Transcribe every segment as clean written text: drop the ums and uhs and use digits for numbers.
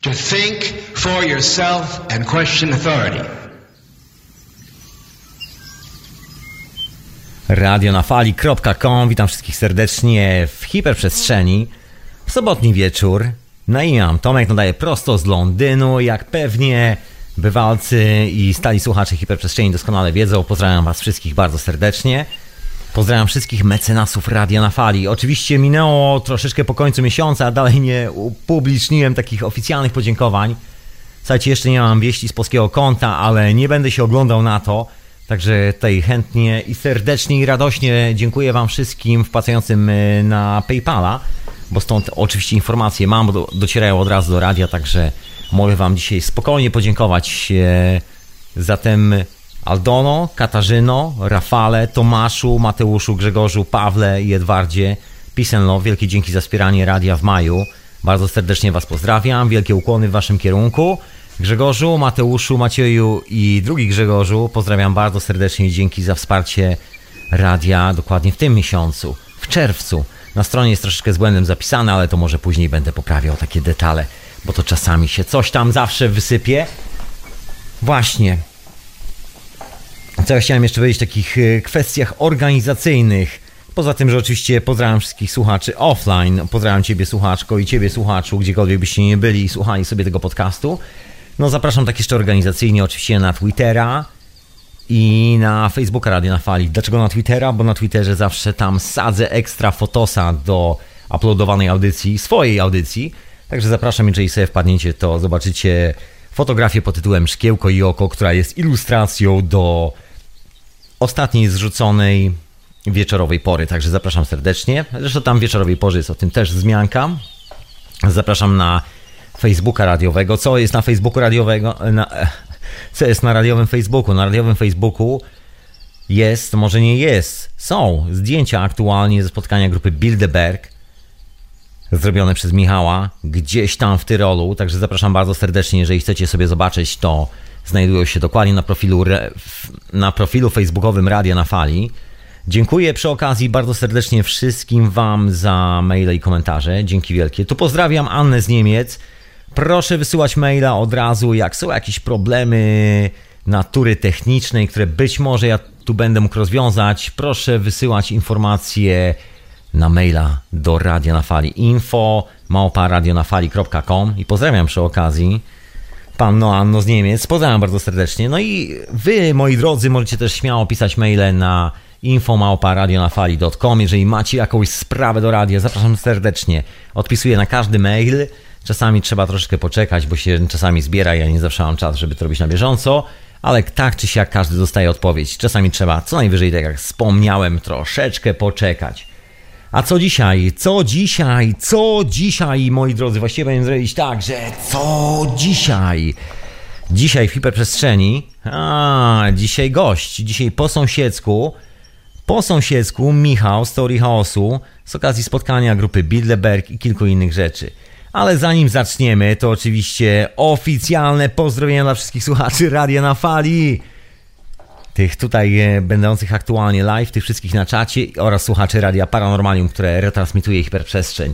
To think for yourself and question authority. Radionafali.com. Witam wszystkich serdecznie w hiperprzestrzeni. W sobotni wieczór. Na imię mam Tomek, nadaję prosto z Londynu. Jak pewnie bywalcy i stali słuchacze hiperprzestrzeni doskonale wiedzą, pozdrawiam was wszystkich bardzo serdecznie. Pozdrawiam wszystkich mecenasów Radia na Fali. Oczywiście minęło troszeczkę po końcu miesiąca, a dalej nie upubliczniłem takich oficjalnych podziękowań. Słuchajcie, jeszcze nie mam wieści z polskiego konta, ale nie będę się oglądał na to. Także tutaj chętnie i serdecznie i radośnie dziękuję wam wszystkim wpłacającym na PayPala, bo stąd oczywiście informacje mam, bo docierają od razu do radia, także mogę wam dzisiaj spokojnie podziękować. Zatem Aldono, Katarzyno, Rafale, Tomaszu, Mateuszu, Grzegorzu, Pawle i Edwardzie, Peace and Love, wielkie dzięki za wspieranie radia w maju. Bardzo serdecznie was pozdrawiam, wielkie ukłony w waszym kierunku. Grzegorzu, Mateuszu, Macieju i drugi Grzegorzu, pozdrawiam bardzo serdecznie i dzięki za wsparcie radia dokładnie w tym miesiącu, w czerwcu. Na stronie jest troszeczkę z błędem zapisane, ale to może później będę poprawiał takie detale, bo to czasami się coś tam zawsze wysypie. Właśnie. Co ja chciałem jeszcze powiedzieć w takich kwestiach organizacyjnych. Poza tym, że oczywiście pozdrawiam wszystkich słuchaczy offline. Pozdrawiam ciebie słuchaczko i ciebie słuchaczu, gdziekolwiek byście nie byli i słuchali sobie tego podcastu. No zapraszam tak jeszcze organizacyjnie oczywiście na Twittera i na Facebooka Radio na Fali. Dlaczego na Twittera? Bo na Twitterze zawsze tam sadzę ekstra fotosa do uploadowanej audycji, swojej audycji. Także zapraszam, jeżeli sobie wpadniecie, to zobaczycie fotografię pod tytułem Szkiełko i oko, która jest ilustracją do ostatniej zrzuconej wieczorowej pory. Także zapraszam serdecznie. Zresztą tam w wieczorowej porze jest o tym też wzmianka. Zapraszam na Facebooka radiowego. Co jest na Facebooku radiowego? Co jest na radiowym Facebooku? Na radiowym Facebooku jest, może nie jest, są zdjęcia aktualnie ze spotkania grupy Bilderberg zrobione przez Michała gdzieś tam w Tyrolu. Także zapraszam bardzo serdecznie. Jeżeli chcecie sobie zobaczyć, to znajdują się dokładnie na profilu facebookowym Radia na Fali. Dziękuję przy okazji bardzo serdecznie wszystkim wam za maile i komentarze. Dzięki wielkie. Tu pozdrawiam Annę z Niemiec. Proszę wysyłać maila od razu, jak są jakieś problemy natury technicznej, które być może ja tu będę mógł rozwiązać. Proszę wysyłać informacje na maila do Radia na Fali. info@radionafali.com. I pozdrawiam przy okazji Panno Anno z Niemiec. Pozdrawiam bardzo serdecznie. No i wy, moi drodzy, możecie też śmiało pisać maile na info@radionafali.com. Jeżeli macie jakąś sprawę do radia, zapraszam serdecznie. Odpisuję na każdy mail. Czasami trzeba troszeczkę poczekać, bo się czasami zbiera. Ja nie zawsze mam czas, żeby to robić na bieżąco, ale tak czy siak każdy dostaje odpowiedź. Czasami trzeba co najwyżej, tak jak wspomniałem, troszeczkę poczekać. A co dzisiaj? Co dzisiaj, moi drodzy? Właściwie będę zrobić tak, że co dzisiaj? Dzisiaj w hiperprzestrzeni. Dzisiaj gość. Dzisiaj po sąsiedzku Michał z Teorii Chaosu z okazji spotkania grupy Bilderberg i kilku innych rzeczy. Ale zanim zaczniemy, to oczywiście oficjalne pozdrowienia dla wszystkich słuchaczy Radia na Fali. Tych tutaj będących aktualnie live, tych wszystkich na czacie oraz słuchaczy Radia Paranormalium, które retransmituje hiperprzestrzeń.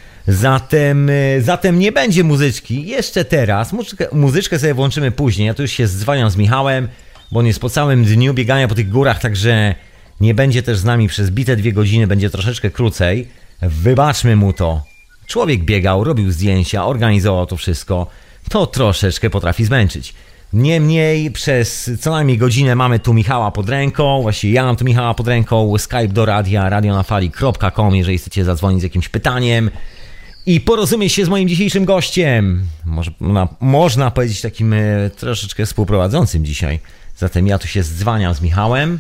Zatem nie będzie muzyczki jeszcze teraz. Muzyczkę sobie włączymy później. Ja tu już się zdzwaniam z Michałem, bo on jest po całym dniu biegania po tych górach, także nie będzie też z nami przez bite 2 godziny, będzie troszeczkę krócej. Wybaczmy mu to. Człowiek biegał, robił zdjęcia, organizował to wszystko. To troszeczkę potrafi zmęczyć. Niemniej przez co najmniej godzinę mamy tu Michała pod ręką. Właściwie ja mam tu Michała pod ręką. Skype do radia, radionafali.com, jeżeli chcecie zadzwonić z jakimś pytaniem i porozumieć się z moim dzisiejszym gościem. Można powiedzieć takim troszeczkę współprowadzącym dzisiaj. Zatem ja tu się zdzwaniam z Michałem.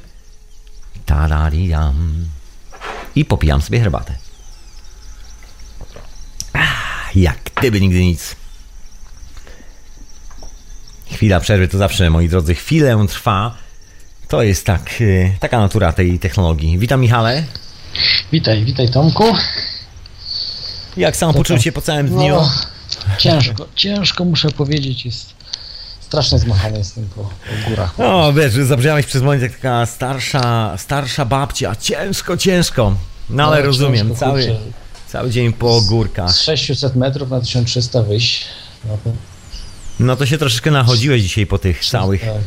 Tarariam. I popijam sobie herbatę. Jak gdyby nigdy nic. Chwila przerwy to zawsze, moi drodzy, chwilę trwa. To jest taka natura tej technologii. Witam, Michale. Witaj Tomku. Jak sam poczucie po całym dniu? No, ciężko muszę powiedzieć, jest strasznie zmachany jestem po górach. No wiesz, zabrzmiałeś przez moment jak taka starsza babcia. Ciężko. No ale rozumiem, cały dzień po górkach. Z 600 metrów na 1300 wyjść. No to się troszeczkę nachodziłeś dzisiaj po tych całych Tak,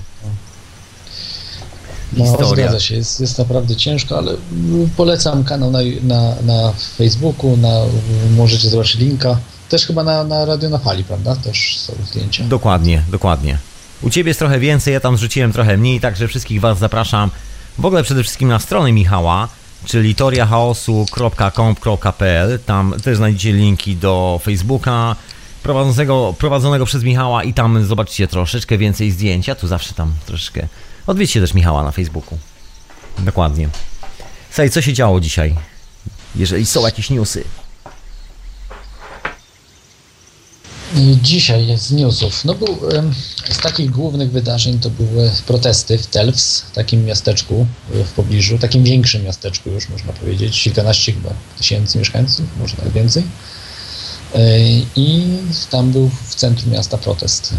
no, historiach. zgadza się, jest naprawdę ciężko, ale polecam kanał na Facebooku, możecie zobaczyć linka. Też chyba na Radio na Fali, prawda? Też są zdjęcia. Dokładnie. U Ciebie jest trochę więcej, ja tam zrzuciłem trochę mniej, także wszystkich Was zapraszam w ogóle przede wszystkim na stronę Michała, czyli teoriachaosu.com.pl. Tam też znajdziecie linki do Facebooka prowadzonego przez Michała i tam zobaczycie troszeczkę więcej zdjęć. Ja tu zawsze tam troszeczkę... Odwiedźcie też Michała na Facebooku. Dokładnie. Słuchaj, co się działo dzisiaj? Jeżeli są jakieś newsy. Dzisiaj z newsów. Z takich głównych wydarzeń to były protesty w Telfs, takim miasteczku w pobliżu, takim większym miasteczku już można powiedzieć, kilkanaście chyba tysięcy mieszkańców, może nawet więcej. I tam był w centrum miasta protest.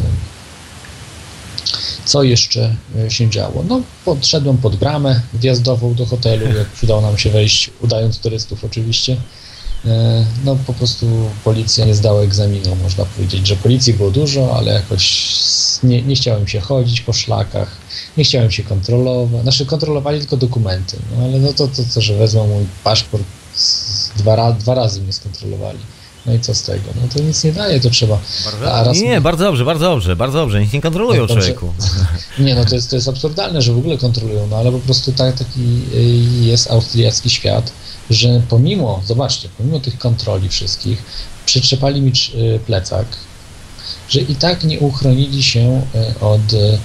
Co jeszcze się działo? Podszedłem pod bramę wjazdową do hotelu, jak udało nam się wejść, udając turystów oczywiście. Po prostu policja nie zdała egzaminu, można powiedzieć, że policji było dużo, ale jakoś nie chciałem się chodzić po szlakach, nie chciałem się kontrolować, kontrolowali tylko dokumenty, ale to, że wezmą mój paszport, dwa razy mnie skontrolowali. No i co z tego? To nic nie daje, to trzeba... Bardzo dobrze, nic nie kontrolują, człowieku. Nie, to jest absurdalne, że w ogóle kontrolują, ale po prostu taki jest austriacki świat, że pomimo tych kontroli wszystkich, przyczepali mi plecak, że i tak nie uchronili się od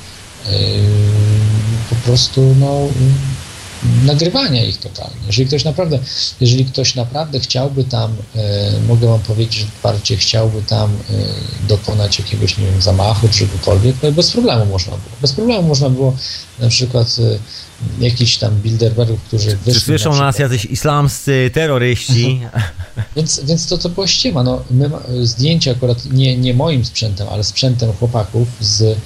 po prostu nagrywania ich totalnie. Jeżeli ktoś naprawdę chciałby tam, mogę wam powiedzieć, że otwarcie chciałby tam dokonać jakiegoś, nie wiem, zamachu, czegokolwiek, to bez problemu można było. Bez problemu można było na przykład jakichś tam bilderbergów, którzy wyszli... Czy słyszą nas jacyś islamscy terroryści? Więc to była ściema. Zdjęcia akurat nie moim sprzętem, ale sprzętem chłopaków z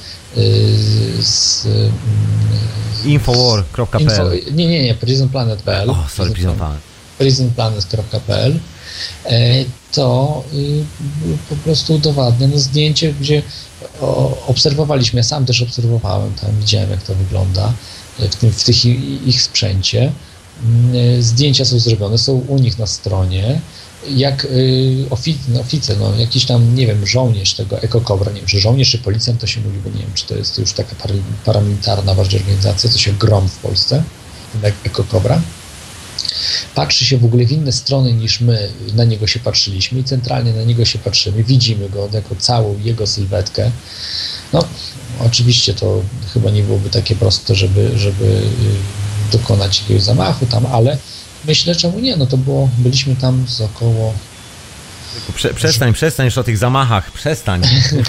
Infowar.pl. Nie, prisonplanet.pl. prisonplanet.pl. To po prostu udowadnia zdjęcie, gdzie obserwowaliśmy, ja sam też obserwowałem, tam widziałem, jak to wygląda w tych ich sprzęcie. Zdjęcia są zrobione, są u nich na stronie. Jak oficer, jakiś tam, nie wiem, żołnierz tego Eko-Kobra, nie wiem, czy żołnierz, czy policjant to się mówi, bo nie wiem, czy to jest już taka paramilitarna bardziej organizacja, to się GROM w Polsce, Eko-Kobra. Patrzy się w ogóle w inne strony niż my na niego się patrzyliśmy i centralnie na niego się patrzymy, widzimy go jako całą jego sylwetkę. Oczywiście to chyba nie byłoby takie proste, żeby dokonać jakiegoś zamachu tam, ale myślę, czemu nie, byliśmy tam z około... Przestań już o tych zamachach, przestań.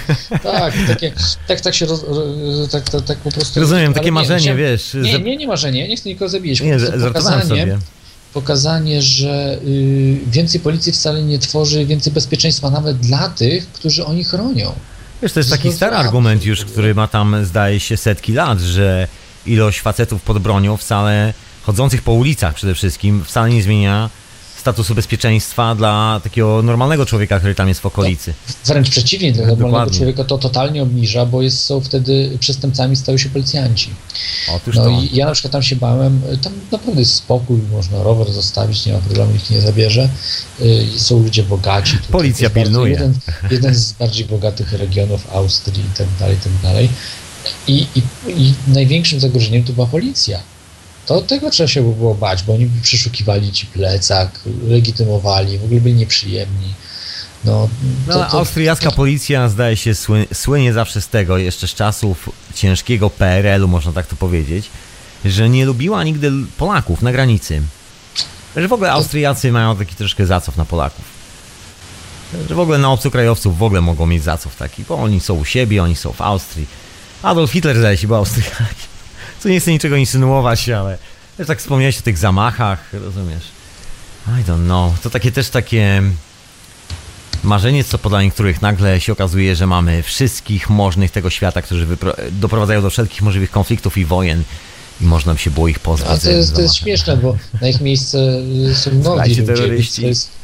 Tak się tak po prostu... Rozumiem, takie marzenie, wiesz... Nie marzenie, nie chcę nikogo zabijać. Nie, żartowałem sobie. Pokazanie, że więcej policji wcale nie tworzy więcej bezpieczeństwa nawet dla tych, którzy oni chronią. Wiesz, to jest taki stary argument już, który ma tam, zdaje się, setki lat, że ilość facetów pod bronią wcale, chodzących po ulicach przede wszystkim, wcale nie zmienia statusu bezpieczeństwa dla takiego normalnego człowieka, który tam jest w okolicy. Wręcz przeciwnie, dla normalnego człowieka to totalnie obniża, bo są wtedy przestępcami, stają się policjanci. Otóż to. I ja na przykład tam się bałem, tam naprawdę jest spokój, można rower zostawić, nie ma problemu, nikt nie zabierze. Są ludzie bogaci. Policja pilnuje. Jeden z bardziej bogatych regionów Austrii i tak dalej. I największym zagrożeniem to była policja. To tego trzeba się było bać, bo oni przeszukiwali ci plecak, legitymowali, w ogóle byli nieprzyjemni. Austriacka policja, zdaje się, słynie zawsze z tego, jeszcze z czasów ciężkiego PRL-u, można tak to powiedzieć, że nie lubiła nigdy Polaków na granicy. Że w ogóle Austriacy mają taki troszkę zacof na Polaków. Że w ogóle na obcokrajowców w ogóle mogą mieć zacof taki, bo oni są u siebie, oni są w Austrii. Adolf Hitler, zdaje się, był Austriakiem. Co nie chcę niczego insynuować, ale też tak wspomniałeś o tych zamachach, rozumiesz? I don't know. To takie marzenie, co dla niektórych nagle się okazuje, że mamy wszystkich możnych tego świata, którzy doprowadzają do wszelkich możliwych konfliktów i wojen i można by się było ich pozbyć. A to jest śmieszne, bo na ich miejsce są mnogi ludzie.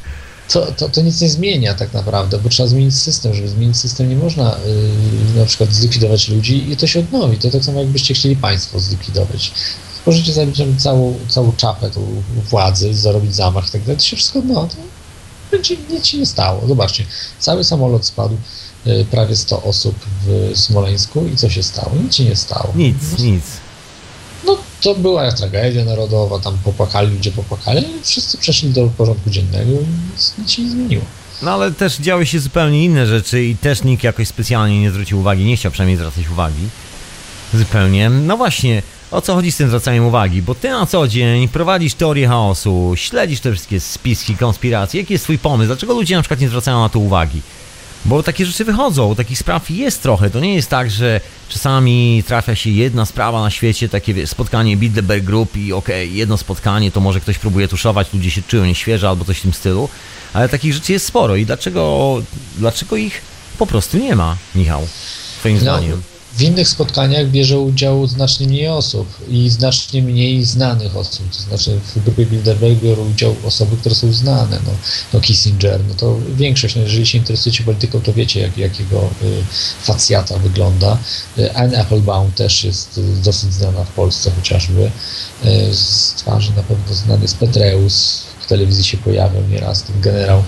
to nic nie zmienia tak naprawdę, bo trzeba zmienić system. Żeby zmienić system, nie można na przykład zlikwidować ludzi i to się odnowi. To tak samo jakbyście chcieli państwo zlikwidować. Możecie zabić całą czapę tą władzy, zarobić zamach i tak dalej, to się wszystko odnowi. Nic się nie stało. Zobaczcie, cały samolot spadł, prawie 100 osób w Smoleńsku i co się stało? Nic się nie stało. Nic. No to była tragedia narodowa, tam ludzie popłakali, ale wszyscy przeszli do porządku dziennego i nic się nie zmieniło. No ale też działy się zupełnie inne rzeczy i też nikt jakoś specjalnie nie zwrócił uwagi, nie chciał przynajmniej zwracać uwagi. Zupełnie. No właśnie, o co chodzi z tym zwracaniem uwagi? Bo ty na co dzień prowadzisz teorię chaosu, śledzisz te wszystkie spiski, konspiracje. Jaki jest twój pomysł? Dlaczego ludzie na przykład nie zwracają na to uwagi? Bo takie rzeczy wychodzą, takich spraw jest trochę. To nie jest tak, że czasami trafia się jedna sprawa na świecie, takie spotkanie Bilderberg Group i jedno spotkanie, to może ktoś próbuje tuszować, ludzie się czują nieświeżo albo coś w tym stylu. Ale takich rzeczy jest sporo i dlaczego ich po prostu nie ma, Michał, twoim zdaniem? W innych spotkaniach bierze udział znacznie mniej osób i znacznie mniej znanych osób. To znaczy w grupie Bilderberg biorą udział osoby, które są znane. No Kissinger, no to większość, no jeżeli się interesujecie polityką, to wiecie jakiego facjata wygląda. Anne Applebaum też jest dosyć znana w Polsce chociażby. Z twarzy na pewno znany jest Petraeus, w telewizji się pojawiał nieraz, ten generał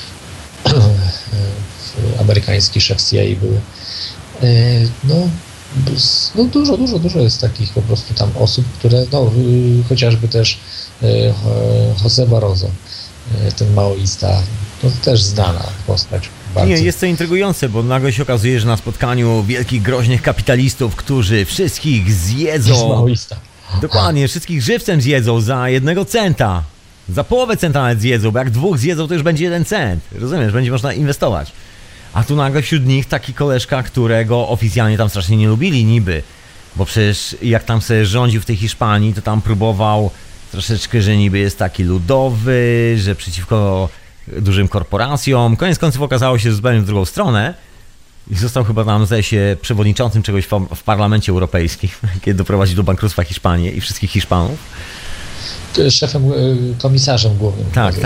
amerykański, szef CIA były. No dużo jest takich po prostu tam osób, które, chociażby też José Barroso, ten maoista, to też znana postać. Bardzo. Nie, jest to intrygujące, bo nagle się okazuje, że na spotkaniu wielkich, groźnych kapitalistów, którzy wszystkich zjedzą... Jest maoista. Dokładnie, wszystkich żywcem zjedzą za 1 centa. Za połowę centa nawet zjedzą, bo jak 2 zjedzą, to już będzie 1 cent. Rozumiesz, będzie można inwestować. A tu nagle wśród nich taki koleżka, którego oficjalnie tam strasznie nie lubili niby. Bo przecież jak tam sobie rządził w tej Hiszpanii, to tam próbował troszeczkę, że niby jest taki ludowy, że przeciwko dużym korporacjom. Koniec końców okazało się zupełnie w drugą stronę. I został chyba tam, zdaje się, przewodniczącym czegoś w Parlamencie Europejskim, kiedy doprowadził do bankructwa Hiszpanię i wszystkich Hiszpanów. Szefem, komisarzem głównym. Tak.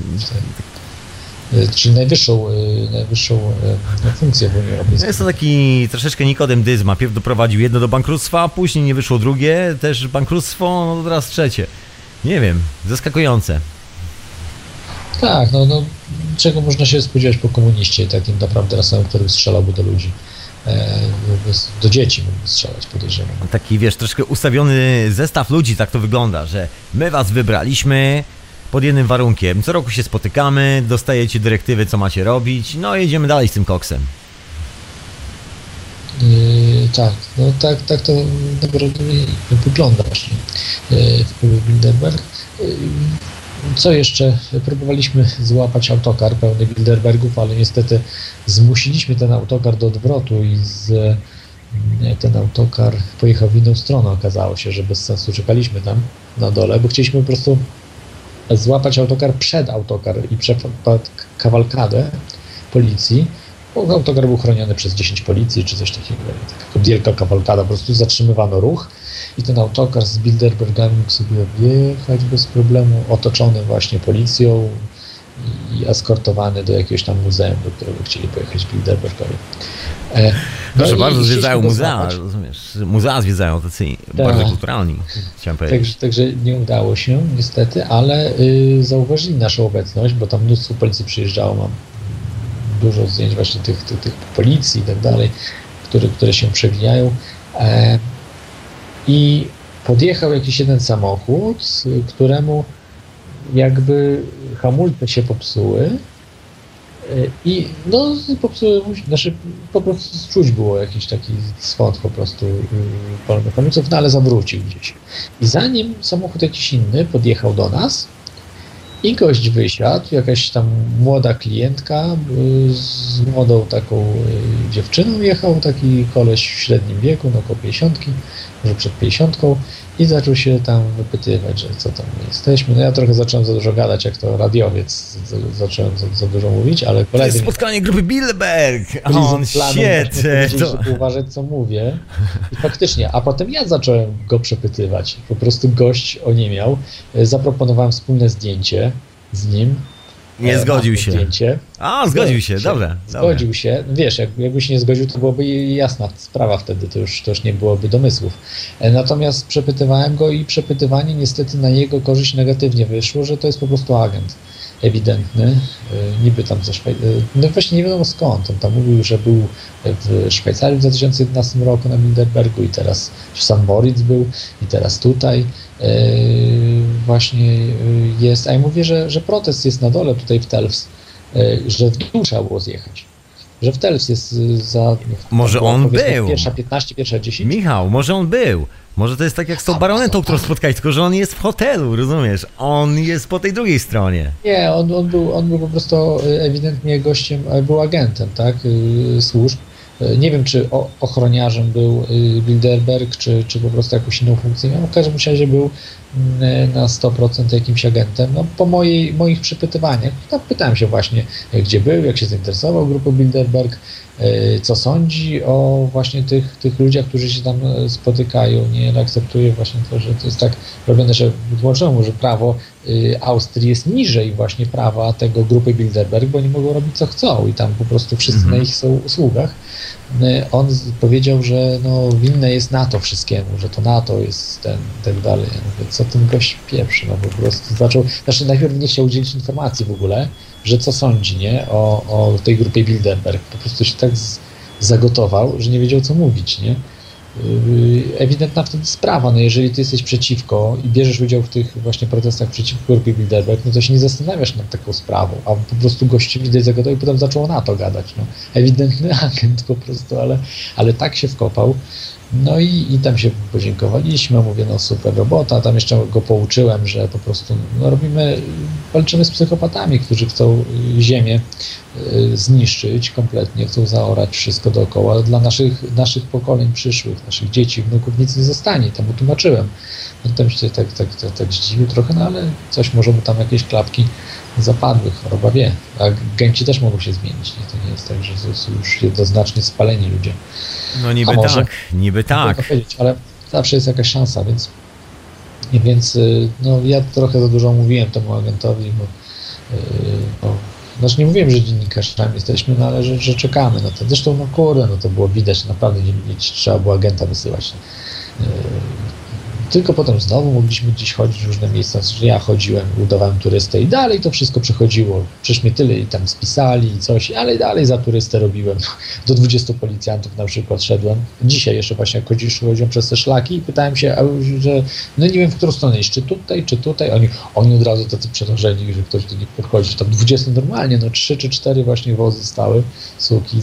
Czyli najwyższą funkcję w Unii Europejskiej. Jest to taki troszeczkę Nikodem Dyzma. Najpierw doprowadził jedno do bankructwa, później nie wyszło drugie, też bankructwo, no teraz trzecie. Nie wiem, zaskakujące. Tak, czego można się spodziewać po komuniście, takim naprawdę rasowym, który strzelałby do ludzi. Do dzieci mógłby strzelać, podejrzewam. Taki, wiesz, troszkę ustawiony zestaw ludzi, tak to wygląda, że my was wybraliśmy pod jednym warunkiem. Co roku się spotykamy, dostajecie dyrektywy, co macie robić, no i jedziemy dalej z tym koksem. Tak to wygląda właśnie w Bilderberg. Co jeszcze? Próbowaliśmy złapać autokar pełny Bilderbergów, ale niestety zmusiliśmy ten autokar do odwrotu i ten autokar pojechał w inną stronę. Okazało się, że bez sensu czekaliśmy tam na dole, bo chcieliśmy po prostu złapać autokar przed autokar i przed kawalkadę policji, bo autokar był chroniony przez 10 policji czy coś takiego. Taka wielka kawalkada, po prostu zatrzymywano ruch i ten autokar z Bilderbergami mógł sobie wjechać bez problemu, otoczony właśnie policją i eskortowany do jakiegoś tam muzeum, do którego chcieli pojechać Bilderbergowie. Proszę bardzo, zwiedzają muzea, rozumiesz? Muzea zwiedzają tacy bardzo kulturalni, chciałem powiedzieć. Także nie udało się niestety, ale zauważyli naszą obecność, bo tam mnóstwo policji przyjeżdżało, mam dużo zdjęć właśnie tych policji i tak dalej, które się przewijają. I podjechał jakiś jeden samochód, któremu jakby hamulce się popsuły i popsuły, po prostu czuć było jakiś taki swąd po prostu polnych hamulców, ale zawrócił gdzieś. I zanim samochód jakiś inny podjechał do nas i gość wysiadł, jakaś tam młoda klientka z młodą taką dziewczyną jechał, taki koleś w średnim wieku, około 50, może przed 50 i zaczął się tam wypytywać, że co tam jesteśmy. No ja trochę zacząłem za dużo gadać, jak to radiowiec, zacząłem za dużo mówić, ale koledzy... To jest spotkanie grupy Bilderberg! On shit! Żeby uważać, co mówię. I faktycznie, a potem ja zacząłem go przepytywać. Po prostu gość oniemiał. Zaproponowałem wspólne zdjęcie z nim Nie zgodził się. Zdjęcie. A, zgodził się, dobra. Zgodził się. Wiesz, jakby się nie zgodził, to byłoby jasna sprawa wtedy, to już nie byłoby domysłów. Natomiast przepytywałem go i przepytywanie niestety na jego korzyść negatywnie wyszło, że to jest po prostu agent ewidentny, niby tam ze Szwajcarii, no właśnie nie wiadomo skąd, on tam mówił, że był w Szwajcarii w 2011 roku na Bilderbergu i teraz w St. Moritz był i teraz tutaj właśnie jest, a ja mówię, że protest jest na dole tutaj w Telfs, że w dół trzeba było zjechać. Że w Telfs jest za... Może on był. Pierwsza 15, pierwsza 10. Michał, może on był. Może to jest tak jak z tą baronetą, którą spotkałeś, tylko że on jest w hotelu, rozumiesz? On jest po tej drugiej stronie. Nie, on był po prostu ewidentnie gościem, był agentem, tak, służb. Nie wiem, czy ochroniarzem był Bilderberg, czy po prostu jakąś inną funkcję miał. W każdym razie był na 100% jakimś agentem. No, po moich przypytywaniach, tak pytałem się właśnie, gdzie był, jak się zainteresował grupą Bilderberg, co sądzi o właśnie tych ludziach, którzy się tam spotykają. Nie akceptuje właśnie to, że to jest tak robione, że wytłumaczono mu, że prawo Austrii jest niżej właśnie prawa tego grupy Bilderberg, bo nie mogą robić co chcą i tam po prostu wszyscy na ich są usługach. On powiedział, że no, winne jest NATO wszystkiemu, że to NATO jest ten i tak dalej. Ja mówię, co ten gość pieprzy, no po prostu znaczy najpierw nie chciał udzielić informacji w ogóle, że co sądzi, nie, o tej grupie Bilderberg. Po prostu się tak zagotował, że nie wiedział co mówić, nie. Ewidentna wtedy sprawa, no jeżeli ty jesteś przeciwko i bierzesz udział w tych właśnie protestach przeciwko grupie Bilderberg, no to się nie zastanawiasz nad taką sprawą, a po prostu gościu widać zagotował i potem zaczął na to gadać, no. Ewidentny agent po prostu, ale tak się wkopał. No i tam się podziękowaliśmy, mówię, no super robota, tam jeszcze go pouczyłem, że po prostu no walczymy z psychopatami, którzy chcą ziemię zniszczyć kompletnie, chcą zaorać wszystko dookoła, ale dla naszych pokoleń przyszłych, naszych dzieci, wnuków nic nie zostanie, tam utłumaczyłem. On tam się tak zdziwił trochę, no ale coś może mu tam jakieś klapki zapadły, choroba wie. A agenci też mogą się zmienić, nie? To nie jest tak, że są już jednoznacznie spaleni ludzie. No niby tak. Ale zawsze jest jakaś szansa, więc no, ja trochę za dużo mówiłem temu agentowi, bo znaczy nie mówiłem, że dziennikarzami jesteśmy, no ale że czekamy na to. Zresztą no kurde, no to było widać, naprawdę nie trzeba było agenta wysyłać. Tylko potem znowu mogliśmy gdzieś chodzić w różne miejsca, że ja chodziłem, udawałem turystę i dalej to wszystko przechodziło. Przecież mnie tyle i tam spisali i coś, ale dalej za turystę robiłem. Do 20 policjantów na przykład szedłem. Dzisiaj jeszcze właśnie jak chodziłem przez te szlaki i pytałem się, że no nie wiem w którą stronę iść, czy tutaj. Oni od razu tacy przerażeni, że ktoś do nich podchodzi. Tam 20 normalnie, no 3 czy 4 właśnie wozy stały, suki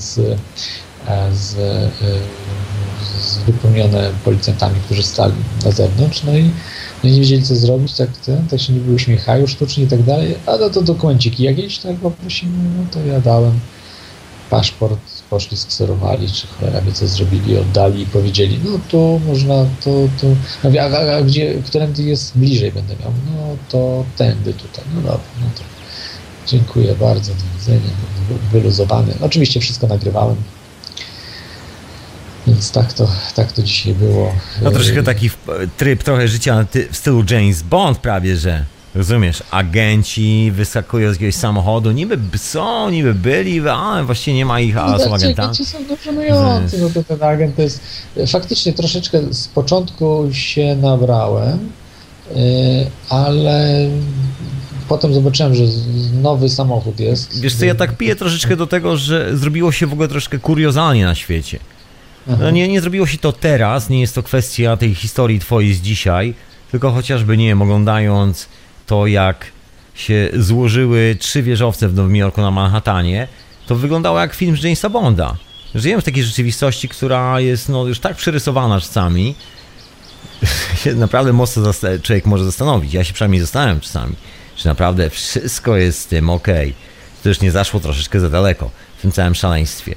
wypełnione policjantami, którzy stali na zewnątrz, no i nie wiedzieli co zrobić, tak się niby uśmiechają sztucznie i tak dalej, a to dokumenciki jakieś, tak poprosimy, no to ja dałem paszport, poszli skserowali, czy cholera wie co zrobili, oddali i powiedzieli, no to można, to mówię, a gdzie, którędy jest bliżej będę miał, no to tędy tutaj, no dobra, no to dziękuję bardzo, do widzenia, wyluzowany, oczywiście wszystko nagrywałem. Więc tak to dzisiaj było. No troszkę taki tryb trochę życia w stylu James Bond prawie, że rozumiesz, agenci wyskakują z jakiegoś samochodu, niby byli, ale właściwie nie ma ich, a są agentami. Agenci są żenujący, no to ten agent to jest... Faktycznie troszeczkę z początku się nabrałem, ale potem zobaczyłem, że nowy samochód jest. Wiesz co, ja tak piję troszeczkę do tego, że zrobiło się w ogóle troszkę kuriozalnie na świecie. No nie zrobiło się to teraz, nie jest to kwestia tej historii twojej z dzisiaj, tylko chociażby, nie wiem, oglądając to, jak się złożyły 3 wieżowce w Nowym Jorku na Manhattanie, to wyglądało jak film z Jamesa Bonda. Żyjemy w takiej rzeczywistości, która jest no, już tak przerysowana czasami, się naprawdę mocno człowiek może zastanowić. Ja się przynajmniej zastanawiam czasami, czy naprawdę wszystko jest z tym okej. To już nie zaszło troszeczkę za daleko w tym całym szaleństwie.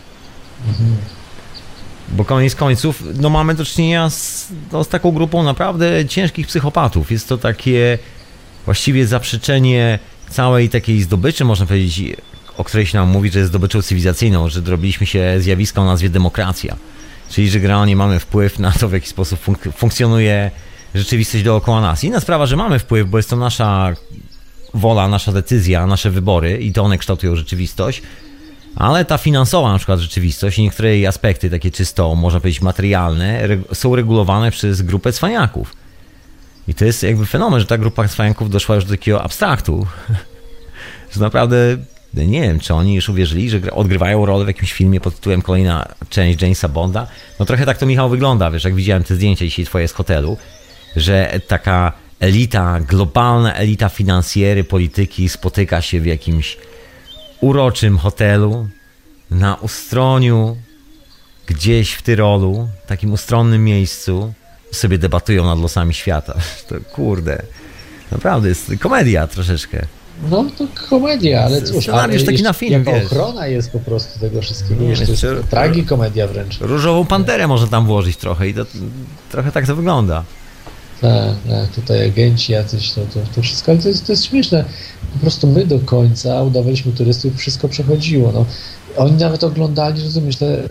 Bo koniec końców, no mamy do czynienia z taką grupą naprawdę ciężkich psychopatów. Jest to takie właściwie zaprzeczenie całej takiej zdobyczy, można powiedzieć, o której się nam mówi, że jest zdobyczą cywilizacyjną, że zrobiliśmy się zjawisko o nazwie demokracja. Czyli, że generalnie mamy wpływ na to, w jaki sposób funkcjonuje rzeczywistość dookoła nas. Inna sprawa, że mamy wpływ, bo jest to nasza wola, nasza decyzja, nasze wybory i to one kształtują rzeczywistość, ale ta finansowa na przykład rzeczywistość i niektóre jej aspekty takie czysto, można powiedzieć, materialne są regulowane przez grupę cwaniaków. I to jest jakby fenomen, że ta grupa cwaniaków doszła już do takiego abstraktu, że naprawdę nie wiem, czy oni już uwierzyli, że odgrywają rolę w jakimś filmie pod tytułem kolejna część Jamesa Bonda. No trochę tak to, Michał, wygląda, wiesz, jak widziałem te zdjęcia dzisiaj twoje z hotelu, że taka elita, globalna elita finansjery, polityki spotyka się w jakimś uroczym hotelu na ustroniu, gdzieś w Tyrolu, takim ustronnym miejscu, sobie debatują nad losami świata. To kurde, naprawdę jest komedia troszeczkę. No to komedia, ale cóż, scenariusz taki na film, jaka wiesz. ochrona jest po prostu tego wszystkiego, Nie, wiesz, to jest jeszcze- tragikomedia wręcz. Różową panterę można tam włożyć trochę i to trochę tak to wygląda. Tak, tutaj agenci jacyś, to wszystko, ale to jest śmieszne. Po prostu my do końca udawaliśmy turystów, wszystko przechodziło. No. Oni nawet oglądali, rozumiesz,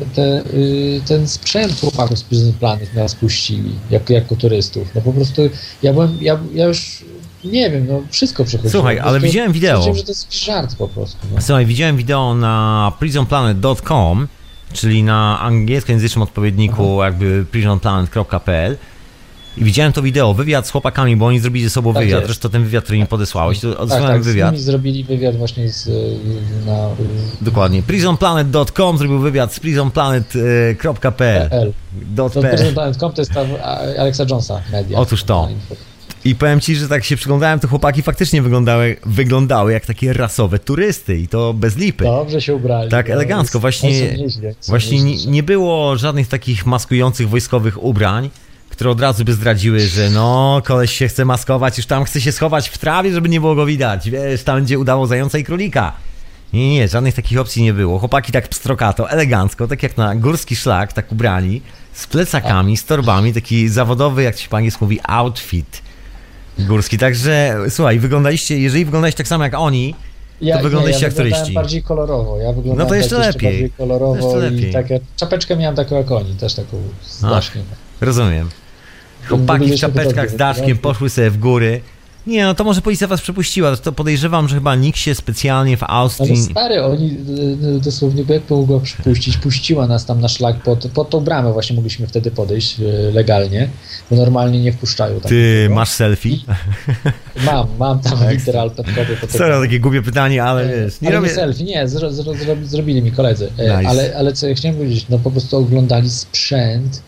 ten sprzęt chłopaków z Prison Planet nas puścili, jako turystów. No po prostu ja już nie wiem, no wszystko przechodziło. Słuchaj, Po ale prostu widziałem wideo. stwierdziłem, że to jest żart po prostu. No. Słuchaj, widziałem wideo na prisonplanet.com, czyli na angielskojęzycznym odpowiedniku jakby prisonplanet.pl i widziałem to wideo, wywiad z chłopakami, bo oni zrobili ze sobą Tak wywiad, jest. zresztą ten wywiad, który mi podesłałeś, to odesłałem Tak, z wywiad. nimi zrobili wywiad właśnie na Dokładnie, prisonplanet.com zrobił wywiad z prisonplanet.pl. PL. To Prison.com to jest ta Alexa Jonesa media. Otóż to. I powiem ci, że tak się przyglądałem, to chłopaki faktycznie wyglądały jak takie rasowe turysty i to bez lipy. Dobrze się ubrali. Tak, no, elegancko. oni są nieźli, Właśnie nie było żadnych takich maskujących wojskowych ubrań, które od razu by zdradziły, że no, koleś się chce maskować, już tam chce się schować w trawie, żeby nie było go widać. Wiesz, tam będzie udało zająca i królika. Nie, żadnych takich opcji nie było. Chłopaki tak pstrokato, elegancko, tak jak na górski szlak, tak ubrani, z plecakami, z torbami, taki zawodowy, jak się po angielsku mówi, outfit górski. Także, słuchaj, jeżeli wyglądaliście tak samo jak oni, to wyglądaliście jak turyści. bardziej kolorowo. Ja wyglądałem No to jeszcze tak lepiej. bardziej kolorowo Jeszcze lepiej. i takie, czapeczkę miałem taką jak oni, też taką z daszkiem. Rozumiem. Chłopaki w Byliśmy czapeczkach podobni, z daszkiem tak? poszły sobie w góry. Nie, no to może policja was przepuściła. To podejrzewam, że chyba nikt się specjalnie w Ale Austrii... stary, oni dosłownie, bo jak mogła przypuścić, puściła nas tam na szlak pod tą bramę, właśnie mogliśmy wtedy podejść legalnie, bo normalnie nie wpuszczają. Tam Ty nikogo. masz selfie? Mam tam literal podkody. Sorry, takie głupie pytanie, ale wiesz, nie ale robię... nie selfie, nie, zrobili mi koledzy. Nice. Ale co ja chciałem powiedzieć, no po prostu oglądali sprzęt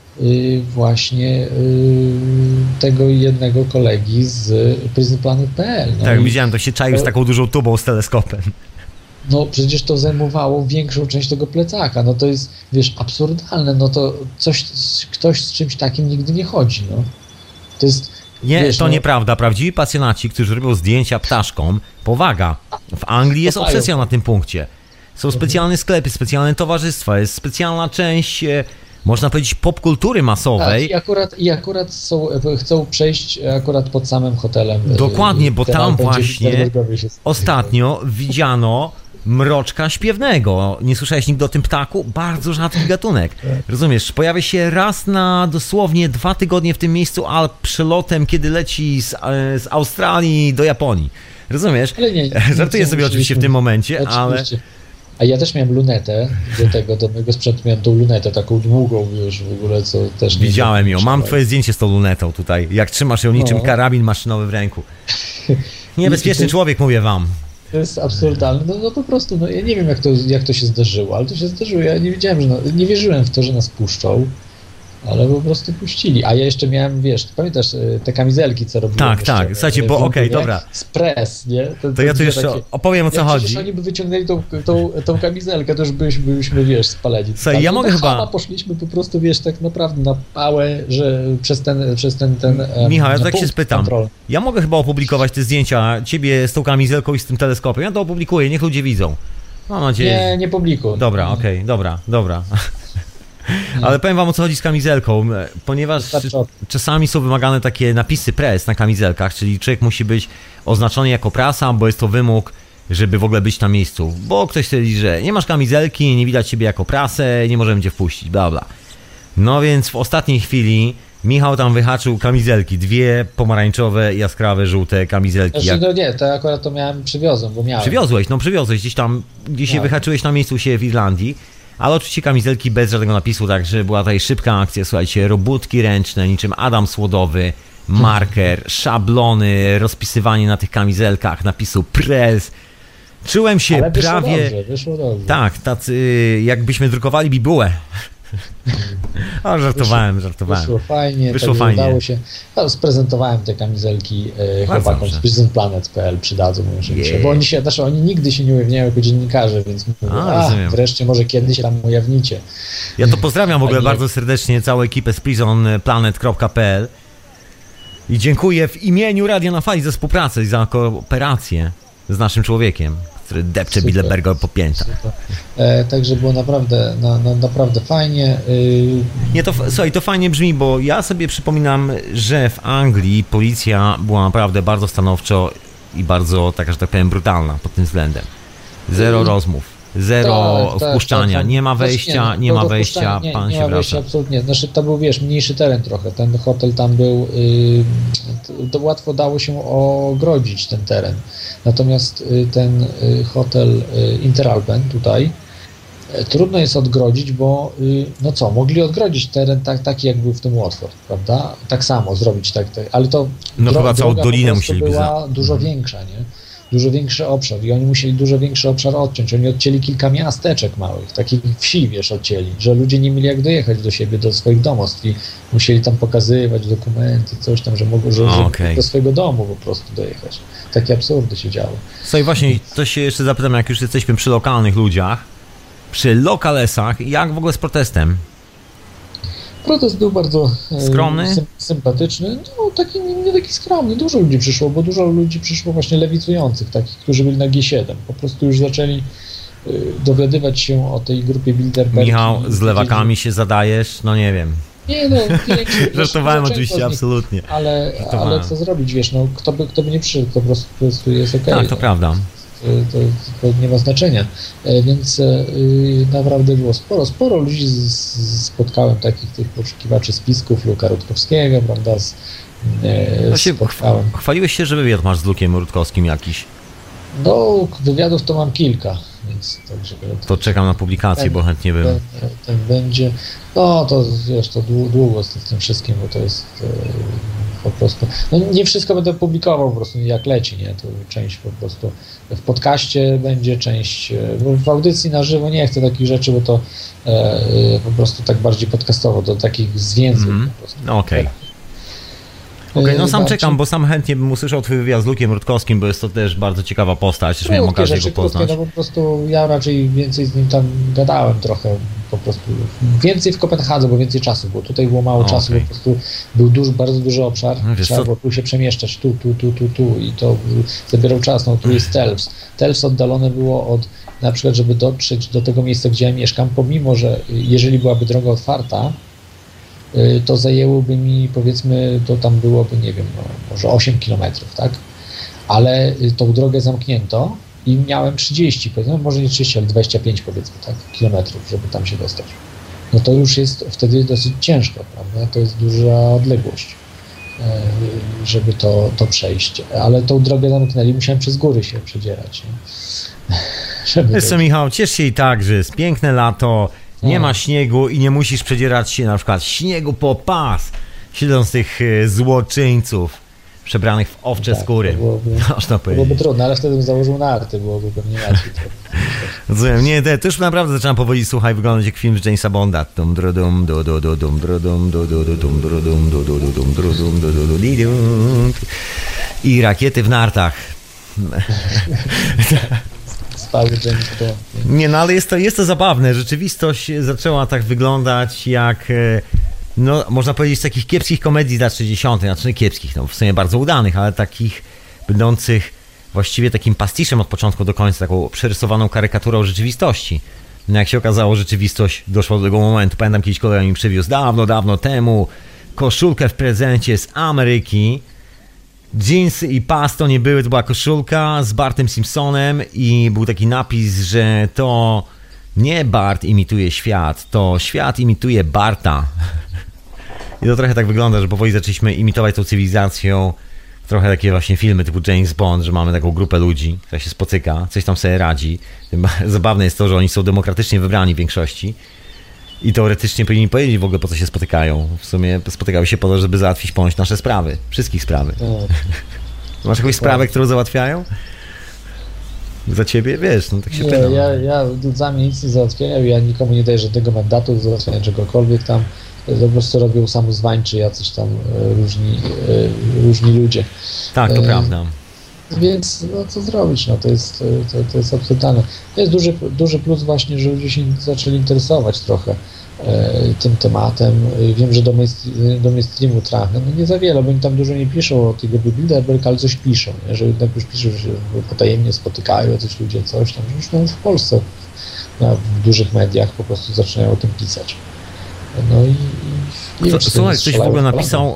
właśnie tego jednego kolegi z prisonplanet.pl. No Tak, i- widziałem, to się czaił z taką dużą tubą z teleskopem. No przecież to zajmowało większą część tego plecaka, no to jest, wiesz, absurdalne, no to ktoś z czymś takim nigdy nie chodzi, no. To jest, Nie, wiesz, to no, nieprawda. Prawdziwi pasjonaci, którzy robią zdjęcia ptaszkom, powaga, w Anglii jest Kochają. obsesja na tym punkcie. Są specjalne sklepy, specjalne towarzystwa, jest specjalna część, można powiedzieć, popkultury masowej. Tak, i akurat chcą przejść akurat pod samym hotelem. Dokładnie, bo Ten tam będzie właśnie Wittenbergowy się ostatnio widziano mroczka śpiewnego. Nie słyszałeś nigdy o tym ptaku? Bardzo rzadki gatunek. Rozumiesz, pojawia się raz na dosłownie 2 tygodnie w tym miejscu Alp przelotem, kiedy leci z Australii do Japonii. Rozumiesz? Ale nie, Żartuję sobie oczywiście w tym momencie, ale... Oczywiście. A ja też miałem lunetę do mojego sprzętu, miałem tą lunetę taką długą, wiesz, w ogóle, co też... nie Widziałem ją. Mam pomyślałem. twoje zdjęcie z tą lunetą tutaj. Jak trzymasz ją niczym No. karabin maszynowy w ręku. Niebezpieczny człowiek, mówię wam. To jest absurdalne. No po prostu, no ja nie wiem jak to się zdarzyło, ale to się zdarzyło. Ja nie wiedziałem, nie wierzyłem w to, że nas puszczą, ale po prostu puścili. A ja jeszcze miałem, wiesz, pamiętasz te kamizelki, co robiłem? Tak, jeszcze, tak. Słuchajcie, bo okej, dobra. Spres, nie? To ja tu jeszcze takie... opowiem, o co Jak chodzi. przecież oni by wyciągnęli tą kamizelkę, to już byliśmy, wiesz, spaleni. Słuchaj, ja mogę chyba- Poszliśmy po prostu, wiesz, tak naprawdę na pałę, że przez ten Michał, ja tak się punkt spytam. kontrolny. Ja mogę chyba opublikować te zdjęcia ciebie z tą kamizelką i z tym teleskopem. Ja to opublikuję, niech ludzie widzą. Mam nadzieję. Nie publikuj. Dobra, okej, dobra. Ale powiem wam, o co chodzi z kamizelką, ponieważ czasami są wymagane takie napisy press na kamizelkach, czyli człowiek musi być oznaczony jako prasa, bo jest to wymóg, żeby w ogóle być na miejscu. Bo ktoś stwierdzi, że nie masz kamizelki, nie widać ciebie jako prasę, nie możemy cię wpuścić, bla bla. No więc w ostatniej chwili Michał tam wyhaczył kamizelki, 2 pomarańczowe, jaskrawe, żółte kamizelki. Znaczy, no nie, to akurat to przywiozłem, bo miałem. Przywiozłeś gdzieś je wyhaczyłeś na miejscu u siebie w Irlandii, ale oczywiście kamizelki bez żadnego napisu, także była tutaj szybka akcja, słuchajcie, robótki ręczne, niczym Adam Słodowy, marker, szablony, rozpisywanie na tych kamizelkach, napisu press. Czułem się ale wyszło prawie... wyszło dobrze. Tak, tacy jakbyśmy drukowali bibułę. O, żartowałem. Wyszło fajnie. Udało się. No, sprezentowałem te kamizelki chłopakom z prisonplanet.pl, przydadzą mi się, bo oni nigdy się nie ujawniają jako dziennikarze, więc mówię, wreszcie może kiedyś się tam ujawnicie. Ja to pozdrawiam w ogóle bardzo serdecznie całą ekipę z prisonplanet.pl i dziękuję w imieniu Radia na Fali za współpracę i za kooperację z naszym człowiekiem, który depcze Bilderberga po piętach. Także było naprawdę fajnie. Nie, słuchaj, to fajnie brzmi, bo ja sobie przypominam, że w Anglii policja była naprawdę bardzo stanowczo i bardzo, tak, że tak powiem, brutalna pod tym względem. Zero rozmów. Zero wpuszczania, nie ma wejścia, nie ma wejścia, pan się wraca. Absolutnie, znaczy to był, mniejszy teren trochę, ten hotel tam był, to łatwo dało się ogrodzić ten teren, natomiast ten hotel Interalpen tutaj trudno jest odgrodzić, bo mogli odgrodzić teren taki jak był w tym Watford, prawda? Tak samo zrobić, ale to chyba całą dolinę musieli była dużo większa, nie? Dużo większy obszar i oni musieli dużo większy obszar odciąć. Oni odcięli kilka miasteczek małych, takich wsi, odcięli, że ludzie nie mieli jak dojechać do siebie, do swoich domostw i musieli tam pokazywać dokumenty, coś tam, że mogą do swojego domu po prostu dojechać. Takie absurdy się działy. Słuchaj, właśnie, to się jeszcze zapytam, jak już jesteśmy przy lokalnych ludziach, przy lokalesach, jak w ogóle z protestem? Protest był bardzo skromny, sympatyczny, nie taki skromny, dużo ludzi przyszło, bo dużo ludzi przyszło właśnie lewicujących, takich, którzy byli na G7, po prostu już zaczęli dowiadywać się o tej grupie Bilderberg. Michał, z lewakami się zadajesz? No nie wiem. Nie, żartowałem oczywiście, absolutnie. Ale co zrobić, kto by nie przyszedł, to po prostu jest okej. Tak, to prawda. To nie ma znaczenia, więc naprawdę było sporo ludzi spotkałem tych poszukiwaczy spisków Luka Rutkowskiego, prawda, spotkałem. Chwaliłeś się, że wywiad masz z Lukiem Rutkowskim jakiś. No, wywiadów to mam kilka, więc także... To czekam na publikację, bo chętnie bym... Ten będzie... No, to to długo z tym wszystkim, bo to jest po prostu... No, nie wszystko będę publikował po prostu, jak leci, nie? To część po prostu w podcaście będzie, część... Bo w audycji na żywo nie chcę takich rzeczy, bo to po prostu tak bardziej podcastowo, do takich zwięzłych po prostu. Okej. No sam czekam, bo sam chętnie bym usłyszał twój wywiad z Lukiem Rutkowskim, bo jest to też bardzo ciekawa postać, też miałem okazję go poznać. No po prostu ja raczej więcej z nim tam gadałem trochę, po prostu więcej w Kopenhadze, bo więcej czasu było. Tutaj było mało czasu, po prostu był bardzo duży obszar, trzeba było tu się przemieszczać, tu i to zabierał czas. No tu jest Telfs. Telfs oddalone było na przykład, żeby dotrzeć do tego miejsca, gdzie ja mieszkam, pomimo, że jeżeli byłaby droga otwarta, to zajęłoby mi, powiedzmy, to tam byłoby, nie wiem, może 8 kilometrów, tak? Ale tą drogę zamknięto i miałem 30, powiedzmy, może nie 30, ale 25, powiedzmy, tak, kilometrów, żeby tam się dostać. No to już jest wtedy dosyć ciężko, prawda? To jest duża odległość, żeby to przejść. Ale tą drogę zamknęli, musiałem przez góry się przedzierać. Wiesz co, Michał, ciesz się i tak, że jest piękne lato, nie ma śniegu i nie musisz przedzierać się na przykład śniegu po pas, śledząc tych złoczyńców przebranych w owcze skóry. Byłoby trudno, ale wtedy bym założył narty, byłoby pewnie łatwiej. Rozumiem, nie, to już naprawdę zaczynam powoli, słuchaj, wyglądać jak film z Jamesa Bonda. I rakiety w nartach. Nie, no ale jest to zabawne. Rzeczywistość zaczęła tak wyglądać jak, no można powiedzieć, z takich kiepskich komedii lat 60. Znaczy nie kiepskich, no w sumie bardzo udanych, ale takich będących właściwie takim pastiszem od początku do końca, taką przerysowaną karykaturą rzeczywistości. No jak się okazało, rzeczywistość doszła do tego momentu. Pamiętam, kiedyś kolega mi przywiózł dawno temu koszulkę w prezencie z Ameryki. Jeansy i pas to nie były, to była koszulka z Bartem Simpsonem i był taki napis, że to nie Bart imituje świat, to świat imituje Barta. I to trochę tak wygląda, że powoli zaczęliśmy imitować tą cywilizacją. Trochę takie właśnie filmy typu James Bond, że mamy taką grupę ludzi, która się spotyka, coś tam sobie radzi. Zabawne jest to, że oni są demokratycznie wybrani w większości i teoretycznie powinni powiedzieć w ogóle, po co się spotykają. W sumie spotykały się po to, żeby załatwić ponoć nasze sprawy. Wszystkich sprawy. Masz jakąś sprawę, którą załatwiają? Za ciebie? Wiesz, no tak się pytam. Ja za mnie nic nie załatwiają, ja nikomu nie daję żadnego mandatu do załatwiania czegokolwiek tam. To po prostu robią samozwańczy jacyś tam różni ludzie. Tak, to prawda. Więc no co zrobić, no to jest absurdalne. To jest duży plus właśnie, że ludzie się zaczęli interesować trochę tym tematem. Wiem, że do mainstreamu trafia. No nie za wiele, bo oni tam dużo nie piszą o tego Bilderberg, ale coś piszą, nie? Że jednak już piszą, że się potajemnie spotykają jacyś ludzie, coś tam. Już nawet w Polsce w dużych mediach po prostu zaczynają o tym pisać. No i nie wiem, Słuchaj, ktoś w ogóle napisał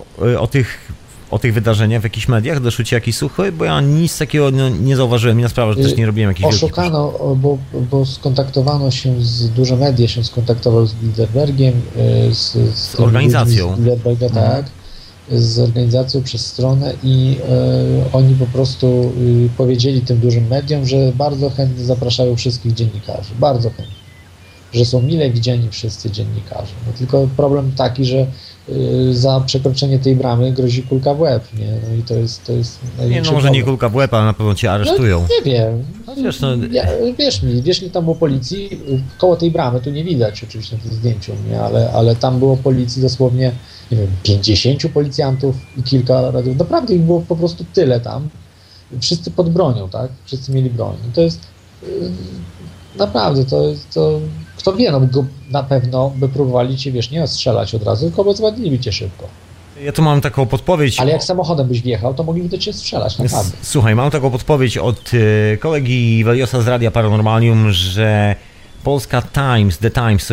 o tych wydarzeniach w jakichś mediach? Doszły ci jakieś słuchy? Bo ja nic takiego nie zauważyłem. Inna sprawa, że też nie robiłem jakichś oszukano, bo skontaktowano się duże media się skontaktowały z Bilderbergiem, z organizacją. Z Bilderberga, tak, z organizacją przez stronę i oni po prostu powiedzieli tym dużym mediom, że bardzo chętnie zapraszają wszystkich dziennikarzy. Bardzo chętnie. Że są mile widziani wszyscy dziennikarze. No tylko problem taki, że za przekroczenie tej bramy grozi kulka w łeb, nie? No i to jest nie, no może nie kulka w łeb, ale na pewno cię aresztują. No, nie wiem. Wiesz, no... Wiesz mi tam było policji, koło tej bramy, tu nie widać oczywiście na tym zdjęciu, nie? Ale tam było policji dosłownie, nie wiem, 50 policjantów i kilka radiów. Naprawdę ich było po prostu tyle tam. Wszyscy pod bronią, tak? Wszyscy mieli broń. No to jest... Naprawdę, to kto wie, no go na pewno by próbowali cię, wiesz, nie strzelać od razu, tylko zwalnili cię szybko. Ja tu mam taką podpowiedź. Ale jak samochodem byś wjechał, to mogliby do cię strzelać, naprawdę. Słuchaj, mam taką podpowiedź od kolegi Weliosa z Radia Paranormalium, że Polska Times, The Times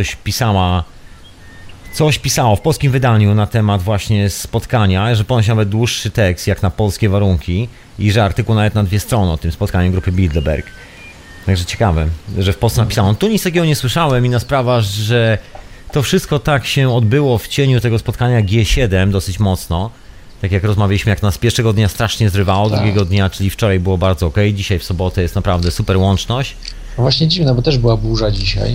coś pisało w polskim wydaniu na temat właśnie spotkania, że ponoć nawet dłuższy tekst jak na polskie warunki i że artykuł nawet na 2 strony o tym spotkaniu grupy Bilderberg. Także ciekawe, że w Polsce napisano. Tu nic takiego nie słyszałem. Inna sprawa, że to wszystko tak się odbyło w cieniu tego spotkania G7 dosyć mocno. Tak jak rozmawialiśmy, jak nas pierwszego dnia strasznie zrywało, drugiego dnia, czyli wczoraj było bardzo okej, dzisiaj w sobotę jest naprawdę super łączność. No właśnie dziwne, bo też była burza dzisiaj.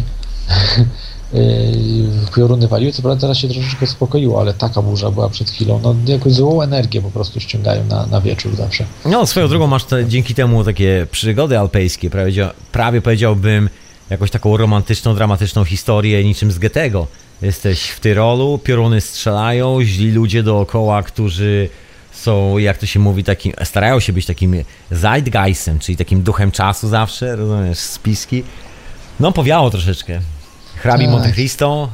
Pioruny waliły, co prawda teraz się troszeczkę uspokoiło, ale taka burza była przed chwilą. No jakąś złą energię po prostu ściągają na wieczór zawsze. No swoją drogą masz dzięki temu takie przygody alpejskie, prawie powiedziałbym jakąś taką romantyczną, dramatyczną historię niczym z Goethego. Jesteś w Tyrolu, pioruny strzelają, źli ludzie dookoła, którzy są, jak to się mówi, starają się być takim Zeitgeistem, czyli takim duchem czasu zawsze, rozumiesz, spiski. No powiało troszeczkę. Hrabia Monte Cristo.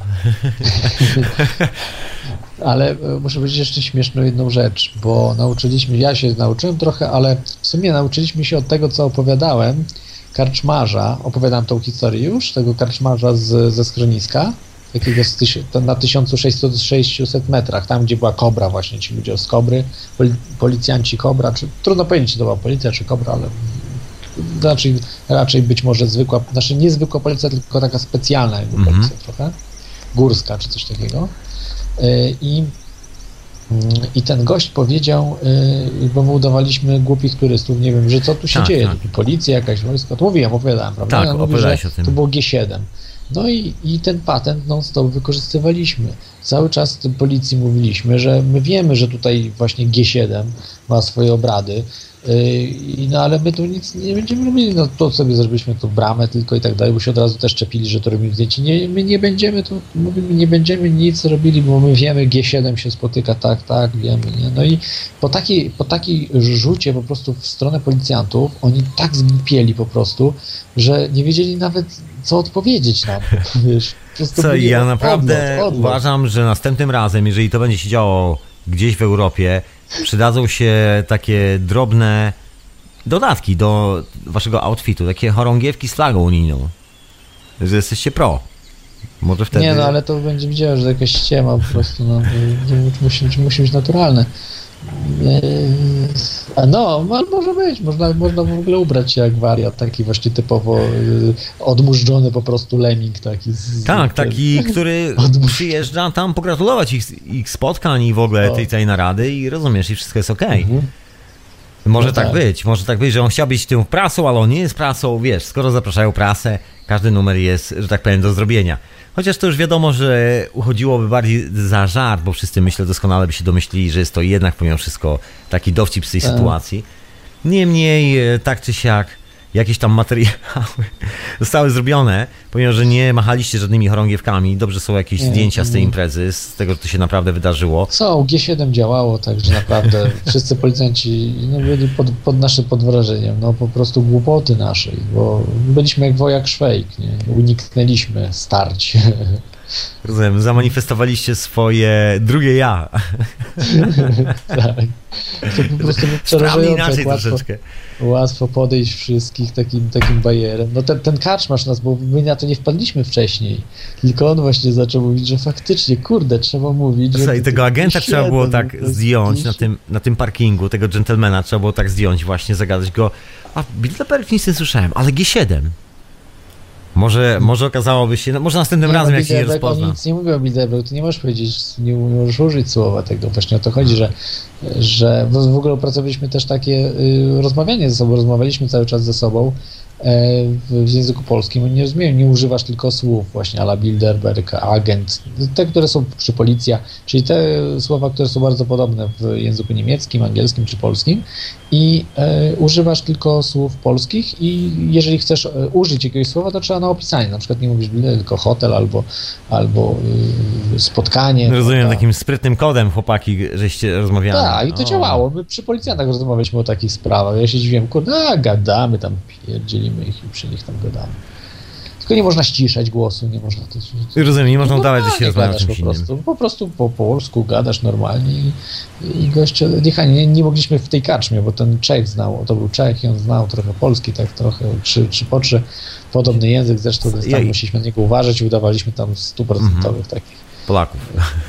Ale muszę powiedzieć jeszcze śmieszną jedną rzecz, bo ja się nauczyłem trochę, ale w sumie nauczyliśmy się od tego, co opowiadałem, karczmarza, opowiadałem tą historię już, tego karczmarza ze schroniska, takiego na 1600 metrach, tam gdzie była Kobra właśnie, ci ludzie z Kobry, policjanci Kobra, czy trudno powiedzieć, czy to była policja, czy Kobra, ale raczej być może zwykła, nie zwykła policja, tylko taka specjalna jakby policja trochę, górska czy coś takiego. I ten gość powiedział, bo my udawaliśmy głupich turystów, nie wiem, że co tu się dzieje, tu policja jakaś, wojsko, to opowiadałem, prawda? Tak, ja opowiadałeś o tym. To było G7. No i ten patent non-stop wykorzystywaliśmy. Cały czas policji mówiliśmy, że my wiemy, że tutaj właśnie G7 ma swoje obrady, no ale my tu nic nie będziemy robili, no to sobie zrobiliśmy tu bramę tylko i tak dalej, bo się od razu też czepili, że to robimy zdjęcie. My nie będziemy tu, mówimy, nie będziemy nic robili, bo my wiemy, G7 się spotyka, tak, wiemy, nie? No i po takiej rzucie po prostu w stronę policjantów, oni tak zgłupieli po prostu, że nie wiedzieli nawet co odpowiedzieć nam, wiesz. Ja naprawdę uważam, że następnym razem, jeżeli to będzie się działo gdzieś w Europie, przydadzą się takie drobne dodatki do waszego outfitu, takie chorągiewki z flagą unijną, że jesteście pro. Może wtedy... Nie, no ale to będzie widział, że jakaś ściema po prostu, no, musi być naturalne. No, może być, można w ogóle ubrać się jak wariat, taki właśnie typowo odmurzczony po prostu lemming taki. Taki, który przyjeżdża tam pogratulować ich spotkań i w ogóle tej całej narady i rozumiesz, i wszystko jest okej. Może tak być, że on chciał być tą prasą, ale on nie jest prasą, wiesz, skoro zapraszają prasę, każdy numer jest, że tak powiem, do zrobienia. Chociaż to już wiadomo, że uchodziłoby bardziej za żart, bo wszyscy, myślę, doskonale by się domyślili, że jest to jednak pomimo wszystko taki dowcip z tej sytuacji. Niemniej, tak czy siak, jakieś tam materiały zostały zrobione, pomimo że nie machaliście żadnymi chorągiewkami, dobrze są jakieś zdjęcia z tej imprezy, z tego, co się naprawdę wydarzyło. G7 działało, także naprawdę wszyscy policjanci byli pod wrażeniem, po prostu głupoty naszej, bo byliśmy jak wojak Szwejk, nie? Uniknęliśmy starć. Rozumiem, zamanifestowaliście swoje drugie ja. Tak. To po prostu sprawnie inaczej troszeczkę. Łatwo podejść wszystkich takim bajerem. Ten karczmarz nas, bo my na to nie wpadliśmy wcześniej, tylko on właśnie zaczął mówić, że faktycznie, kurde, trzeba mówić. I tego agenta trzeba było tak zdjąć na tym parkingu, tego dżentelmena trzeba było tak zdjąć, właśnie zagadać go. A Bilderberg nic nie słyszałem, ale G7. Może okazałoby się, może następnym razem, jak się nie rozpozna. On nic nie mówi o Bilderbergu, ty nie możesz powiedzieć, nie możesz użyć słowa tego. Właśnie o to chodzi, że w ogóle opracowaliśmy też takie rozmawianie ze sobą, rozmawialiśmy cały czas ze sobą w języku polskim. Nie rozumiem, nie używasz tylko słów właśnie a la Bilderberg, agent, te, które są przy policja, czyli te słowa, które są bardzo podobne w języku niemieckim, angielskim czy polskim i używasz tylko słów polskich i jeżeli chcesz użyć jakiegoś słowa, to trzeba na opisanie, na przykład nie mówisz tylko hotel albo spotkanie. Rozumiem, takim sprytnym kodem chłopaki, żeście rozmawiali. Tak, i to działało. My przy policjantach rozmawialiśmy o takich sprawach. Ja się dziwiłem, kurde, gadamy tam, pierdzielimy ich i przy nich tam gadamy. Tylko nie można ściszać głosu, nie można... Rozumiem, nie można udawać, że się rozmawia czymś innym. Po prostu po polsku gadasz normalnie i goście oddychanie. Nie mogliśmy w tej karczmie, bo ten Czech znał, to był Czech i on znał trochę polski, tak trochę trzy podobny język, zresztą tam musieliśmy na niego uważać i udawaliśmy tam 100% takich Polaków.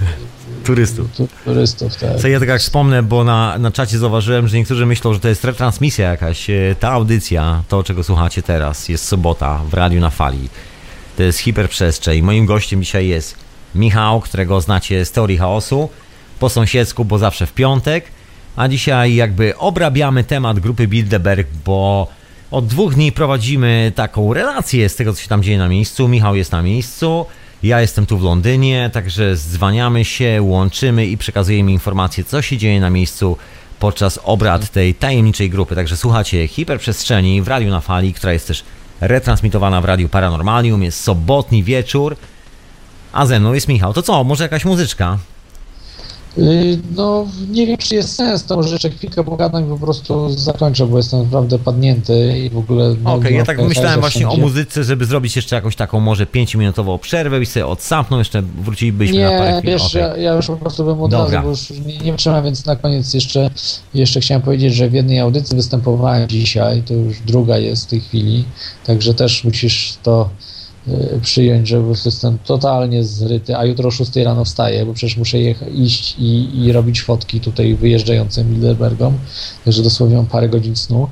Turystów, tak. Co ja tak jak wspomnę, bo na czacie zauważyłem, że niektórzy myślą, że to jest retransmisja jakaś. Ta audycja, to czego słuchacie teraz, jest sobota w Radiu na Fali. To jest Hiperprzestrzeń. Moim gościem dzisiaj jest Michał, którego znacie z Teorii Chaosu, po sąsiedzku, bo zawsze w piątek. A dzisiaj jakby obrabiamy temat grupy Bilderberg, bo od 2 dni prowadzimy taką relację z tego, co się tam dzieje na miejscu. Michał jest na miejscu. Ja jestem tu w Londynie, także zdzwaniamy się, łączymy i przekazujemy informacje, co się dzieje na miejscu podczas obrad tej tajemniczej grupy. Także słuchacie Hiperprzestrzeni w Radiu na Fali, która jest też retransmitowana w Radiu Paranormalium. Jest sobotni wieczór, a ze mną jest Michał. To co, może jakaś muzyczka? No, nie wiem, czy jest sens, to może jeszcze chwilkę pogadam i po prostu zakończę, bo jestem naprawdę padnięty i w ogóle... Okej, ja tak myślałem właśnie o muzyce, żeby zrobić jeszcze jakąś taką może 5-minutową przerwę i sobie odsapnął, jeszcze wrócilibyśmy na parę chwil. Wiesz, ja już po prostu bym od razu, bo już nie wytrzymam, więc na koniec jeszcze chciałem powiedzieć, że w jednej audycji występowałem dzisiaj, to już druga jest w tej chwili, także też musisz to przyjąć, że jestem totalnie zryty, a jutro o 6 rano wstaję, bo przecież muszę iść i robić fotki tutaj wyjeżdżającym Bilderbergom, także dosłownie mam parę godzin snu.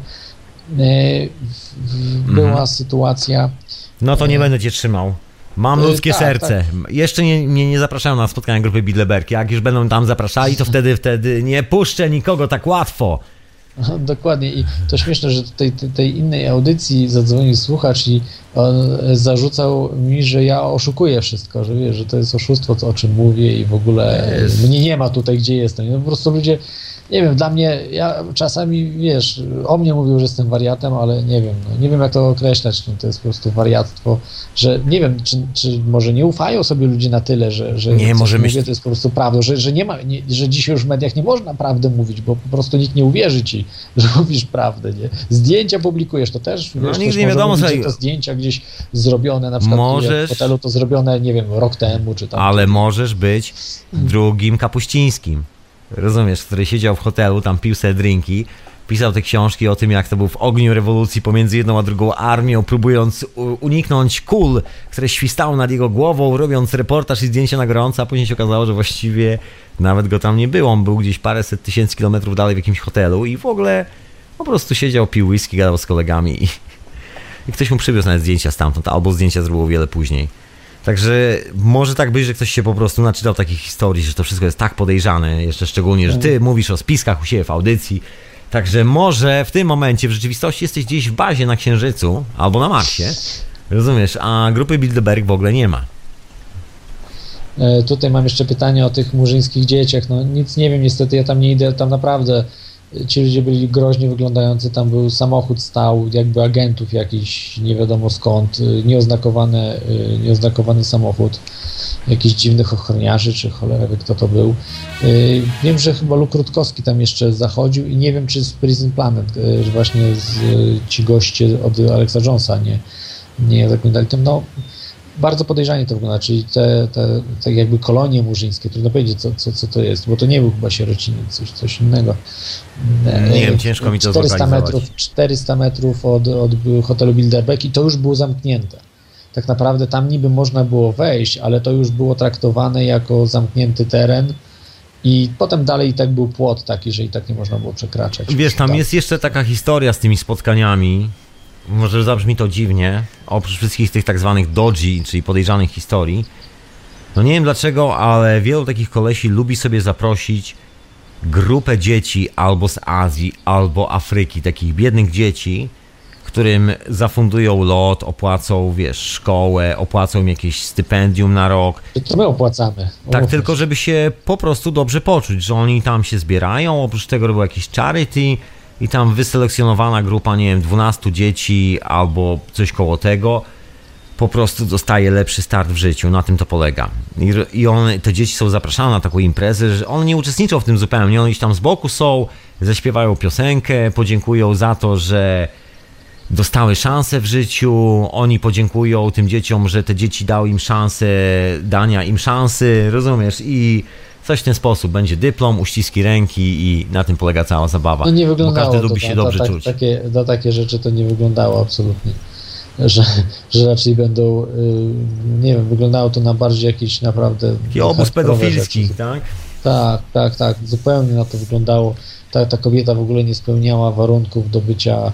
Była sytuacja... No to nie będę cię trzymał. Mam ludzkie serce. Tak. Jeszcze mnie nie zapraszają na spotkania grupy Bilderberg. Jak już będą tam zapraszali, to wtedy nie puszczę nikogo tak łatwo. Dokładnie i to śmieszne, że tej innej audycji zadzwonił słuchacz i on zarzucał mi, że ja oszukuję wszystko, że wiesz, że to jest oszustwo, o czym mówię i w ogóle mnie nie ma tutaj, gdzie jestem. No po prostu ludzie, nie wiem, dla mnie, ja czasami, wiesz, o mnie mówią, że jestem wariatem, ale nie wiem jak to określać, to jest po prostu wariactwo, że nie wiem, czy może nie ufają sobie ludzie na tyle, że nie, może mówię, to jest po prostu prawda, że nie ma, że dzisiaj już w mediach nie można prawdy mówić, bo po prostu nikt nie uwierzy ci, że mówisz prawdę, nie? Zdjęcia publikujesz, to też, wiesz, nigdy nie wiadomo, że to zdjęcia gdzieś zrobione, na przykład w hotelu to zrobione, nie wiem, rok temu, czy tam. Ale możesz być drugim Kapuścińskim. Rozumiesz, który siedział w hotelu, tam pił sobie drinki, pisał te książki o tym, jak to był w ogniu rewolucji pomiędzy jedną a drugą armią, próbując uniknąć kul, które świstały nad jego głową, robiąc reportaż i zdjęcia na gorąco, a później się okazało, że właściwie nawet go tam nie było. On był gdzieś paręset tysięcy kilometrów dalej w jakimś hotelu i w ogóle po prostu siedział, pił whisky, gadał z kolegami i ktoś mu przywiózł nawet zdjęcia stamtąd, albo zdjęcia zrobił wiele później. Także może tak być, że ktoś się po prostu naczytał takich historii, że to wszystko jest tak podejrzane, jeszcze szczególnie, że ty mówisz o spiskach u siebie w audycji. Także może w tym momencie w rzeczywistości jesteś gdzieś w bazie na Księżycu albo na Marsie, rozumiesz, a grupy Bilderberg w ogóle nie ma. Tutaj mam jeszcze pytanie o tych murzyńskich dzieciach. No nic nie wiem, niestety ja tam nie idę, tam naprawdę ci ludzie byli groźnie wyglądający, tam był samochód stał, jakby agentów jakiś, nie wiadomo skąd, nieoznakowany samochód, jakichś dziwnych ochroniarzy, czy cholera wie kto to był. Wiem, że chyba Luke Rutkowski tam jeszcze zachodził i nie wiem, czy z Prison Planet, że właśnie ci goście od Alexa Jonesa nie zaglądali tam, no bardzo podejrzanie to wygląda, czyli te jakby kolonie murzyńskie, trudno powiedzieć co to jest, bo to nie był chyba sierociniec, coś innego. Nie wiem, ciężko mi to zlokalizować. 400 metrów od hotelu Bilderberg i to już było zamknięte. Tak naprawdę tam niby można było wejść, ale to już było traktowane jako zamknięty teren i potem dalej i tak był płot taki, że i tak nie można było przekraczać. Wiesz, tam jest jeszcze taka historia z tymi spotkaniami. Może zabrzmi to dziwnie, oprócz wszystkich tych tak zwanych dodgy, czyli podejrzanych historii. No nie wiem dlaczego, ale wielu takich kolesi lubi sobie zaprosić grupę dzieci albo z Azji, albo Afryki, takich biednych dzieci, którym zafundują lot, opłacą, wiesz, szkołę, opłacą im jakieś stypendium na rok. To my opłacamy. Tak, tylko żeby się po prostu dobrze poczuć, że oni tam się zbierają, oprócz tego robią jakieś charity, i tam wyselekcjonowana grupa, nie wiem, 12 dzieci albo coś koło tego po prostu dostaje lepszy start w życiu. Na tym to polega. I te dzieci są zapraszane na taką imprezę, że one nie uczestniczą w tym zupełnie. One gdzieś tam z boku są, zaśpiewają piosenkę, podziękują za to, że dostały szansę w życiu. Oni podziękują tym dzieciom, że te dzieci dały im szansę, dania im szansy, rozumiesz? I coś w ten sposób. Będzie dyplom, uściski ręki i na tym polega cała zabawa. No nie wyglądało bo każdy lubi się dobrze czuć. Takie rzeczy to nie wyglądało absolutnie. Że raczej będą, nie wiem, wyglądało to na bardziej jakiś naprawdę... Taki obóz pedofilski, tak? Tak. Zupełnie na to wyglądało. Ta kobieta w ogóle nie spełniała warunków do bycia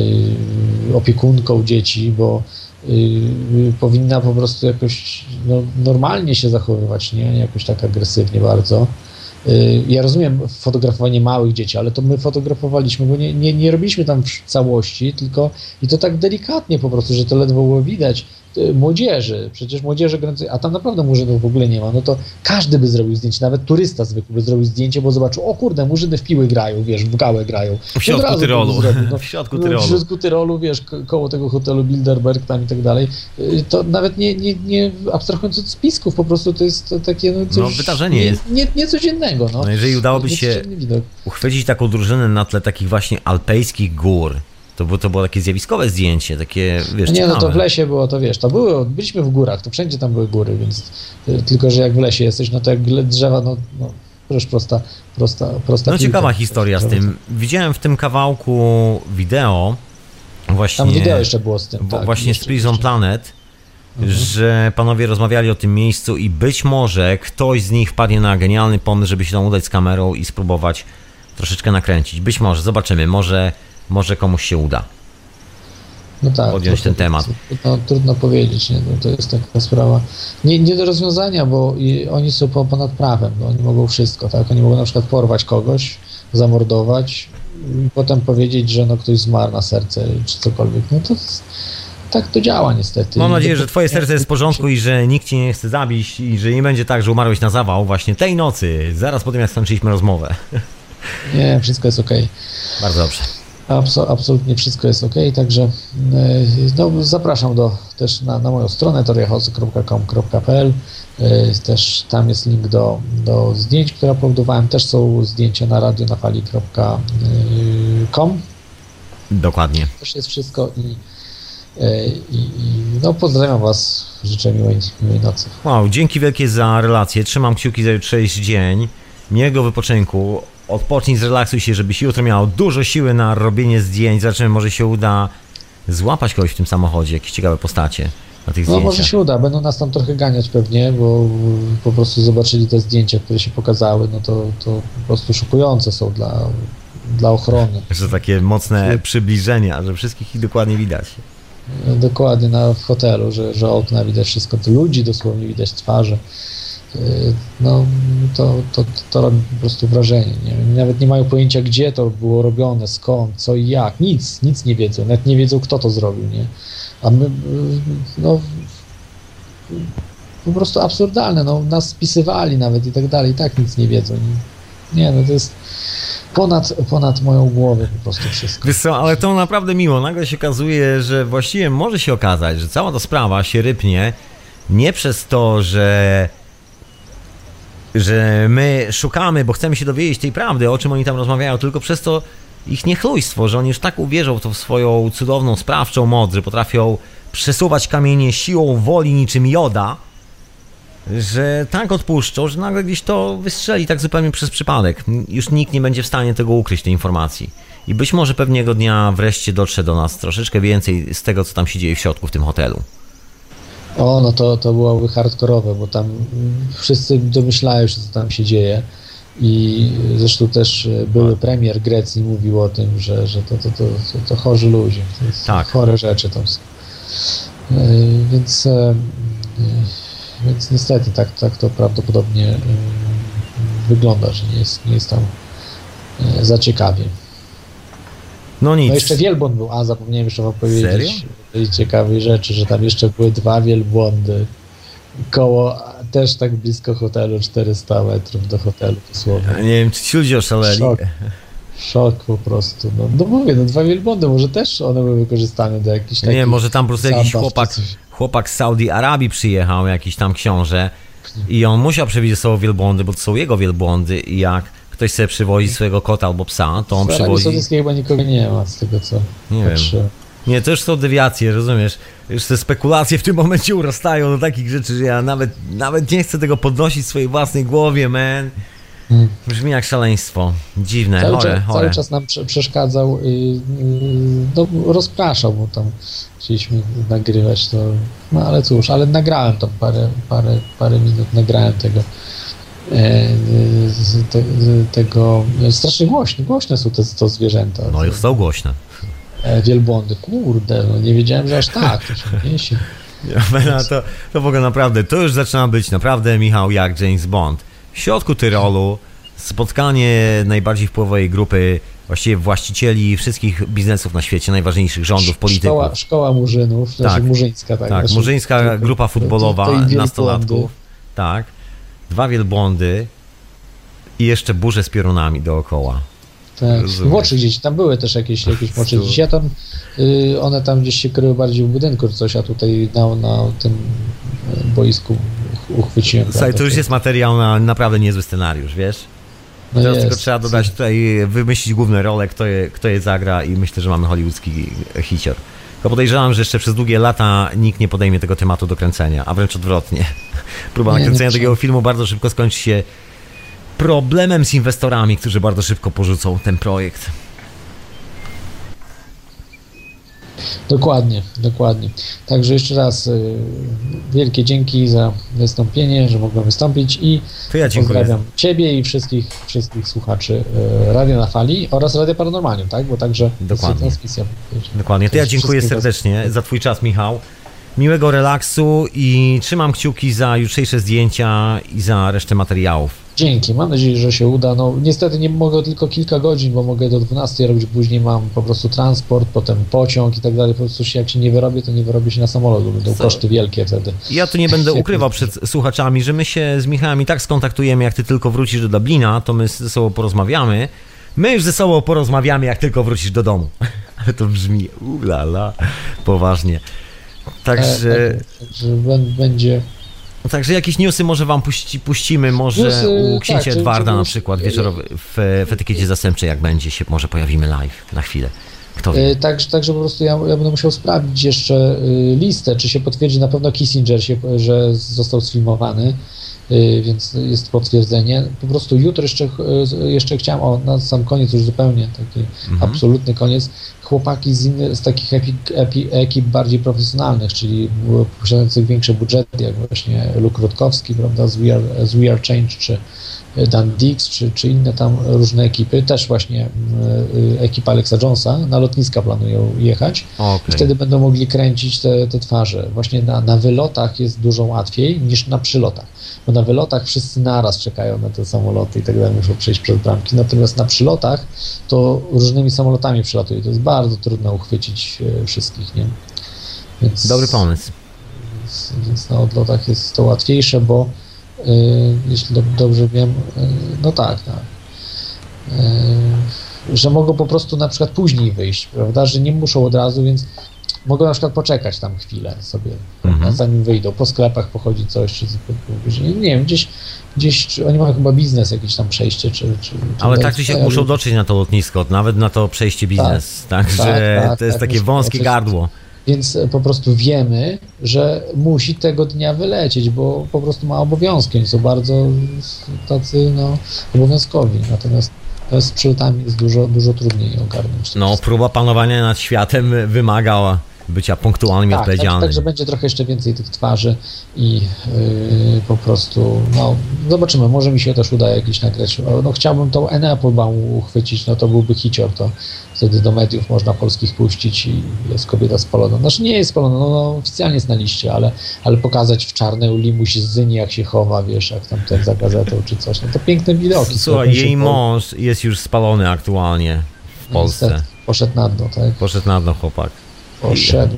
opiekunką dzieci, bo powinna po prostu jakoś normalnie się zachowywać, nie jakoś tak agresywnie bardzo. Ja rozumiem fotografowanie małych dzieci, ale to my fotografowaliśmy, bo nie robiliśmy tam w całości, tylko i to tak delikatnie po prostu, że to ledwo było widać. Młodzieży, przecież młodzieży grającej, a tam naprawdę murzynów w ogóle nie ma, no to każdy by zrobił zdjęcie, nawet turysta zwykły by zrobił zdjęcie, bo zobaczył, o kurde, murzyny w piły grają, wiesz, w gałę grają. W środku Tyrolu. W środku Tyrolu, wiesz, koło tego hotelu Bilderberg tam i tak dalej. To nawet nie abstrahując od spisków, po prostu to jest takie coś, wydarzenie jest. Nie coś innego. No jeżeli udałoby się uchwycić taką drużynę na tle takich właśnie alpejskich gór, to było takie zjawiskowe zdjęcie, takie, wiesz, nie, no to w lesie było, to wiesz, byliśmy w górach, to wszędzie tam były góry, więc tylko, że jak w lesie jesteś, no to jak drzewa, no prosta no ciekawa historia z tym. Widziałem w tym kawałku wideo, właśnie... Tam wideo jeszcze było z tym, tak. Właśnie z Prison Planet, że panowie rozmawiali o tym miejscu i być może ktoś z nich wpadnie na genialny pomysł, żeby się tam udać z kamerą i spróbować troszeczkę nakręcić. Być może, zobaczymy, może komuś się uda podjąć ten temat. Trudno powiedzieć, nie? No, to jest taka sprawa nie do rozwiązania, bo oni są ponad prawem, no, oni mogą wszystko, tak? Oni mogą na przykład porwać kogoś, zamordować i potem powiedzieć, że ktoś zmarł na serce czy cokolwiek. No to tak to działa niestety. Mam nadzieję, że twoje serce jest w porządku i że nikt cię nie chce zabić i że nie będzie tak, że umarłeś na zawał właśnie tej nocy, zaraz po tym jak skończyliśmy rozmowę. Nie, wszystko jest okej. Bardzo dobrze. Absolutnie wszystko jest okej, także zapraszam też na moją stronę toriachaosu.com.pl. Też tam jest link do zdjęć, które uploadowałem. Też są zdjęcia na radionafali.com. Dokładnie. Też jest wszystko i pozdrawiam Was, życzę miłej nocy. Wow, dzięki wielkie za relację. Trzymam kciuki za jutrzejszy dzień. Miłego wypoczynku. odpocznij, zrelaksuj się, żebyś jutro miał dużo siły na robienie zdjęć. Zobaczymy, może się uda złapać kogoś w tym samochodzie, jakieś ciekawe postacie na tych zdjęciach. No może się uda, będą nas tam trochę ganiać pewnie, bo po prostu zobaczyli te zdjęcia, które się pokazały, no to po prostu szokujące są dla ochrony. Że takie mocne przybliżenia, że wszystkich ich dokładnie widać. Dokładnie w hotelu, że okna widać wszystko, to ludzi dosłownie widać twarze. No to robi po prostu wrażenie. Nie? Nawet nie mają pojęcia, gdzie to było robione, skąd, co i jak. Nic nie wiedzą. Nawet nie wiedzą, kto to zrobił. Nie? A my, no po prostu absurdalne. No, nas spisywali nawet i tak dalej. I tak nic nie wiedzą. Nie, no to jest ponad moją głowę po prostu wszystko. Wiesz co, ale to naprawdę miło. Nagle się okazuje, że właściwie może się okazać, że cała ta sprawa się rypnie nie przez to, że my szukamy, bo chcemy się dowiedzieć tej prawdy, o czym oni tam rozmawiają, tylko przez to ich niechlujstwo, że oni już tak uwierzą w tą swoją cudowną, sprawczą moc, że potrafią przesuwać kamienie siłą woli niczym Joda, że tak odpuszczą, że nagle gdzieś to wystrzeli tak zupełnie przez przypadek. Już nikt nie będzie w stanie tego ukryć, tej informacji. I być może pewnego dnia wreszcie dotrze do nas troszeczkę więcej z tego, co tam się dzieje w środku w tym hotelu. O, no to byłoby hardkorowe, bo tam wszyscy domyślają się, co tam się dzieje. I zresztą też były premier Grecji mówił o tym, że to chorzy ludzie. To jest tak. Chore rzeczy tam są. Więc niestety tak to prawdopodobnie wygląda, że nie jest tam za ciekawie. No nic. No jeszcze wielbłąd był, zapomniałem jeszcze wam powiedzieć. Serio? Tej ciekawej rzeczy, że tam jeszcze były 2 wielbłądy koło, też tak blisko hotelu, 400 metrów do hotelu dosłownie. Nie wiem, czy ci ludzie oszaleli. Szok po prostu. No mówię, 2 wielbłądy, może też one były wykorzystane do jakichś takich... Nie, może tam po prostu jakiś zabaw, chłopak z Saudi Arabii przyjechał, jakiś tam książę i on musiał przewidzieć sobie wielbłądy, bo to są jego wielbłądy i jak ktoś sobie przywozi swojego kota albo psa, to on w Arabii przywozi... Saudyjskiej chyba nikogo nie ma, z tego co Nie patrzę. wiem. Nie, to już są dewiacje, rozumiesz? Już te spekulacje w tym momencie urastają do takich rzeczy, że ja nawet nie chcę tego podnosić w swojej własnej głowie, man. Brzmi jak szaleństwo. Dziwne, chore. Cały czas nam przeszkadzał, rozpraszał, bo tam chcieliśmy nagrywać to, no ale cóż, ale nagrałem tam parę minut, nagrałem tego strasznie głośne są te zwierzęta. No już są głośne. Wielbłądy, kurde, no nie wiedziałem, że aż tak, to się niesie. To w ogóle naprawdę, to już zaczyna być naprawdę, Michał, jak James Bond. W środku Tyrolu spotkanie najbardziej wpływowej grupy, właściwie właścicieli wszystkich biznesów na świecie, najważniejszych rządów, polityków. Szkoła murzynów, znaczy murzyńska. Tak, murzyńska grupa futbolowa nastolatków. Tak, 2 wielbłądy i jeszcze burze z piorunami dookoła. Tak, młodsze dzieci, tam były też jakieś młodsze dzieci, one tam gdzieś się kryły bardziej w budynku czy coś, a tutaj na tym boisku uchwyciłem. Słuchaj, to już jest materiał na naprawdę niezły scenariusz, wiesz? No teraz tylko trzeba dodać tutaj, wymyślić główne role, kto je zagra i myślę, że mamy hollywoodzki hicior. Tylko podejrzewam, że jeszcze przez długie lata nikt nie podejmie tego tematu do kręcenia, a wręcz odwrotnie. Próba nakręcenia takiego filmu bardzo szybko skończy się problemem z inwestorami, którzy bardzo szybko porzucą ten projekt. Dokładnie. Także jeszcze raz wielkie dzięki za wystąpienie, że mogłem wystąpić i to ja dziękuję. Pozdrawiam Ciebie i wszystkich słuchaczy Radia na Fali oraz Radia Paranormalium, tak? Bo także dokładnie. Transmisja. Dokładnie. To ja dziękuję serdecznie za Twój czas, Michał. Miłego relaksu i trzymam kciuki za jutrzejsze zdjęcia i za resztę materiałów. Dzięki, mam nadzieję, że się uda. No niestety nie mogę tylko kilka godzin, bo mogę do 12 robić, później mam po prostu transport, potem pociąg i tak dalej. Po prostu jak się nie wyrobię, to nie wyrobię się na samolot, bo będą koszty wielkie wtedy. Ja tu nie będę ukrywał przed słuchaczami, że my się z Michałem i tak skontaktujemy, jak ty tylko wrócisz do Dublina, to my ze sobą porozmawiamy. My już ze sobą porozmawiamy, jak tylko wrócisz do domu. Ale to brzmi poważnie. Także będzie... Także jakieś newsy może wam puścimy, może u księcia Edwarda na przykład wieczorowy w etykiecie zastępczej, jak będzie, się może pojawimy live na chwilę. Kto wie. Także po prostu ja będę musiał sprawdzić jeszcze listę, czy się potwierdzi na pewno Kissinger, że został sfilmowany więc jest potwierdzenie. Po prostu jutro jeszcze chciałem, na sam koniec już zupełnie taki absolutny koniec, chłopaki z takich ekip bardziej profesjonalnych, czyli posiadających większe budżety, jak właśnie Luke Rutkowski, prawda, z We Are Change, czy Dan Dix, czy inne tam różne ekipy, też właśnie ekipa Alexa Jonesa na lotniska planują jechać i wtedy będą mogli kręcić te twarze. Właśnie na wylotach jest dużo łatwiej niż na przylotach, bo na wylotach wszyscy naraz czekają na te samoloty i tak dalej, muszą przejść przez bramki, natomiast na przylotach to różnymi samolotami przylatuje, to jest bardzo trudno uchwycić wszystkich, nie? Więc, dobry pomysł. Więc na odlotach jest to łatwiejsze, bo jeśli dobrze wiem, no tak, że mogą po prostu na przykład później wyjść, prawda, że nie muszą od razu, więc mogą na przykład poczekać tam chwilę sobie, zanim wyjdą, po sklepach pochodzić coś, czy nie wiem, gdzieś czy oni mają chyba biznes, jakieś tam przejście, czy ale tak czy siak muszą dotrzeć na to lotnisko, nawet na to przejście biznes, także to jest takie wąskie gardło. Więc po prostu wiemy, że musi tego dnia wylecieć, bo po prostu ma obowiązki. Oni są bardzo tacy obowiązkowi. Natomiast z przylotami jest dużo trudniej ogarnąć. No, próba panowania nad światem wymaga bycia punktualnym i odpowiedzialnym. Także będzie trochę jeszcze więcej tych twarzy i po prostu, zobaczymy, może mi się też uda jakiś nagrać. Chciałbym tą Anne Applebaum uchwycić, to byłby hicior, to wtedy do mediów można polskich puścić i jest kobieta spalona. Znaczy nie jest spalona, oficjalnie jest na liście, ale pokazać w czarnej limuzynie, jak się chowa, wiesz, jak tam ten za gazetą czy coś, to piękne widoki. Słuchaj, jej mąż jest już spalony aktualnie w Polsce. Niestety, poszedł na dno, tak? Poszedł na dno chłopak. Poszedł.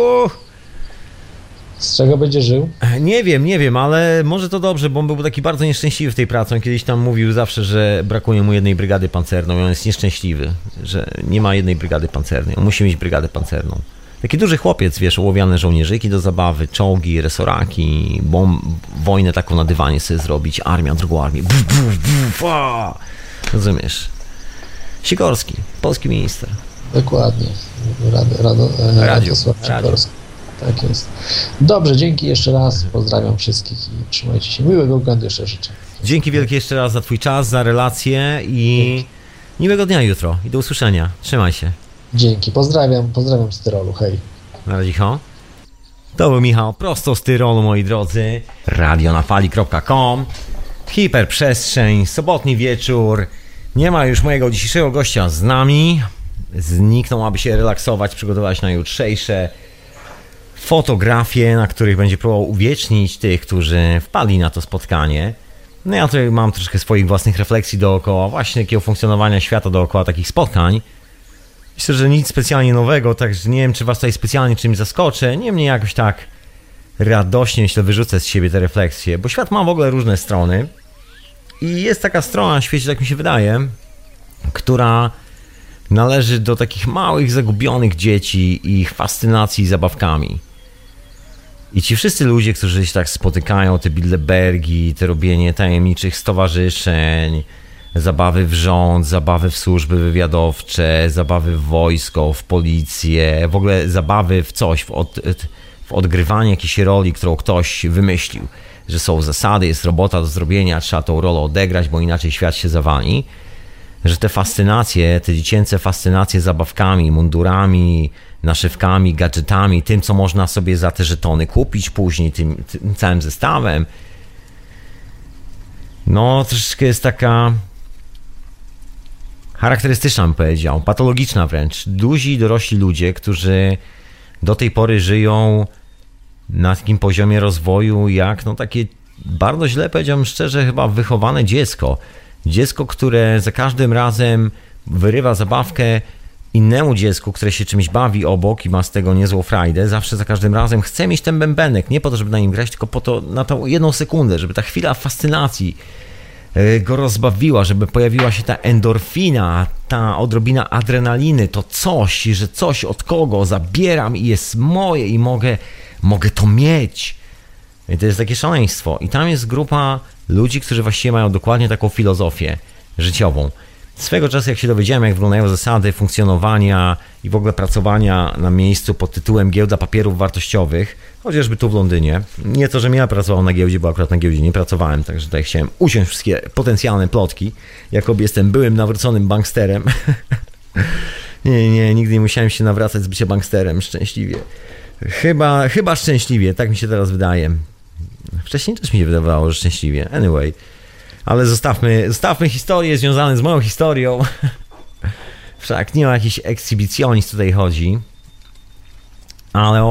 Z czego będzie żył? Nie wiem, ale może to dobrze, bo on był taki bardzo nieszczęśliwy w tej pracy. On kiedyś tam mówił zawsze, że brakuje mu jednej brygady pancerną i on jest nieszczęśliwy, że nie ma jednej brygady pancernej. On musi mieć brygadę pancerną. Taki duży chłopiec, wiesz, ołowiane żołnierzyki do zabawy, czołgi, resoraki, wojnę taką na dywanie sobie zrobić, armia, drugą armię. Rozumiesz? Sikorski, polski minister. Dokładnie. Radosław Sikorski. Tak jest. Dobrze, dzięki jeszcze raz. Pozdrawiam wszystkich i trzymajcie się. Miłego weekendu jeszcze życzę. Dzięki wielkie jeszcze raz za twój czas, za relację i miłego dnia jutro. I do usłyszenia. Trzymaj się. Dzięki. Pozdrawiam z Tyrolu. Hej. Na razie, To był Michał, prosto z Tyrolu, moi drodzy. radionafali.com. Hiperprzestrzeń, sobotni wieczór. Nie ma już mojego dzisiejszego gościa z nami. Zniknął, aby się relaksować, przygotować na jutrzejsze fotografie, na których będzie próbował uwiecznić tych, którzy wpadli na to spotkanie. No ja tutaj mam troszkę swoich własnych refleksji dookoła właśnie takiego funkcjonowania świata dookoła takich spotkań. Myślę, że nic specjalnie nowego, także nie wiem, czy was tutaj specjalnie czymś zaskoczę. Niemniej jakoś tak radośnie, myślę, wyrzucę z siebie te refleksje, bo świat ma w ogóle różne strony i jest taka strona na świecie, tak mi się wydaje, która należy do takich małych, zagubionych dzieci i ich fascynacji zabawkami. I ci wszyscy ludzie, którzy się tak spotykają, te Bilderbergi, te robienie tajemniczych stowarzyszeń, zabawy w rząd, zabawy w służby wywiadowcze, zabawy w wojsko, w policję, w ogóle zabawy w coś, w odgrywanie jakiejś roli, którą ktoś wymyślił, że są zasady, jest robota do zrobienia, trzeba tą rolę odegrać, bo inaczej świat się zawali. Że te fascynacje, te dziecięce fascynacje zabawkami, mundurami, naszywkami, gadżetami, tym, co można sobie za te żetony kupić później, tym całym zestawem, troszeczkę jest taka charakterystyczna, bym powiedział, patologiczna wręcz. Duzi, dorośli ludzie, którzy do tej pory żyją na takim poziomie rozwoju, jak takie bardzo źle, powiedziałbym szczerze, chyba wychowane dziecko. Dziecko, które za każdym razem wyrywa zabawkę innemu dziecku, które się czymś bawi obok i ma z tego niezłą frajdę, zawsze za każdym razem chce mieć ten bębenek, nie po to, żeby na nim grać, tylko po to, na tą jedną sekundę, żeby ta chwila fascynacji go rozbawiła, żeby pojawiła się ta endorfina, ta odrobina adrenaliny, to coś, że coś od kogo zabieram i jest moje i mogę to mieć. I to jest takie szaleństwo. I tam jest grupa ludzi, którzy właściwie mają dokładnie taką filozofię życiową. Swego czasu, jak się dowiedziałem, jak wyglądają zasady funkcjonowania i w ogóle pracowania na miejscu pod tytułem Giełda Papierów Wartościowych, chociażby tu w Londynie, nie to, że ja pracowałem na giełdzie, bo akurat na giełdzie nie pracowałem, także tutaj chciałem uciąć wszystkie potencjalne plotki, jakoby jestem byłym nawróconym banksterem. Nie, nigdy nie musiałem się nawracać z bycia banksterem, szczęśliwie. Chyba szczęśliwie, tak mi się teraz wydaje. Wcześniej też mi się wydawało, że szczęśliwie. Anyway. Ale zostawmy historie związane z moją historią. Wszak nie o jakiś ekshibicjonizm tutaj chodzi. Ale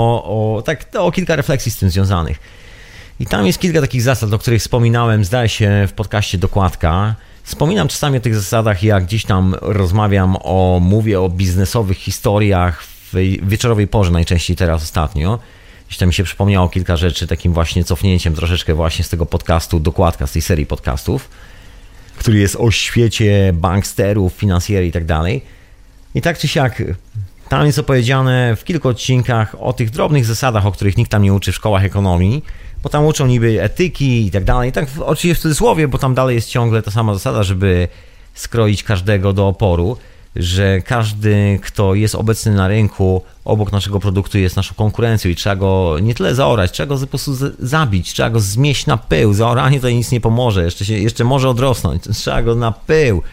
o kilka refleksji z tym związanych. I tam jest kilka takich zasad, o których wspominałem, zdaje się, w podcaście Dokładka. Wspominam czasami o tych zasadach, jak gdzieś tam rozmawiam mówię o biznesowych historiach w wieczorowej porze, najczęściej teraz ostatnio. Gdzieś tam mi się przypomniało kilka rzeczy, takim właśnie cofnięciem troszeczkę właśnie z tego podcastu Dokładka, z tej serii podcastów, który jest o świecie banksterów, finansjery i tak dalej. I tak czy siak, tam jest opowiedziane w kilku odcinkach o tych drobnych zasadach, o których nikt tam nie uczy w szkołach ekonomii, bo tam uczą niby etyki i tak dalej. I tak oczywiście w cudzysłowie, bo tam dalej jest ciągle ta sama zasada, żeby skroić każdego do oporu, że każdy, kto jest obecny na rynku obok naszego produktu, jest naszą konkurencją i trzeba go nie tyle zaorać, trzeba go po prostu zabić, trzeba go zmieść na pył. Zaoranie to nic nie pomoże, jeszcze może odrosnąć, trzeba go na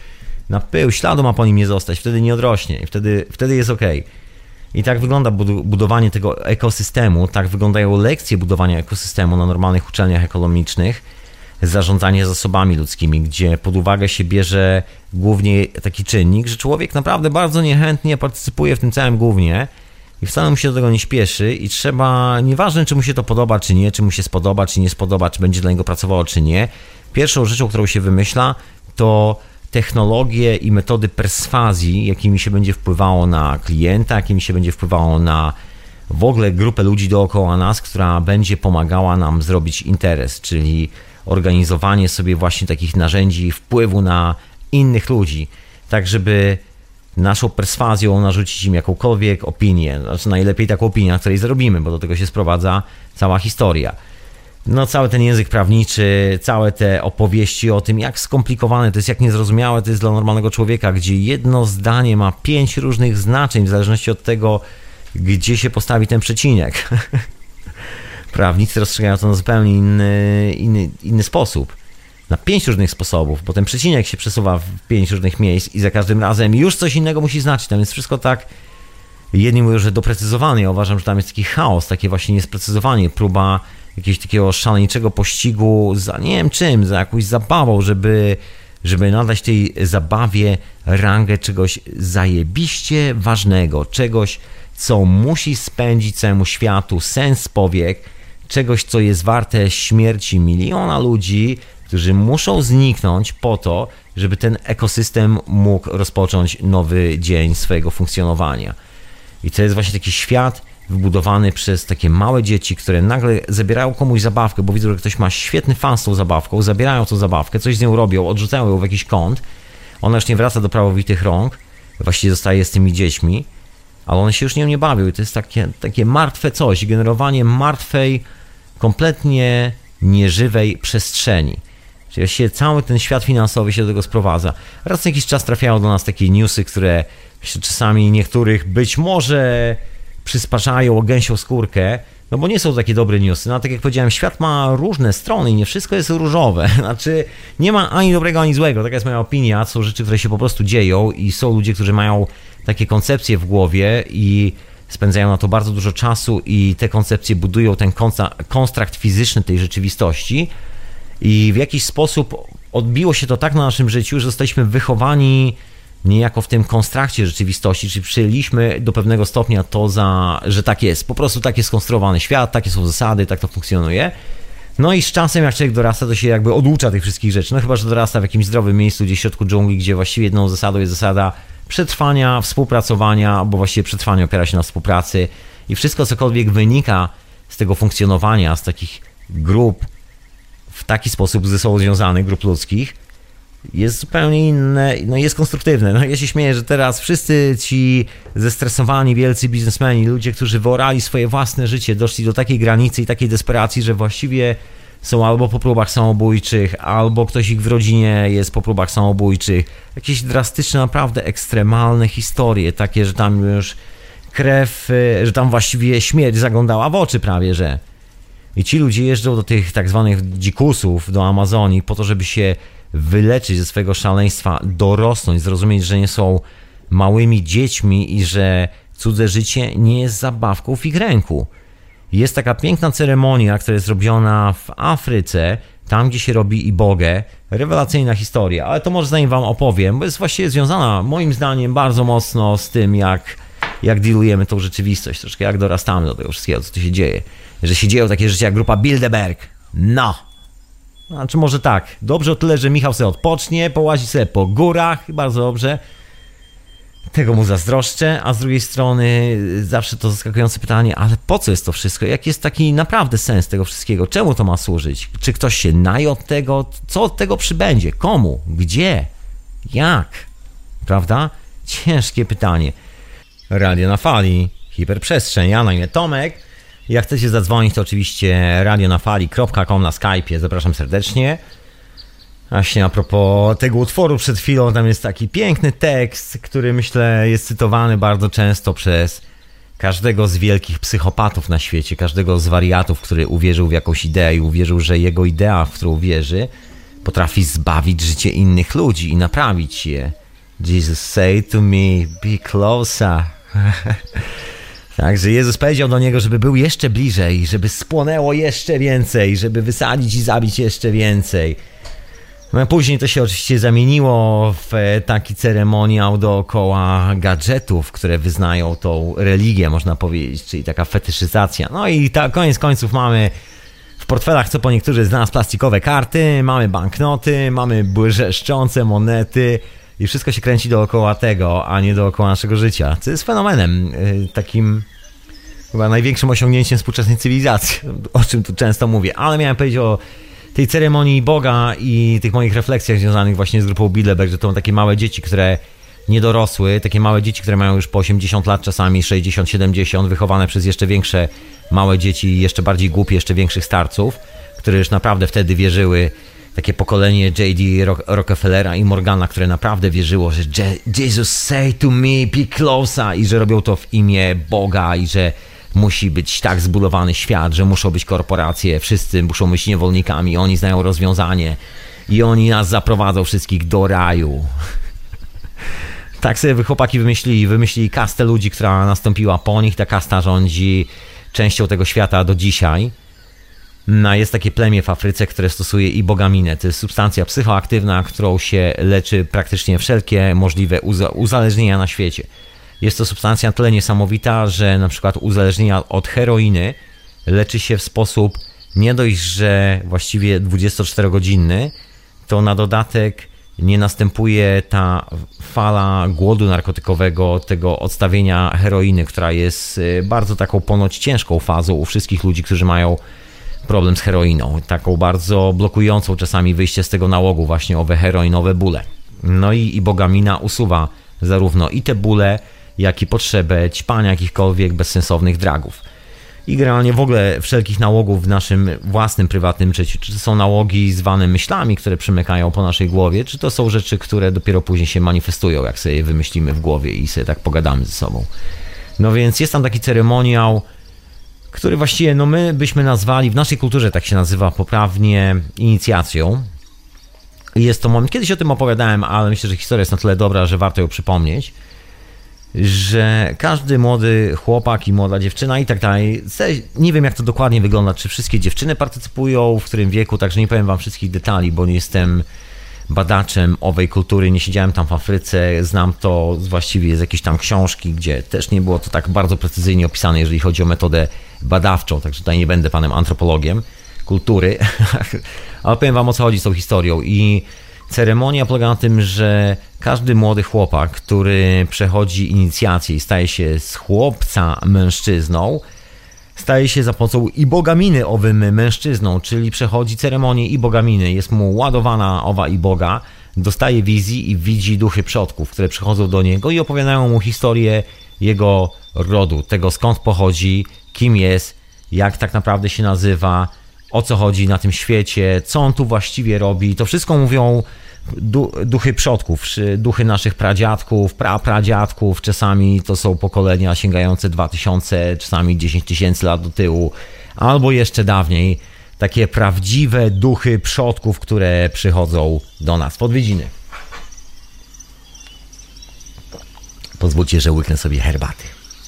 pył, śladu ma po nim nie zostać, wtedy nie odrośnie i wtedy jest okej. I tak wygląda budowanie tego ekosystemu, tak wyglądają lekcje budowania ekosystemu na normalnych uczelniach ekonomicznych, zarządzanie zasobami ludzkimi, gdzie pod uwagę się bierze głównie taki czynnik, że człowiek naprawdę bardzo niechętnie partycypuje w tym całym gównie i wcale mu się do tego nie śpieszy i trzeba, nieważne czy mu się to podoba, czy nie, czy mu się spodoba, czy nie spodoba, czy będzie dla niego pracowało, czy nie, pierwszą rzeczą, którą się wymyśla, to technologie i metody perswazji, jakimi się będzie wpływało na klienta, jakimi się będzie wpływało na w ogóle grupę ludzi dookoła nas, która będzie pomagała nam zrobić interes, czyli organizowanie sobie właśnie takich narzędzi wpływu na innych ludzi, tak żeby naszą perswazją narzucić im jakąkolwiek opinię, znaczy najlepiej taką opinię, na której zarobimy, bo do tego się sprowadza cała historia. No cały ten język prawniczy, całe te opowieści o tym, jak skomplikowane to jest, jak niezrozumiałe to jest dla normalnego człowieka, gdzie jedno zdanie ma 5 różnych znaczeń w zależności od tego, gdzie się postawi ten przecinek. Prawnicy rozstrzygają to na zupełnie inny sposób. Na 5 różnych sposobów, bo ten przecinek się przesuwa w 5 różnych miejsc i za każdym razem już coś innego musi znaczyć. Tam jest wszystko tak, jedni mówią, że doprecyzowane. Ja uważam, że tam jest taki chaos, takie właśnie niesprecyzowanie, próba jakiegoś takiego szaleńczego pościgu za nie wiem czym, za jakąś zabawą, żeby nadać tej zabawie rangę czegoś zajebiście ważnego, czegoś, co musi spędzić całemu światu sens powiek, czegoś, co jest warte śmierci miliona ludzi, którzy muszą zniknąć po to, żeby ten ekosystem mógł rozpocząć nowy dzień swojego funkcjonowania. I to jest właśnie taki świat wybudowany przez takie małe dzieci, które nagle zabierają komuś zabawkę, bo widzą, że ktoś ma świetny fan z tą zabawką, zabierają tą zabawkę, coś z nią robią, odrzucają ją w jakiś kąt, ona już nie wraca do prawowitych rąk, właściwie zostaje z tymi dziećmi, ale one się już nią nie bawią i to jest takie martwe coś, generowanie martwej, kompletnie nieżywej przestrzeni. Czyli właściwie cały ten świat finansowy się do tego sprowadza. Raz na jakiś czas trafiają do nas takie newsy, które czasami niektórych być może przysparzają o gęsią skórkę, no bo nie są takie dobre newsy. No tak jak powiedziałem, świat ma różne strony i nie wszystko jest różowe. Znaczy nie ma ani dobrego, ani złego. Taka jest moja opinia. Są rzeczy, które się po prostu dzieją i są ludzie, którzy mają takie koncepcje w głowie i spędzają na to bardzo dużo czasu i te koncepcje budują ten konstrakt fizyczny tej rzeczywistości i w jakiś sposób odbiło się to tak na naszym życiu, że zostaliśmy wychowani niejako w tym konstrakcie rzeczywistości, czyli przyjęliśmy do pewnego stopnia to, że tak jest, po prostu tak jest skonstruowany świat, takie są zasady, tak to funkcjonuje. No i z czasem, jak człowiek dorasta, to się jakby oducza tych wszystkich rzeczy, no chyba że dorasta w jakimś zdrowym miejscu, gdzieś w środku dżungli, gdzie właściwie jedną zasadą jest zasada przetrwania, współpracowania, bo właściwie przetrwanie opiera się na współpracy i wszystko cokolwiek wynika z tego funkcjonowania, z takich grup w taki sposób ze sobą związanych, grup ludzkich, jest zupełnie inne, no jest konstruktywne. No ja się śmieję, że teraz wszyscy ci zestresowani wielcy biznesmeni, ludzie, którzy wyorali swoje własne życie, doszli do takiej granicy i takiej desperacji, że właściwie są albo po próbach samobójczych, albo ktoś ich w rodzinie jest po próbach samobójczych. Jakieś drastyczne, naprawdę ekstremalne historie, takie, że tam już krew, że tam właściwie śmierć zaglądała w oczy prawie, że. I ci ludzie jeżdżą do tych tak zwanych dzikusów, do Amazonii po to, żeby się wyleczyć ze swojego szaleństwa, dorosnąć, zrozumieć, że nie są małymi dziećmi i że cudze życie nie jest zabawką w ich ręku. Jest taka piękna ceremonia, która jest robiona w Afryce, tam gdzie się robi ibogę. Rewelacyjna historia, ale to może zanim wam opowiem, bo jest właściwie związana moim zdaniem bardzo mocno z tym, jak dealujemy tą rzeczywistość, troszkę jak dorastamy do tego wszystkiego, co tu się dzieje. Że się dzieją takie rzeczy jak grupa Bilderberg. No. Znaczy może tak, dobrze o tyle, że Michał sobie odpocznie, połazi sobie po górach, bardzo dobrze. Tego mu zazdroszczę, a z drugiej strony zawsze to zaskakujące pytanie, ale po co jest to wszystko? Jaki jest taki naprawdę sens tego wszystkiego? Czemu to ma służyć? Czy ktoś się naje od tego? Co od tego przybędzie? Komu? Gdzie? Jak? Prawda? Ciężkie pytanie. Radio na fali, hiperprzestrzeń, ja na imię Tomek. Jak chcecie zadzwonić, to oczywiście radionafali.com na Skype'ie, zapraszam serdecznie. Właśnie a propos tego utworu przed chwilą, tam jest taki piękny tekst, który myślę jest cytowany bardzo często przez każdego z wielkich psychopatów na świecie, każdego z wariatów, który uwierzył w jakąś ideę i uwierzył, że jego idea, w którą wierzy, potrafi zbawić życie innych ludzi i naprawić je. Jesus say to me, be closer. Także Jezus powiedział do niego, żeby był jeszcze bliżej, żeby spłonęło jeszcze więcej, żeby wysadzić i zabić jeszcze więcej. No później to się oczywiście zamieniło w taki ceremoniał dookoła gadżetów, które wyznają tą religię, można powiedzieć, czyli taka fetyszyzacja. No i koniec końców mamy w portfelach, co po niektórzy z nas, plastikowe karty, mamy banknoty, mamy błyszczące monety i wszystko się kręci dookoła tego, a nie dookoła naszego życia, co jest fenomenem, takim chyba największym osiągnięciem współczesnej cywilizacji, o czym tu często mówię, ale miałem powiedzieć o tej ceremonii Boga i tych moich refleksjach związanych właśnie z grupą Bilderberg, że to są takie małe dzieci, które nie dorosły, takie małe dzieci, które mają już po 80 lat, czasami 60, 70, wychowane przez jeszcze większe małe dzieci, jeszcze bardziej głupie, jeszcze większych starców, które już naprawdę wtedy wierzyły, takie pokolenie J.D. Rockefellera i Morgana, które naprawdę wierzyło, że Jesus say to me, be closer i że robią to w imię Boga i że musi być tak zbudowany świat, że muszą być korporacje, wszyscy muszą być niewolnikami, oni znają rozwiązanie i oni nas zaprowadzą wszystkich do raju. Tak sobie chłopaki wymyślili kastę ludzi, która nastąpiła po nich, ta kasta rządzi częścią tego świata do dzisiaj. No, jest takie plemię w Afryce, które stosuje ibogaminę. To jest substancja psychoaktywna, którą się leczy praktycznie wszelkie możliwe uzależnienia na świecie. Jest to substancja na tyle niesamowita, że na przykład uzależnienia od heroiny leczy się w sposób nie dość, że właściwie 24-godzinny, to na dodatek nie następuje ta fala głodu narkotykowego, tego odstawienia heroiny, która jest bardzo taką ponoć ciężką fazą u wszystkich ludzi, którzy mają problem z heroiną. Taką bardzo blokującą czasami wyjście z tego nałogu, właśnie owe heroinowe bóle. No i ibogamina usuwa zarówno i te bóle, jak i potrzebę ćpania jakichkolwiek bezsensownych dragów. I generalnie w ogóle wszelkich nałogów w naszym własnym, prywatnym życiu. Czy to są nałogi zwane myślami, które przemykają po naszej głowie, czy to są rzeczy, które dopiero później się manifestują, jak sobie je wymyślimy w głowie i sobie tak pogadamy ze sobą. No więc jest tam taki ceremoniał, który właściwie my byśmy nazwali, w naszej kulturze tak się nazywa poprawnie, inicjacją. I jest to moment, kiedyś o tym opowiadałem, ale myślę, że historia jest na tyle dobra, że warto ją przypomnieć, że każdy młody chłopak i młoda dziewczyna i tak dalej, nie wiem jak to dokładnie wygląda, czy wszystkie dziewczyny partycypują, w którym wieku, także nie powiem wam wszystkich detali, bo nie jestem badaczem owej kultury, nie siedziałem tam w Afryce, znam to właściwie z jakiejś tam książki, gdzie też nie było to tak bardzo precyzyjnie opisane, jeżeli chodzi o metodę badawczą, także tutaj nie będę panem antropologiem kultury, ale powiem wam o co chodzi z tą historią. I ceremonia polega na tym, że każdy młody chłopak, który przechodzi inicjację i staje się z chłopca mężczyzną, staje się za pomocą ibogaminy owym mężczyzną, czyli przechodzi ceremonię ibogaminy, jest mu ładowana owa iboga, dostaje wizji i widzi duchy przodków, które przychodzą do niego i opowiadają mu historię jego rodu, tego skąd pochodzi, kim jest, jak tak naprawdę się nazywa o co chodzi na tym świecie, co on tu właściwie robi. To wszystko mówią duchy przodków, duchy naszych pradziadków, prapradziadków. Czasami to są pokolenia sięgające 2000, czasami 10 000 lat do tyłu, albo jeszcze dawniej. Takie prawdziwe duchy przodków, które przychodzą do nas w odwiedziny. Pozwólcie, że łyknę sobie herbaty.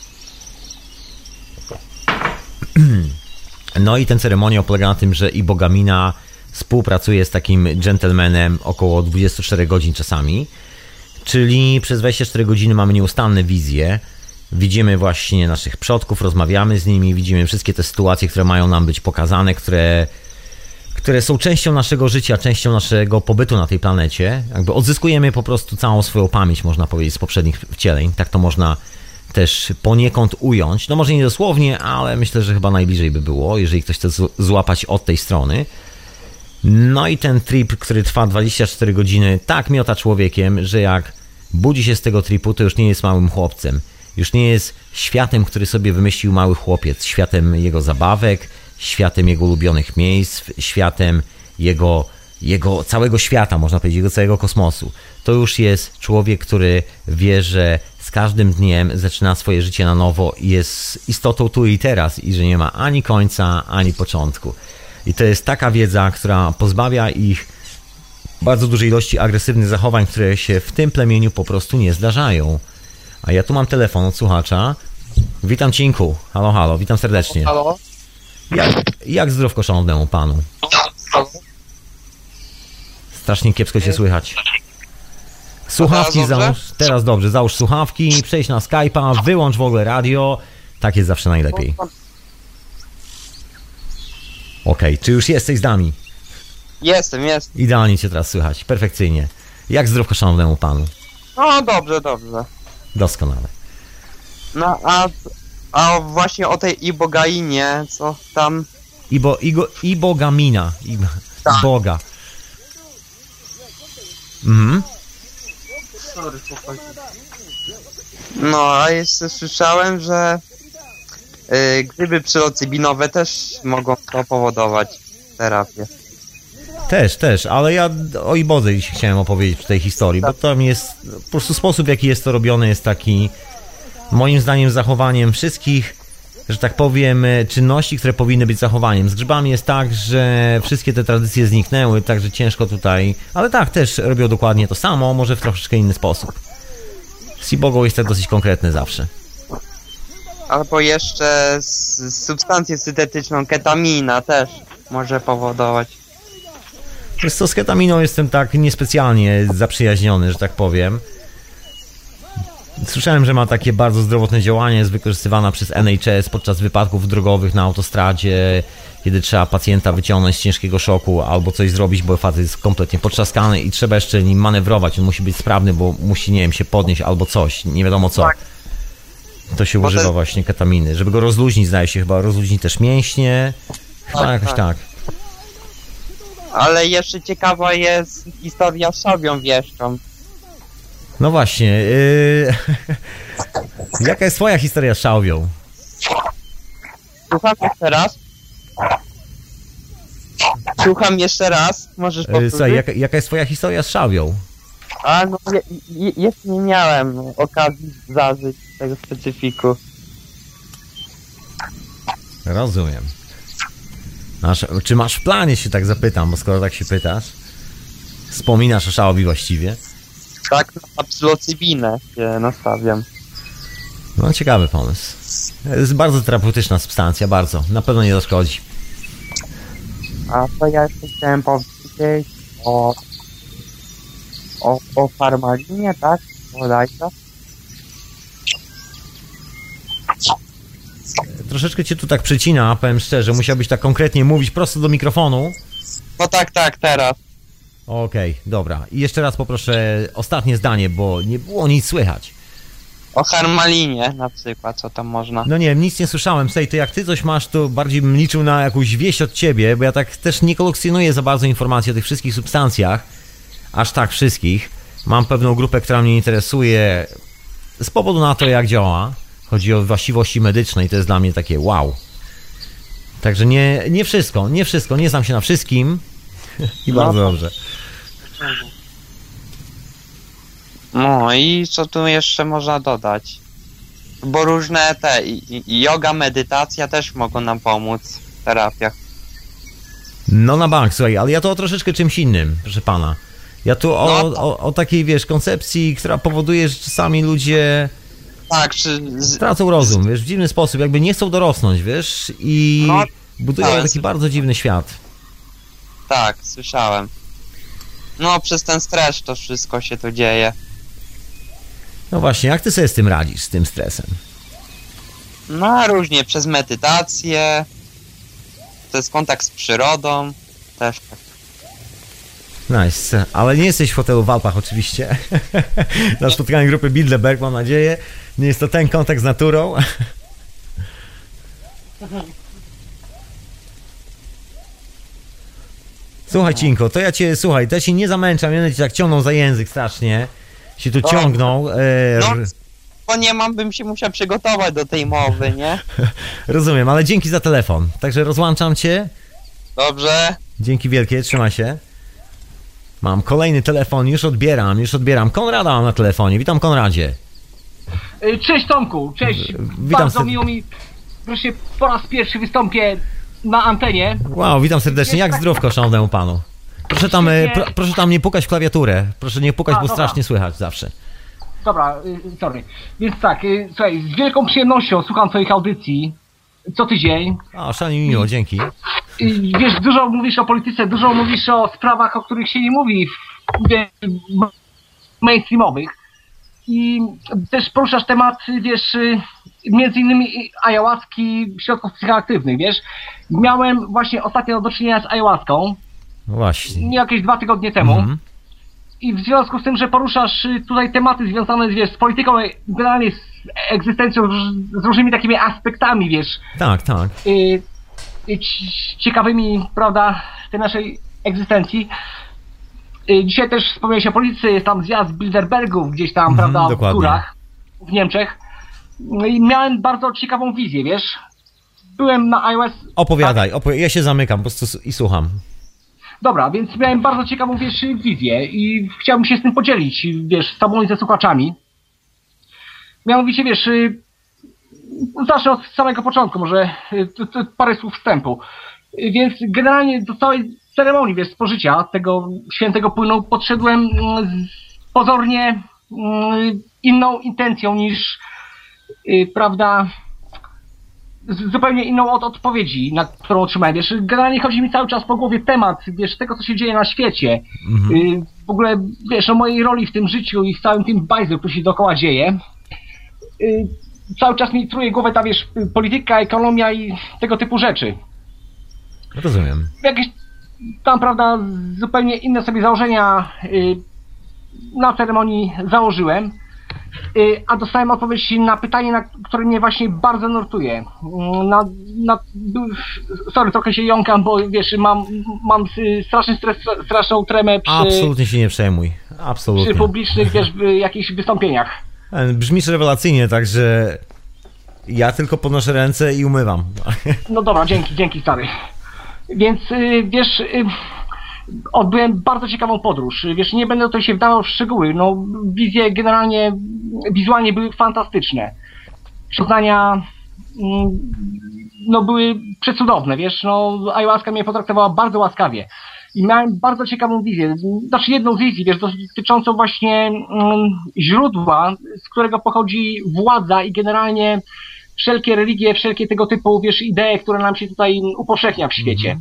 No i ten ceremoniał polega na tym, że Ibogamina współpracuje z takim gentlemanem około 24 godzin czasami, czyli przez 24 godziny mamy nieustanne wizje. Widzimy właśnie naszych przodków, rozmawiamy z nimi, widzimy wszystkie te sytuacje, które mają nam być pokazane, które są częścią naszego życia, częścią naszego pobytu na tej planecie. Jakby odzyskujemy po prostu całą swoją pamięć, można powiedzieć, z poprzednich wcieleń. Tak to można też poniekąd ująć. No może nie dosłownie, ale myślę, że chyba najbliżej by było, jeżeli ktoś chce złapać od tej strony. No i ten trip, który trwa 24 godziny, tak miota człowiekiem, że jak budzi się z tego tripu, to już nie jest małym chłopcem. Już nie jest światem, który sobie wymyślił mały chłopiec. Światem jego zabawek, światem jego ulubionych miejsc, światem jego całego świata, można powiedzieć, jego całego kosmosu. To już jest człowiek, który wie, że z każdym dniem zaczyna swoje życie na nowo i jest istotą tu i teraz i że nie ma ani końca, ani początku. I to jest taka wiedza, która pozbawia ich bardzo dużej ilości agresywnych zachowań, które się w tym plemieniu po prostu nie zdarzają. A ja tu mam telefon od słuchacza. Witam Cinku. Halo, halo, witam serdecznie. Halo? Jak zdrówko szanownemu panu? Strasznie kiepsko cię słychać. Słuchawki załóż. Teraz dobrze, załóż słuchawki, przejdź na Skype'a, wyłącz w ogóle radio. Tak jest zawsze najlepiej. Okej, czy już jesteś z nami? Jestem. Idealnie cię teraz słychać, perfekcyjnie. Jak zdrówko szanownemu panu? No dobrze. Doskonale. No a właśnie o tej Ibogainie, co tam... Ibogamina. Tak. Boga. Mhm. No a jeszcze słyszałem, że grzyby psylocybinowe też mogą to powodować terapię. Też, ale ja o Ibodze chciałem opowiedzieć przy tej historii, bo tam jest, po prostu sposób, w jaki jest to robione, jest taki, moim zdaniem, zachowaniem wszystkich, że tak powiem, czynności, które powinny być zachowaniem. Z grzybami jest tak, że wszystkie te tradycje zniknęły, także ciężko tutaj, ale tak, też robią dokładnie to samo, może w troszeczkę inny sposób. Z Ibogą jest tak dosyć konkretny zawsze. Albo jeszcze substancję syntetyczną, ketamina też może powodować. Wiesz co, z ketaminą jestem tak niespecjalnie zaprzyjaźniony, że tak powiem. Słyszałem, że ma takie bardzo zdrowotne działanie, jest wykorzystywana przez NHS podczas wypadków drogowych na autostradzie, kiedy trzeba pacjenta wyciągnąć z ciężkiego szoku albo coś zrobić, bo facet jest kompletnie potrzaskany i trzeba jeszcze nim manewrować, on musi być sprawny, bo musi, nie wiem, się podnieść albo coś, nie wiadomo co. Tak. To się używa właśnie ketaminy, żeby go rozluźnić, zdaje się, chyba rozluźni też mięśnie, chyba jakoś tak. Ale jeszcze ciekawa jest historia z Szabią Wieszczą. No właśnie, jaka jest twoja historia z Szałwią? Słucham jeszcze raz. Możesz powtórzyć? Słuchaj, jaka jest twoja historia z Szałwią? A no, jeszcze nie miałem okazji zażyć tego specyfiku. Rozumiem. Czy masz w planie, się tak zapytam, bo skoro tak się pytasz, wspominasz o Szałwi właściwie? Tak, na psylocybinę się nastawiam. No, ciekawy pomysł. To jest bardzo terapeutyczna substancja, bardzo. Na pewno nie zaszkodzi. A to ja jeszcze chciałem powiedzieć o farmalinie, tak? Bodajże. Troszeczkę cię tu tak przycina, powiem szczerze, musiałbyś tak konkretnie mówić prosto do mikrofonu. No tak, teraz. Okej, dobra. I jeszcze raz poproszę ostatnie zdanie, bo nie było nic słychać. O harmalinie na przykład, co tam można. No nie, nic nie słyszałem. Słuchaj, to jak ty coś masz, to bardziej bym liczył na jakąś wieść od ciebie, bo ja tak też nie kolekcjonuję za bardzo informacji o tych wszystkich substancjach. Aż tak wszystkich. Mam pewną grupę, która mnie interesuje z powodu na to, jak działa. Chodzi o właściwości medyczne i to jest dla mnie takie wow. Także nie wszystko, nie znam się na wszystkim i bardzo dobrze. No i co tu jeszcze można dodać? Bo różne yoga, medytacja też mogą nam pomóc w terapiach. No na bank, słuchaj, ale ja to o troszeczkę czymś innym, proszę pana. Ja tu o takiej, wiesz, koncepcji, która powoduje, że czasami ludzie Tak, tracą rozum, wiesz, w dziwny sposób, jakby nie chcą dorosnąć, wiesz, i budują taki bardzo dziwny świat. Tak, słyszałem. No, przez ten stres to wszystko się tu dzieje. No właśnie, jak ty sobie z tym radzisz, z tym stresem? No, różnie, przez medytację, przez kontakt z przyrodą, też tak. Nice, ale nie jesteś w hotelu w Alpach oczywiście. Na spotkaniu grupy Bilderberg, mam nadzieję. Nie jest to ten kontakt z naturą. Słuchaj, Cinko, to ja cię nie zamęczam, ja cię tak ciągną za język strasznie. Się tu ciągną. Bo nie mam, bym się musiał przygotować do tej mowy, nie? Rozumiem, ale dzięki za telefon. Także rozłączam cię. Dobrze. Dzięki wielkie, trzymaj się. Mam kolejny telefon, już odbieram. Konrada mam na telefonie, witam Konradzie. Cześć Tomku, cześć. Bardzo miło mi, proszę, po raz pierwszy wystąpię na antenie. Wow, witam serdecznie, jak zdrówko szanownemu panu. Proszę tam nie pukać w klawiaturę, proszę nie pukać, bo strasznie słychać zawsze. Dobra, sorry. Więc tak, słuchaj, z wielką przyjemnością słucham twoich audycji co tydzień. O, szalenie miło, dzięki. Wiesz, dużo mówisz o polityce, dużo mówisz o sprawach, o których się nie mówi w mainstreamowych. I też poruszasz temat, wiesz, między innymi ayahuaski, środków psychoaktywnych, wiesz. Miałem właśnie ostatnio do czynienia z ayahuaską. Właśnie. Jakieś 2 tygodnie temu. I w związku z tym, że poruszasz tutaj tematy związane, wiesz, z polityką, generalnie z egzystencją, z różnymi takimi aspektami, wiesz. Tak. Ciekawymi, prawda, tej naszej egzystencji. Dzisiaj też wspomniałeś o polityce, jest tam zjazd Bilderbergów gdzieś tam, prawda, w górach, w Niemczech. I miałem bardzo ciekawą wizję, wiesz. Byłem na iOS... Opowiadaj, ja się zamykam po prostu i słucham. Dobra, więc miałem bardzo ciekawą, wiesz, wizję i chciałbym się z tym podzielić, wiesz, z tobą i ze słuchaczami. Mianowicie, wiesz, zacznę od samego początku, może parę słów wstępu. Więc generalnie do całej ceremonii, wiesz, spożycia tego świętego płynu podszedłem z pozornie inną intencją niż, prawda, zupełnie inną od odpowiedzi, na którą otrzymałem. Wiesz, generalnie chodzi mi cały czas po głowie temat, wiesz, tego, co się dzieje na świecie. W ogóle, wiesz, o mojej roli w tym życiu i w całym tym bajzu, który się dookoła dzieje. Cały czas mi truje głowę ta, wiesz, polityka, ekonomia i tego typu rzeczy. Rozumiem. Jakieś tam, prawda, zupełnie inne sobie założenia na ceremonii założyłem. A dostałem odpowiedź na pytanie, które mnie właśnie bardzo nurtuje. Sorry, trochę się jąkam, bo wiesz, mam straszny stres, straszną tremę Absolutnie się nie przejmuj. Absolutnie. Przy publicznych, wiesz, jakichś wystąpieniach. Brzmisz rewelacyjnie, także ja tylko podnoszę ręce i umywam. No dobra, dzięki stary. Więc wiesz, odbyłem bardzo ciekawą podróż. Wiesz, nie będę tutaj się wdawał w szczegóły. No, wizje generalnie, wizualnie były fantastyczne. Przekonania, no, były przecudowne, wiesz, no, ayahuasca mnie potraktowała bardzo łaskawie. I miałem bardzo ciekawą wizję, znaczy jedną z wizji, wiesz, dotyczącą właśnie źródła, z którego pochodzi władza i generalnie wszelkie religie, wszelkie tego typu, wiesz, idee, które nam się tutaj upowszechnia w świecie.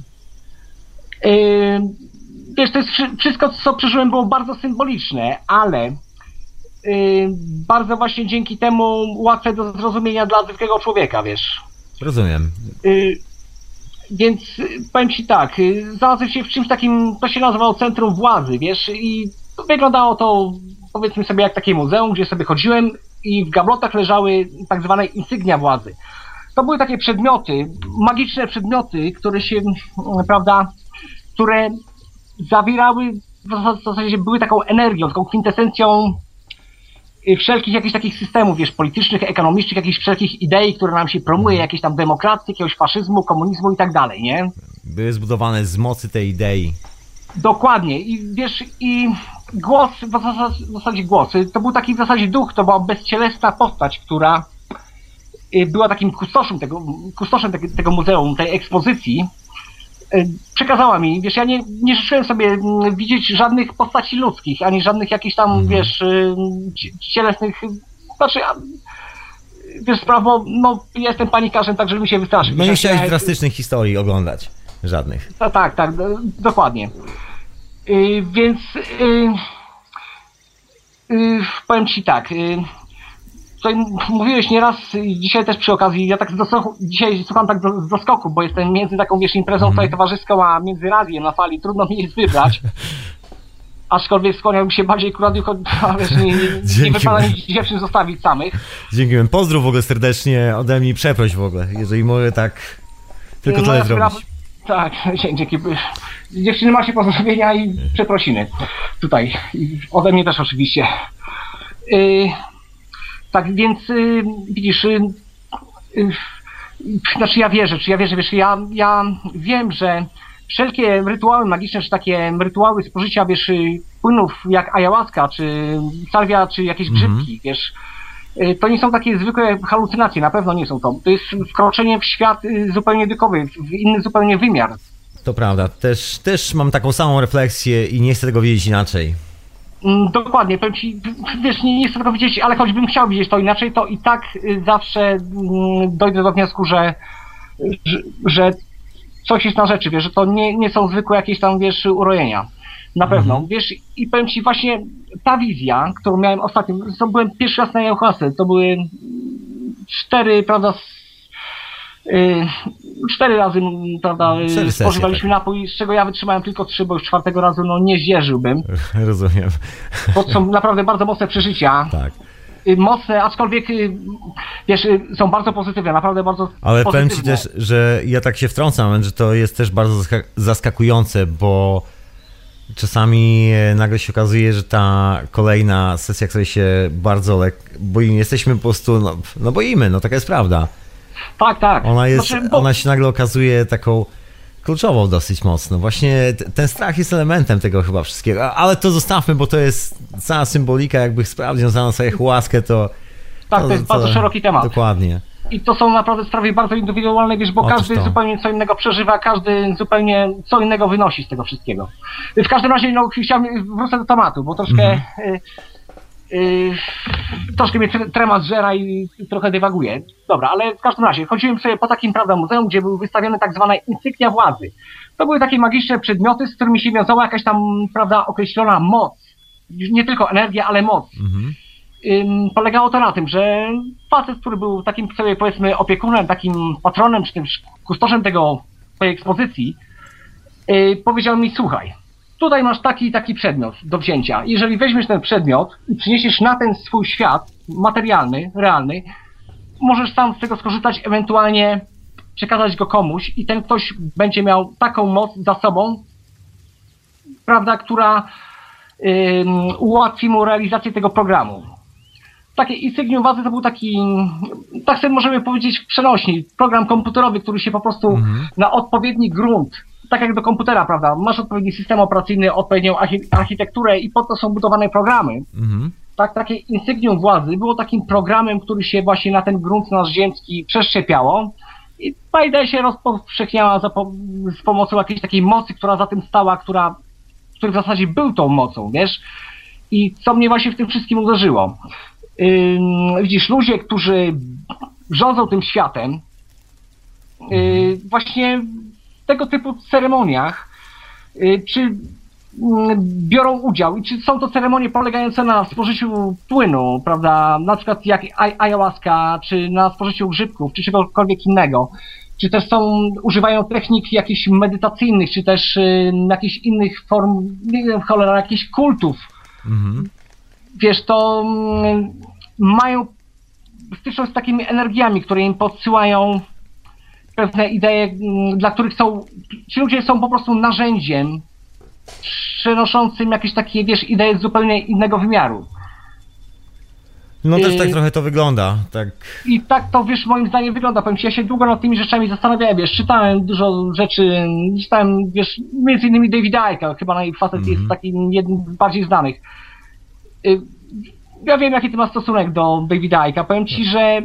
Wiesz, to jest wszystko, co przeżyłem, było bardzo symboliczne, ale bardzo właśnie dzięki temu łatwe do zrozumienia dla zwykłego człowieka, wiesz. Rozumiem. Więc powiem ci tak, znalazłem się w czymś takim, to się nazywało Centrum Władzy, wiesz, i wyglądało to, powiedzmy sobie, jak takie muzeum, gdzie sobie chodziłem i w gablotach leżały tak zwane insygnia władzy. To były takie przedmioty, magiczne przedmioty, które się, prawda, które zawierały, w zasadzie były taką energią, taką kwintesencją wszelkich jakichś takich systemów, wiesz, politycznych, ekonomicznych, jakichś wszelkich idei, które nam się promuje, jakiejś tam demokracji, jakiegoś faszyzmu, komunizmu i tak dalej, nie? Były zbudowane z mocy tej idei. Dokładnie. I wiesz, i głos, w zasadzie głos, to był taki w zasadzie duch, to była bezcielesna postać, która była takim kustoszem tego muzeum, tej ekspozycji. Przekazała mi, wiesz, ja nie życzyłem sobie widzieć żadnych postaci ludzkich, ani żadnych jakichś tam, wiesz, cielesnych, znaczy, wiesz, sprawo, no, jestem panikarzem, tak, żeby mi się wystraszyć. No nie chciałeś drastycznych historii oglądać, żadnych. Tak, dokładnie. Więc powiem ci tak, tutaj mówiłeś nieraz, dzisiaj też przy okazji, ja tak dzisiaj słucham tak z doskoku, bo jestem między taką, wiesz, imprezą tutaj towarzyską, a między radiem na fali, trudno mi jest wybrać. Aczkolwiek skłaniałbym się bardziej ku radiu, wiesz, nie wypada mi dziewczyn zostawić samych. Dzięki, pozdrów w ogóle serdecznie ode mnie, przeproś w ogóle, jeżeli mogę tak tylko tyle zrobić. Tak, dzięki. Dziewczyny macie pozdrowienia i przeprosiny tutaj, ode mnie też oczywiście. Tak więc widzisz, znaczy ja wierzę, wiesz, ja wiem, że wszelkie rytuały magiczne, czy takie rytuały spożycia, wiesz, płynów jak ayahuasca, czy salwia, czy jakieś grzybki, wiesz, to nie są takie zwykłe halucynacje, na pewno nie są to. To jest wkroczenie w świat zupełnie dykowy, w inny zupełnie wymiar. To prawda, też mam taką samą refleksję i nie chcę tego wiedzieć inaczej. Dokładnie, powiem ci, wiesz, nie chcę tego widzieć, ale choćbym chciał widzieć to inaczej, to i tak zawsze dojdę do wniosku, że coś jest na rzeczy, wiesz, że to nie są zwykłe jakieś tam, wiesz, urojenia. Na pewno, wiesz, i powiem ci właśnie, ta wizja, którą miałem ostatnio, to byłem pierwszy raz na ayahuasce, to były 4, prawda, 4 razy, prawda, spożywaliśmy napój, z czego ja wytrzymałem tylko 3, bo już 4 razu, no, nie zdzierżyłbym. Rozumiem. To są naprawdę bardzo mocne przeżycia. Tak. Mocne, aczkolwiek, wiesz, są bardzo pozytywne, naprawdę bardzo ale pozytywne. powiem ci też, że ja tak się wtrącam, że to jest też bardzo zaskakujące, bo czasami nagle się okazuje, że ta kolejna sesja, której się bardzo boimy, jesteśmy po prostu, no boimy, no taka jest prawda. Tak. Ona się nagle okazuje taką kluczową dosyć mocno. Właśnie ten strach jest elementem tego chyba wszystkiego, ale to zostawmy, bo to jest cała symbolika, jakby spraw związana z ayahuaskę, to... Tak, to jest bardzo szeroki temat. Dokładnie. I to są naprawdę sprawy bardzo indywidualne, wiesz, bo każdy zupełnie co innego przeżywa, każdy zupełnie co innego wynosi z tego wszystkiego. W każdym razie, no, wrócę do tematu, bo troszkę... troszkę mnie trema zżera i trochę dywaguje. Dobra, ale w każdym razie chodziłem sobie po takim, prawda, muzeum, gdzie były wystawione tak zwane insygnia władzy. To były takie magiczne przedmioty, z którymi się wiązała jakaś tam, prawda, określona moc. Nie tylko energia, ale moc. Polegało to na tym, że facet, który był takim sobie, powiedzmy, opiekunem, takim patronem, czy tym kustoszem tej ekspozycji, powiedział mi: słuchaj, tutaj masz taki i taki przedmiot do wzięcia. Jeżeli weźmiesz ten przedmiot i przyniesiesz na ten swój świat materialny, realny, możesz sam z tego skorzystać, ewentualnie przekazać go komuś i ten ktoś będzie miał taką moc za sobą, prawda, która ułatwi mu realizację tego programu. Takie insygnium władzy to był taki, tak sobie możemy powiedzieć w przenośni, program komputerowy, który się po prostu na odpowiedni grunt, tak jak do komputera, prawda, masz odpowiedni system operacyjny, odpowiednią architekturę i po to są budowane programy. Tak, takie insygnium władzy było takim programem, który się właśnie na ten grunt nasz ziemski przeszczepiało i ta idea się rozpowszechniała z pomocą jakiejś takiej mocy, która za tym stała, który w zasadzie był tą mocą, wiesz? I co mnie właśnie w tym wszystkim uderzyło? Widzisz, ludzie, którzy rządzą tym światem, właśnie w tego typu ceremoniach, czy biorą udział i czy są to ceremonie polegające na spożyciu płynu, prawda, na przykład jak ayahuasca, czy na spożyciu grzybków, czy czegokolwiek innego, czy też używają technik jakichś medytacyjnych, czy też jakichś innych form, nie wiem, cholera, jakichś kultów. Wiesz, to mają styczność z takimi energiami, które im podsyłają pewne idee, dla których ci ludzie są po prostu narzędziem przenoszącym jakieś takie, wiesz, idee z zupełnie innego wymiaru. No też tak trochę to wygląda, tak. I tak to, wiesz, moim zdaniem wygląda. Powiem ci, ja się długo nad tymi rzeczami zastanawiałem, wiesz, czytałem dużo rzeczy, czytałem, wiesz, między innymi Davida Icke'a, chyba facet jest takim jednym z bardziej znanych. Ja wiem, jaki ty masz stosunek do Davida Icke'a. Powiem ci, że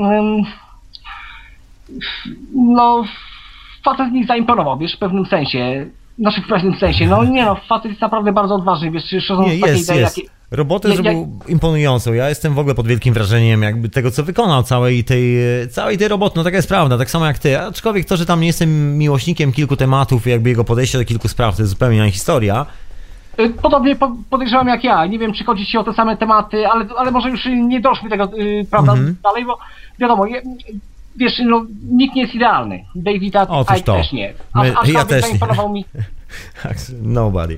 no, facet mi zaimponował, wiesz, w pewnym sensie. Znaczy w pewnym sensie, no nie no, facet jest naprawdę bardzo odważny, wiesz, szerząc Nie, takie jest, idee, jest. jakie... Robotę zrobił imponującą. Ja jestem w ogóle pod wielkim wrażeniem jakby tego, co wykonał, całej tej roboty. No taka jest prawda, tak samo jak ty. Aczkolwiek to, że tam nie jestem miłośnikiem kilku tematów, jakby jego podejście do kilku spraw, to jest zupełnie inna historia. Podobnie podejrzewam jak ja. Nie wiem, czy chodzi ci o te same tematy, ale może już nie doszły tego, prawda, dalej, bo wiadomo, wiesz, no, nikt nie jest idealny. David Icke też nie. Ja też zaimponował mi... Nobody.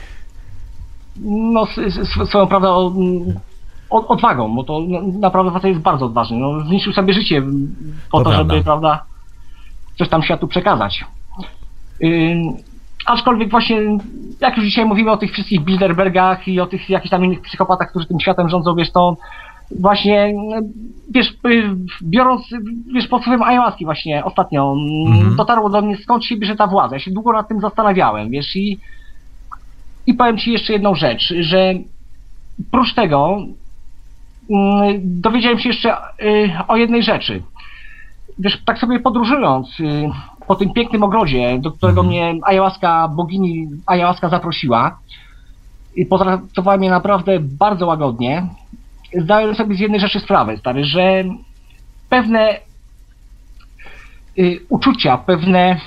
No, swoją prawdą odwagą, bo to naprawdę facet jest bardzo odważny. No, zniszczył sobie życie po to, żeby, prawda, coś tam światu przekazać. Aczkolwiek właśnie, jak już dzisiaj mówimy o tych wszystkich Bilderbergach i o tych jakichś tam innych psychopatach, którzy tym światem rządzą, wiesz, to właśnie, wiesz, biorąc, wiesz, pod wpływem ayahuaski właśnie ostatnio, dotarło do mnie, skąd się bierze ta władza. Ja się długo nad tym zastanawiałem, wiesz, i powiem ci jeszcze jedną rzecz, że prócz tego dowiedziałem się jeszcze o jednej rzeczy. Wiesz, tak sobie podróżując po tym pięknym ogrodzie, do którego mnie bogini ayahuaska zaprosiła, i potraktowała mnie naprawdę bardzo łagodnie, zdałem sobie z jednej rzeczy sprawę, stary, że pewne uczucia, pewne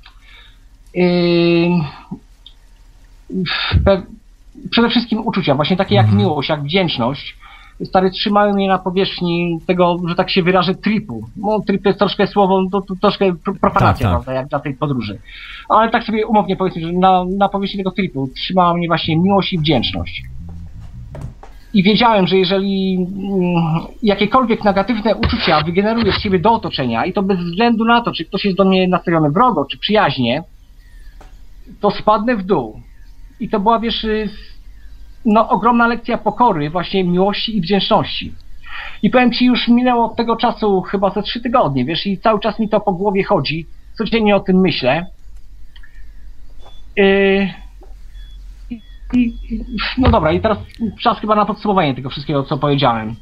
przede wszystkim uczucia, właśnie takie jak miłość, jak wdzięczność, stary, trzymały mnie na powierzchni tego, że tak się wyrażę, tripu. No, trip jest troszkę słowo, to troszkę profanacja, tak. prawda, jak dla tej podróży. Ale tak sobie umownie powiedzmy, że na powierzchni tego tripu trzymała mnie właśnie miłość i wdzięczność. I wiedziałem, że jeżeli jakiekolwiek negatywne uczucia wygeneruję z siebie do otoczenia, i to bez względu na to, czy ktoś jest do mnie nastawiony wrogo, czy przyjaźnie, to spadnę w dół. I to była, wiesz, no, ogromna lekcja pokory, właśnie miłości i wdzięczności. I powiem ci, już minęło od tego czasu chyba ze 3 tygodnie, wiesz, i cały czas mi to po głowie chodzi, codziennie o tym myślę. No dobra, i teraz czas chyba na podsumowanie tego wszystkiego, co powiedziałem.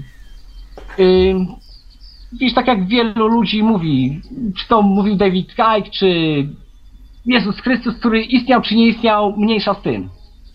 Wiesz, tak jak wielu ludzi mówi, czy to mówił David Icke, czy Jezus Chrystus, który istniał czy nie istniał, mniejsza z tym.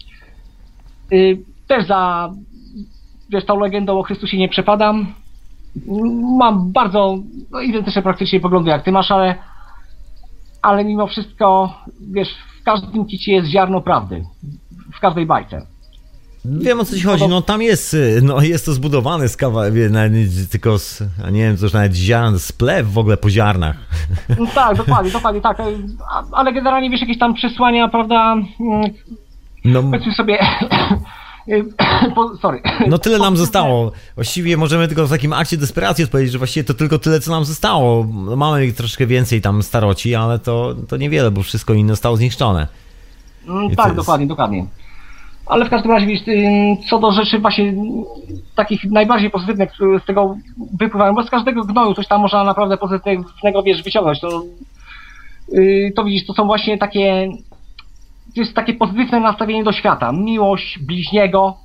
Też za, wiesz, tą legendą o Chrystusie nie przepadam. Mam bardzo identyczne praktycznie poglądy jak ty masz, ale mimo wszystko, wiesz, w każdym kicie jest ziarno prawdy. W każdej bajce. Wiem, o co ci chodzi, no tam jest, no jest to zbudowane z tylko z, nie wiem, to już nawet ziarn, splew w ogóle po ziarnach. No tak, dokładnie tak, ale generalnie, wiesz, jakieś tam przesłania, prawda, no, powiedzmy sobie, sorry. No tyle nam zostało, właściwie możemy tylko w takim akcie desperacji odpowiedzieć, że właściwie to tylko tyle, co nam zostało. No, mamy troszkę więcej tam staroci, ale to niewiele, bo wszystko inne zostało zniszczone. Tak, dokładnie. Ale w każdym razie, wiesz, co do rzeczy właśnie takich najbardziej pozytywnych, które z tego wypływają, bo z każdego gnoju coś tam można naprawdę pozytywnego, wiesz, wyciągnąć, to widzisz, to są właśnie takie, to jest takie pozytywne nastawienie do świata, miłość bliźniego,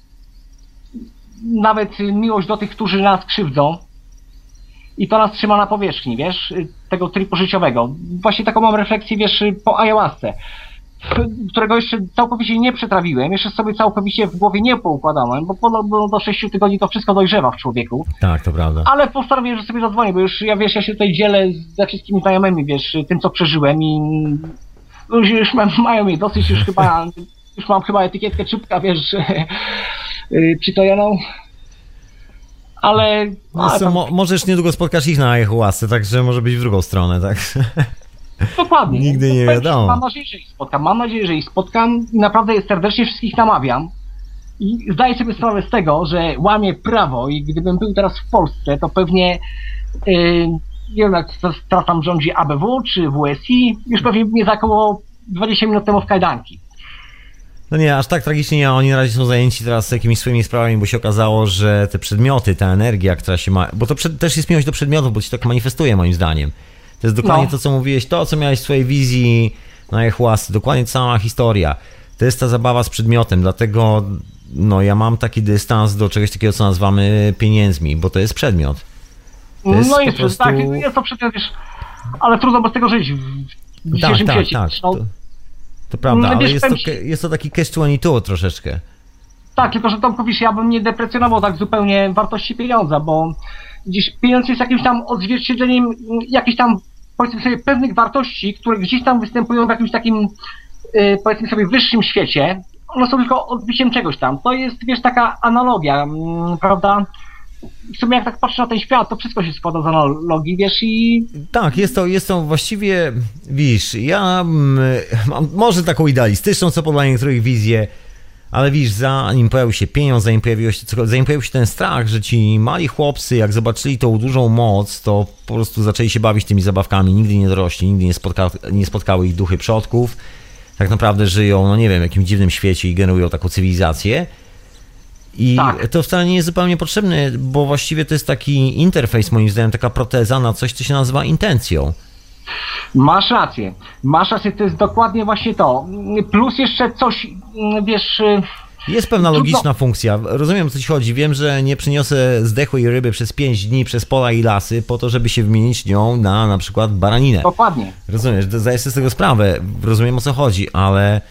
nawet miłość do tych, którzy nas krzywdzą, i to nas trzyma na powierzchni, wiesz, tego tripu życiowego. Właśnie taką mam refleksję, wiesz, po ayahuasce, którego jeszcze całkowicie nie przetrawiłem, jeszcze sobie całkowicie w głowie nie poukładałem, bo podobno do 6 tygodni to wszystko dojrzewa w człowieku. Tak, to prawda. Ale postanowiłem, że sobie zadzwonię, bo już ja się tutaj dzielę ze wszystkimi znajomymi, wiesz, tym co przeżyłem i już mają mnie dosyć, już mam chyba etykietkę czubka, wiesz, przytojoną. Ale możesz niedługo spotkasz ich na ayahuasce, także może być w drugą stronę, tak? Dokładnie. Nigdy nie wiadomo. Mam nadzieję, że ich spotkam i naprawdę serdecznie wszystkich namawiam. I zdaję sobie sprawę z tego, że łamię prawo i gdybym był teraz w Polsce, to pewnie nie wiem, jak teraz tam rządzi ABW czy WSI, już pewnie mnie zakoło 20 minut temu w kajdanki. No nie, aż tak tragicznie nie, oni na razie są zajęci teraz jakimiś swoimi sprawami, bo się okazało, że te przedmioty, ta energia, która się ma, bo to też jest miłość do przedmiotów, bo się tak manifestuje moim zdaniem. To jest dokładnie to, co mówiłeś, to, co miałeś w swojej wizji na Jehoasy, dokładnie ta sama historia. To jest ta zabawa z przedmiotem, dlatego no ja mam taki dystans do czegoś takiego, co nazywamy pieniędzmi, bo to jest przedmiot. To jest no jest, po prostu... tak, jest to przedmiot, wiesz, ale trudno bez tego żyć w dzisiejszym świecie. Tak. No, To prawda, ale wiesz, jest to taki catch-22 troszeczkę. tak, tylko że Tomku, wiesz, ja bym nie deprecjonował tak zupełnie wartości pieniądza, bo gdzieś pieniądz jest jakimś tam odzwierciedleniem jakichś tam, powiedzmy sobie, pewnych wartości, które gdzieś tam występują w jakimś takim, powiedzmy sobie, wyższym świecie. One są tylko odbiciem czegoś tam. To jest, wiesz, taka analogia, prawda? W sumie jak tak patrzę na ten świat, to wszystko się składa z analogii, wiesz, i... Tak, jest to właściwie, wiesz, ja mam może taką idealistyczną, co podla niektórych wizję, ale wiesz, zanim pojawił się pieniądz, zanim pojawił się ten strach, że ci mali chłopcy, jak zobaczyli tą dużą moc, to po prostu zaczęli się bawić tymi zabawkami, nigdy nie dorośli, nigdy nie spotkały ich duchy przodków, tak naprawdę żyją, no nie wiem, w jakimś dziwnym świecie i generują taką cywilizację. I tak. To wcale nie jest zupełnie potrzebne, bo właściwie to jest taki interfejs, moim zdaniem, taka proteza na coś, co się nazywa intencją. Masz rację, to jest dokładnie właśnie to. Plus jeszcze coś, wiesz... Jest pewna logiczna funkcja, rozumiem, o co ci chodzi, wiem, że nie przyniosę zdechłej ryby przez 5 dni przez pola i lasy po to, żeby się wymienić nią na przykład baraninę. Dokładnie. Rozumiesz, zdaję sobie z tego sprawę, rozumiem, o co chodzi, ale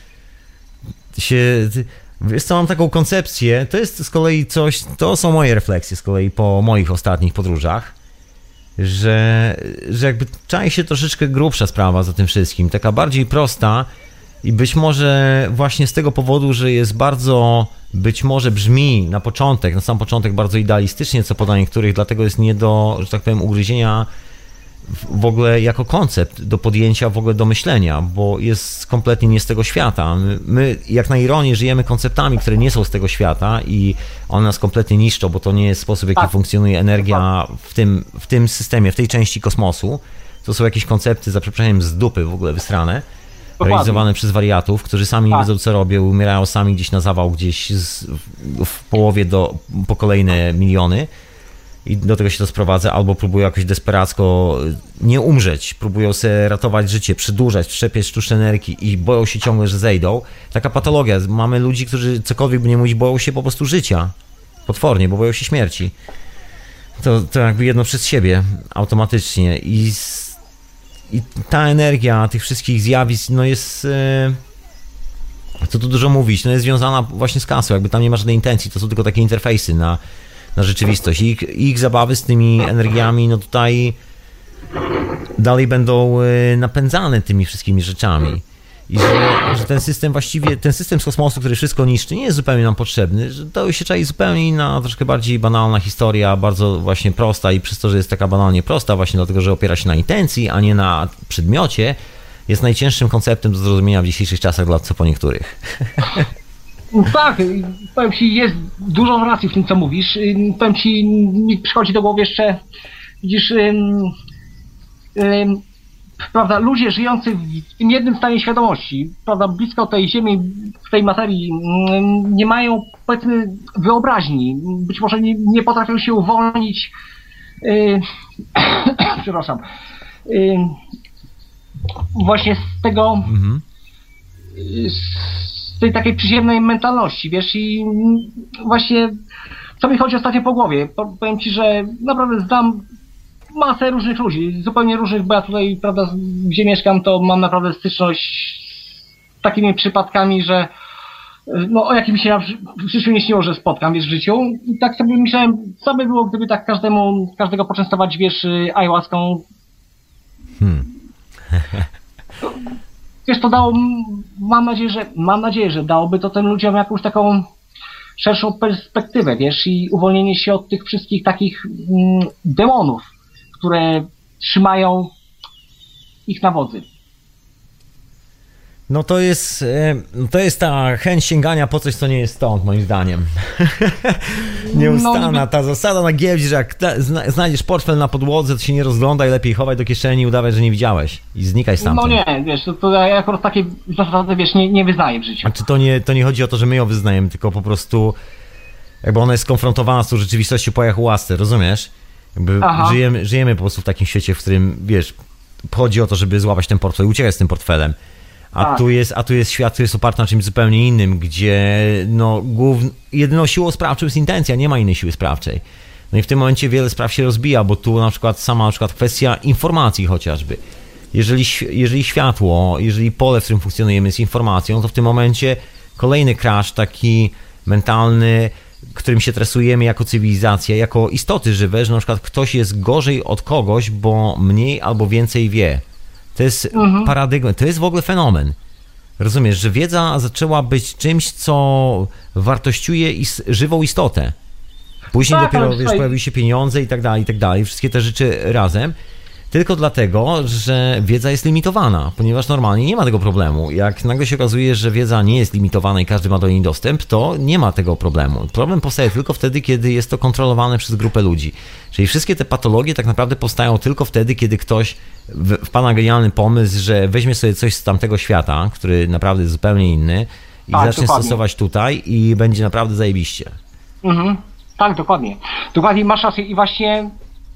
wiesz co, mam taką koncepcję, to jest z kolei coś, to są moje refleksje z kolei po moich ostatnich podróżach, że jakby czai się troszeczkę grubsza sprawa za tym wszystkim, taka bardziej prosta i być może właśnie z tego powodu, że jest bardzo, być może brzmi na sam początek bardzo idealistycznie, co poda niektórych, dlatego jest nie do, że tak powiem, ugryzienia w ogóle jako koncept do podjęcia, w ogóle do myślenia, bo jest kompletnie nie z tego świata. My jak na ironię żyjemy konceptami, które nie są z tego świata i one nas kompletnie niszczą, bo to nie jest sposób, w jaki funkcjonuje energia w tym systemie, w tej części kosmosu. To są jakieś koncepty, za przeproszeniem, z dupy w ogóle wysrane, realizowane przez wariatów, którzy sami nie wiedzą, co robią, umierają sami gdzieś na zawał, gdzieś w połowie po kolejne miliony. I do tego się to sprowadza, albo próbują jakoś desperacko nie umrzeć, próbują sobie ratować życie, przedłużać, wszczepiać sztuczne energii i boją się ciągle, że zejdą. Taka patologia. Mamy ludzi, którzy cokolwiek by nie mówić, boją się po prostu życia. Potwornie, bo boją się śmierci. To jakby jedno przez siebie, automatycznie. I ta energia tych wszystkich zjawisk, no jest... Co tu dużo mówić, no jest związana właśnie z kasą, jakby tam nie ma żadnej intencji, to są tylko takie interfejsy na rzeczywistość. Ich zabawy z tymi energiami, no tutaj dalej będą napędzane tymi wszystkimi rzeczami. I że ten system właściwie, ten system z kosmosu, który wszystko niszczy, nie jest zupełnie nam potrzebny, że to się czai zupełnie inna, troszkę bardziej banalna historia, bardzo właśnie prosta i przez to, że jest taka banalnie prosta, właśnie dlatego, że opiera się na intencji, a nie na przedmiocie, jest najcięższym konceptem do zrozumienia w dzisiejszych czasach dla co po niektórych. Tak, powiem ci, jest dużo racji w tym, co mówisz. Powiem ci, mi przychodzi do głowy jeszcze, widzisz, prawda, ludzie żyjący w tym jednym stanie świadomości, prawda, blisko tej ziemi, w tej materii, nie mają, powiedzmy, wyobraźni, być może nie potrafią się uwolnić, przepraszam, właśnie z tego, z tej takiej przyziemnej mentalności, wiesz, i właśnie co mi chodzi ostatnio po głowie, powiem ci, że naprawdę znam masę różnych ludzi, zupełnie różnych, bo ja tutaj, prawda, gdzie mieszkam, to mam naprawdę styczność z takimi przypadkami, że no o jakim się w życiu nie śniło, że spotkam, wiesz, w życiu. I tak sobie myślałem, co by było, gdyby tak każdego poczęstować, wiesz, ayahuaską. Wiesz, to dało, mam nadzieję, że dałoby to tym ludziom jakąś taką szerszą perspektywę, wiesz, i uwolnienie się od tych wszystkich takich demonów, które trzymają ich na wodzy. No to jest ta chęć sięgania po coś, co nie jest stąd, moim zdaniem. Nieustanna ta zasada na giełdzie, że jak znajdziesz portfel na podłodze, to się nie rozglądaj, lepiej chowaj do kieszeni i udawaj, że nie widziałeś. I znikaj stamtąd. No nie, wiesz, to ja akurat takiej zasady, wiesz, nie wyznaję w życiu. Znaczy to nie chodzi o to, że my ją wyznajemy, tylko po prostu jakby ona jest skonfrontowana z tą rzeczywistością po ayahuasce, rozumiesz? Jakby żyjemy po prostu w takim świecie, w którym, wiesz, chodzi o to, żeby złapać ten portfel i uciekać z tym portfelem. A tu jest świat, który jest oparty na czymś zupełnie innym, gdzie no, jedyną siłą sprawczą jest intencja, nie ma innej siły sprawczej. No i w tym momencie wiele spraw się rozbija, bo tu na przykład kwestia informacji chociażby. Jeżeli światło, jeżeli pole, w którym funkcjonujemy jest informacją, to w tym momencie kolejny crash taki mentalny, którym się tresujemy jako cywilizacja, jako istoty żywe, że na przykład ktoś jest gorzej od kogoś, bo mniej albo więcej wie. To jest paradygmat, to jest w ogóle fenomen. Rozumiesz, że wiedza zaczęła być czymś, co wartościuje żywą istotę. Później dopiero, wiesz, pojawiły się pieniądze i tak dalej, wszystkie te rzeczy razem. Tylko dlatego, że wiedza jest limitowana, ponieważ normalnie nie ma tego problemu. Jak nagle się okazuje, że wiedza nie jest limitowana i każdy ma do niej dostęp, to nie ma tego problemu. Problem powstaje tylko wtedy, kiedy jest to kontrolowane przez grupę ludzi. Czyli wszystkie te patologie tak naprawdę powstają tylko wtedy, kiedy ktoś wpada genialny pomysł, że weźmie sobie coś z tamtego świata, który naprawdę jest zupełnie inny i zacznie stosować tutaj i będzie naprawdę zajebiście. Tak, dokładnie. Dokładnie, masz rację i właśnie...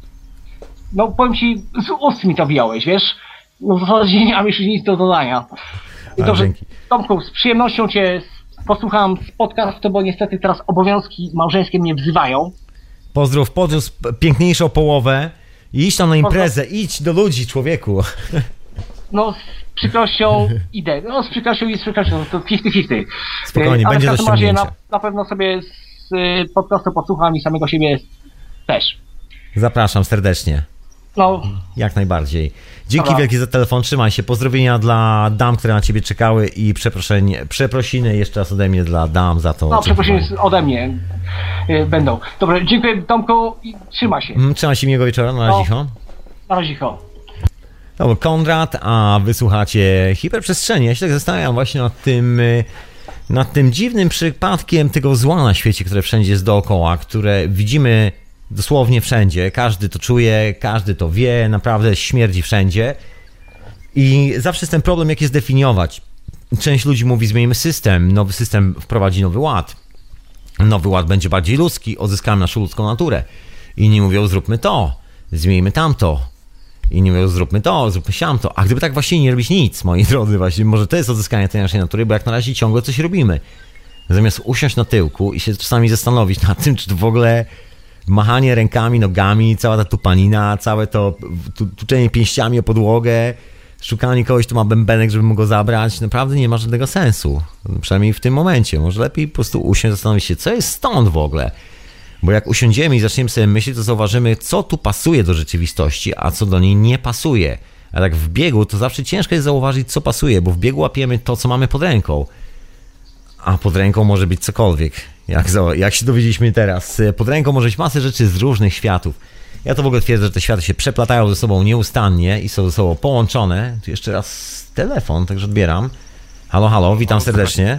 No powiem ci, z ust mi to wyjąłeś, wiesz? No w zasadzie nie mam już nic do dodania. Dobrze, dzięki. Tomku, z przyjemnością cię posłucham z podcastu, bo niestety teraz obowiązki małżeńskie mnie wzywają. Pozdrów piękniejszą połowę i idź tam na imprezę, idź do ludzi, człowieku. No z przykrością idę, no z przykrością, to 50-50. Spokojnie, będzie do ściągnięcia. Na pewno sobie z podcastu posłucham i samego siebie też. Zapraszam serdecznie. No. Jak najbardziej. Dzięki wielkie za telefon, trzymaj się. Pozdrowienia dla dam, które na ciebie czekały i przeprosiny jeszcze raz ode mnie dla dam za to. No, przeprosiny ode mnie będą. Dobra, dziękuję Tomku i trzymaj się. Trzymaj się, miłego wieczora, na razie. Na razie. To był Konrad, a wysłuchacie Hiperprzestrzeni. Ja się tak zastanawiam właśnie nad tym dziwnym przypadkiem tego zła na świecie, które wszędzie jest dookoła, które widzimy dosłownie wszędzie, każdy to czuje, każdy to wie, naprawdę śmierdzi wszędzie i zawsze jest ten problem, jak je zdefiniować. Część ludzi mówi, zmienimy system, nowy system wprowadzi nowy ład, nowy ład będzie bardziej ludzki, odzyskamy naszą ludzką naturę. Inni mówią, zróbmy to, zmienimy tamto, inni mówią, zróbmy to, zróbmy siamto, a gdyby tak właśnie nie robić nic, moi drodzy, właśnie, może to jest odzyskanie tej naszej natury, bo jak na razie ciągle coś robimy. Zamiast usiąść na tyłku i się czasami zastanowić nad tym, czy to w ogóle machanie rękami, nogami, cała ta tupanina, całe to tuczenie pięściami o podłogę, szukanie kogoś, kto ma bębenek, żeby mu go zabrać, naprawdę nie ma żadnego sensu. Przynajmniej w tym momencie. Może lepiej po prostu usiąść, zastanowić się, co jest stąd w ogóle. Bo jak usiądziemy i zaczniemy sobie myśleć, to zauważymy, co tu pasuje do rzeczywistości, a co do niej nie pasuje. A tak w biegu to zawsze ciężko jest zauważyć, co pasuje, bo w biegu łapiemy to, co mamy pod ręką. A pod ręką może być cokolwiek. Jak się dowiedzieliśmy teraz, pod ręką może być masę rzeczy z różnych światów. Ja to w ogóle twierdzę, że te światy się przeplatają ze sobą nieustannie i są ze sobą połączone. Tu jeszcze raz telefon, także odbieram. Halo, witam serdecznie.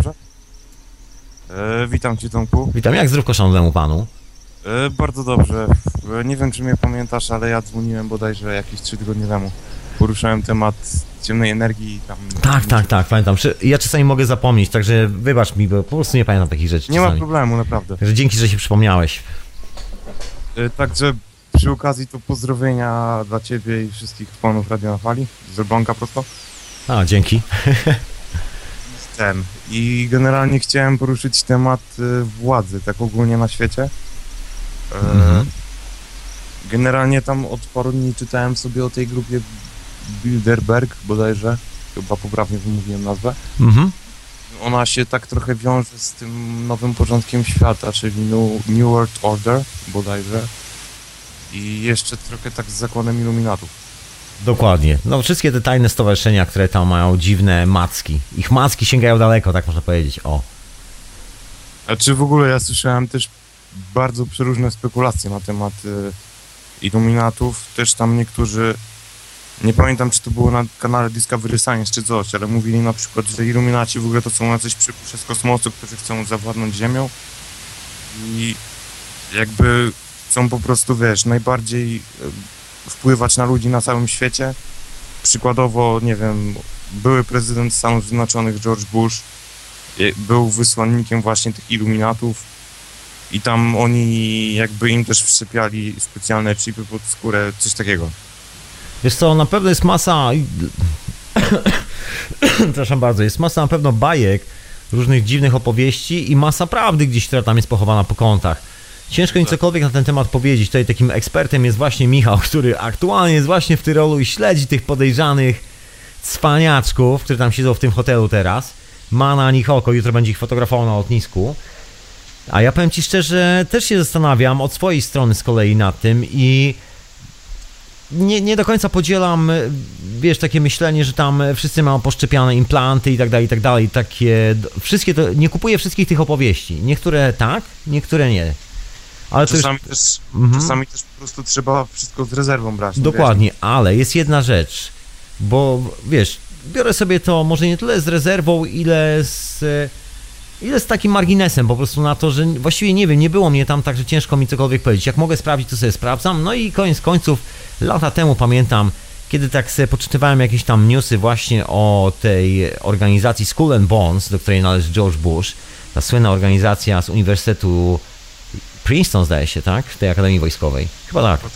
Witam cię, Tomku. Witam, jak zdrówko szanownemu panu? Bardzo dobrze. Nie wiem, czy mnie pamiętasz, ale ja dzwoniłem bodajże jakieś 3 tygodnie temu. Poruszałem temat ciemnej energii. Tak, pamiętam. Ja czasami mogę zapomnieć, także wybacz mi, bo po prostu nie pamiętam takich rzeczy. Nie ma problemu, naprawdę. Także dzięki, że się przypomniałeś. Także przy okazji to pozdrowienia dla ciebie i wszystkich fanów Radio na Fali. Z Elbląga prosto. Dzięki. I generalnie chciałem poruszyć temat władzy, tak ogólnie na świecie. Generalnie tam od paru dni czytałem sobie o tej grupie Bilderberg bodajże, chyba poprawnie wymówiłem nazwę. Ona się tak trochę wiąże z tym nowym porządkiem świata, czyli New World Order bodajże i jeszcze trochę tak z zakładem Iluminatów. Dokładnie. No wszystkie te tajne stowarzyszenia, które tam mają dziwne macki. Ich macki sięgają daleko, tak można powiedzieć. A czy w ogóle ja słyszałem też bardzo przeróżne spekulacje na temat Iluminatów. Też tam niektórzy Nie pamiętam, czy to było na kanale Discovery Science czy coś, ale mówili na przykład, że Illuminaci w ogóle to są jacyś przybysze z kosmosu, którzy chcą zawładnąć Ziemią i jakby chcą po prostu, wiesz, najbardziej wpływać na ludzi na całym świecie. Przykładowo, nie wiem, były prezydent Stanów Zjednoczonych George Bush był wysłannikiem właśnie tych Illuminatów i tam oni jakby im też wszczepiali specjalne chipy pod skórę, coś takiego. Wiesz co, na pewno jest masa... Przepraszam bardzo, jest masa na pewno bajek, różnych dziwnych opowieści i masa prawdy gdzieś, która tam jest pochowana po kątach. Ciężko mi cokolwiek na ten temat powiedzieć. Tutaj takim ekspertem jest właśnie Michał, który aktualnie jest właśnie w Tyrolu i śledzi tych podejrzanych cwaniaczków, którzy tam siedzą w tym hotelu teraz. Ma na nich oko, jutro będzie ich fotografował na lotnisku. A ja powiem ci szczerze, też się zastanawiam od swojej strony z kolei nad tym i nie do końca podzielam, wiesz, takie myślenie, że tam wszyscy mają poszczepiane implanty i tak dalej, takie, wszystkie to, nie kupuję wszystkich tych opowieści. Niektóre tak, niektóre nie. Ale czasami, to już... czasami też po prostu trzeba wszystko z rezerwą brać. Dokładnie, wiesz? Ale jest jedna rzecz, bo wiesz, biorę sobie to może nie tyle z rezerwą, ile z takim marginesem po prostu na to, że właściwie nie wiem, nie było mnie tam, także ciężko mi cokolwiek powiedzieć. Jak mogę sprawdzić, to sobie sprawdzam. No i koniec końców, lata temu pamiętam, kiedy tak sobie poczytywałem jakieś tam newsy właśnie o tej organizacji Skull and Bones, do której należy George Bush, ta słynna organizacja z Uniwersytetu Princeton, zdaje się, tak? W tej Akademii Wojskowej. Chyba tak.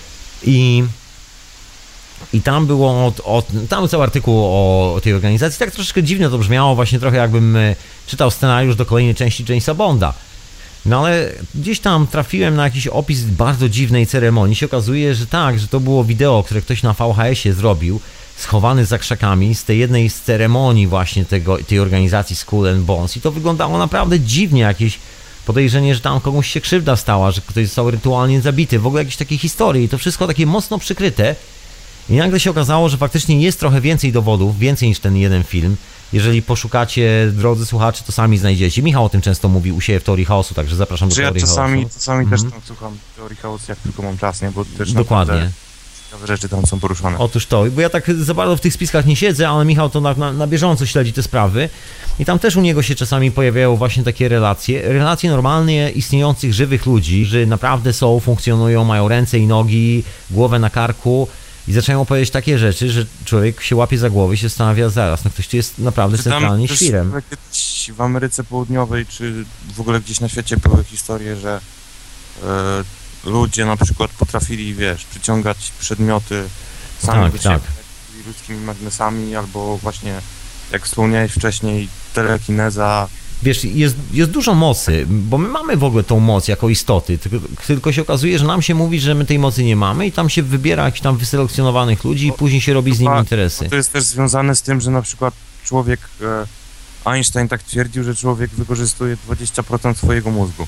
I tam było tam był cały artykuł o tej organizacji. Tak troszeczkę dziwnie to brzmiało, właśnie trochę jakbym czytał scenariusz do kolejnej części Jamesa Bonda. No ale gdzieś tam trafiłem na jakiś opis bardzo dziwnej ceremonii. Się okazuje, że tak, że to było wideo, które ktoś na VHS-ie zrobił, schowany za krzakami z tej jednej z ceremonii właśnie tej organizacji Skull and Bones. I to wyglądało naprawdę dziwnie, jakieś podejrzenie, że tam komuś się krzywda stała, że ktoś został rytualnie zabity. W ogóle jakieś takie historie i to wszystko takie mocno przykryte. I nagle się okazało, że faktycznie jest trochę więcej dowodów, więcej niż ten jeden film. Jeżeli poszukacie, drodzy słuchacze, to sami znajdziecie. Michał o tym często mówi u siebie w Teorii Chaosu, także zapraszam do Teorii Chaosu. Czasami też tam słucham Teorii Chaosu, jak tylko mam czas, nie? Bo też dokładnie. Ciekawe rzeczy tam są poruszane. Otóż to, bo ja tak za bardzo w tych spiskach nie siedzę, ale Michał to na bieżąco śledzi te sprawy. I tam też u niego się czasami pojawiają właśnie takie relacje normalnie istniejących żywych ludzi, że naprawdę są, funkcjonują, mają ręce i nogi, głowę na karku i zaczynają opowiedzieć takie rzeczy, że człowiek się łapie za głowę i się zastanawia zaraz, no ktoś tu jest naprawdę centralnie świrem. W Ameryce Południowej, czy w ogóle gdzieś na świecie były historie, że ludzie na przykład potrafili, wiesz, przyciągać przedmioty sami do siebie ludzkimi magnesami, albo właśnie, jak wspomniałeś wcześniej, telekineza. Wiesz, jest dużo mocy, bo my mamy w ogóle tą moc jako istoty, tylko się okazuje, że nam się mówi, że my tej mocy nie mamy i tam się wybiera jakichś tam wyselekcjonowanych ludzi i później się robi z nimi interesy. To jest też związane z tym, że na przykład człowiek, Einstein tak twierdził, że człowiek wykorzystuje 20% swojego mózgu.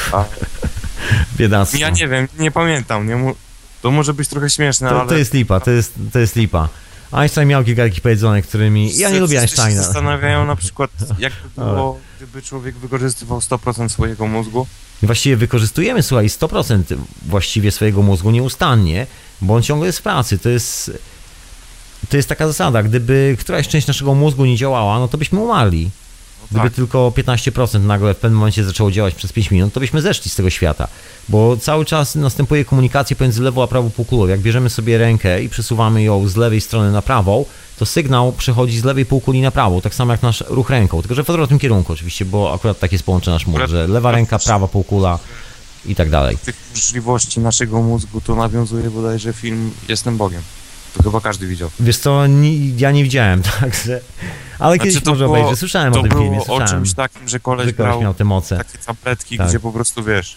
Biedactwo. Ja nie wiem, nie pamiętam, to może być trochę śmieszne, ale... To jest lipa, to jest lipa. Einstein miał kilka takich powiedzonek, którymi... Ja nie lubię Einsteina. Się zastanawiają na przykład, jak by było, gdyby człowiek wykorzystywał 100% swojego mózgu. Właściwie wykorzystujemy, słuchaj, 100% właściwie swojego mózgu nieustannie, bo on ciągle jest w pracy. To jest taka zasada, gdyby któraś część naszego mózgu nie działała, no to byśmy umarli. Gdyby tylko 15% nagle w pewnym momencie zaczęło działać przez 5 minut, to byśmy zeszli z tego świata. Bo cały czas następuje komunikacja pomiędzy lewą a prawą półkulą. Jak bierzemy sobie rękę i przesuwamy ją z lewej strony na prawą, to sygnał przechodzi z lewej półkuli na prawą, tak samo jak nasz ruch ręką, tylko że w odwrotnym kierunku oczywiście, bo akurat tak jest połączony nasz mózg, że lewa ręka, prawa półkula i tak dalej. Tych możliwości naszego mózgu to nawiązuje bodajże film Jestem Bogiem. To chyba każdy widział. Wiesz co, ja nie widziałem, także... Ale kiedyś może obejrzeć, słyszałem o tym filmie, To było o czymś takim, że koleś miał te moce. Takie tabletki, gdzie po prostu, wiesz,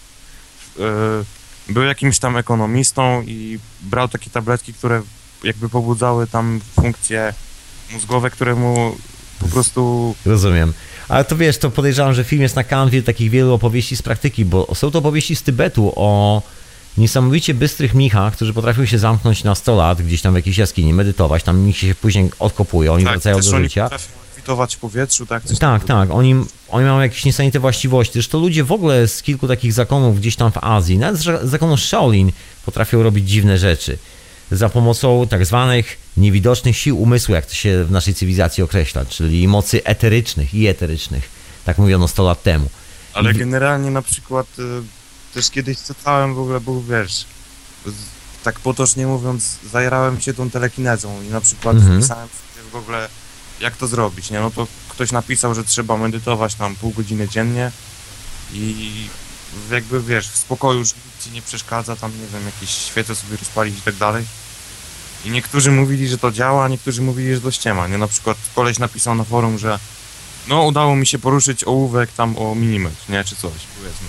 był jakimś tam ekonomistą i brał takie tabletki, które jakby pobudzały tam funkcje mózgowe, które mu po prostu... Rozumiem. Ale to wiesz, to podejrzewam, że film jest na kanwie takich wielu opowieści z praktyki, bo są to opowieści z Tybetu o niesamowicie bystrych mnichach, którzy potrafią się zamknąć na 100 lat gdzieś tam w jakiejś jaskini, medytować, tam nikt się później odkopuje, oni wracają do życia. Oni potrafią kwitować w powietrzu, tak? Tak, oni mają jakieś niesamowite właściwości. Zresztą ludzie w ogóle z kilku takich zakonów gdzieś tam w Azji, nawet z zakonu Shaolin potrafią robić dziwne rzeczy. za pomocą tak zwanych niewidocznych sił umysłu, jak to się w naszej cywilizacji określa, czyli mocy eterycznych i eterycznych. Tak mówiono 100 lat temu. Ale generalnie na przykład też kiedyś czytałem w ogóle, bo wiesz, tak potocznie mówiąc, zajarałem się tą telekinezą i na przykład wpisałem sobie w ogóle, jak to zrobić, nie? No to ktoś napisał, że trzeba medytować tam pół godziny dziennie i jakby wiesz, w spokoju, że nic ci nie przeszkadza, tam nie wiem, jakieś świece sobie rozpalić i tak dalej. I niektórzy mówili, że to działa, a niektórzy mówili, że to ściema, nie? Na przykład koleś napisał na forum, że no udało mi się poruszyć ołówek tam o milimetr, nie? Czy coś, powiedzmy.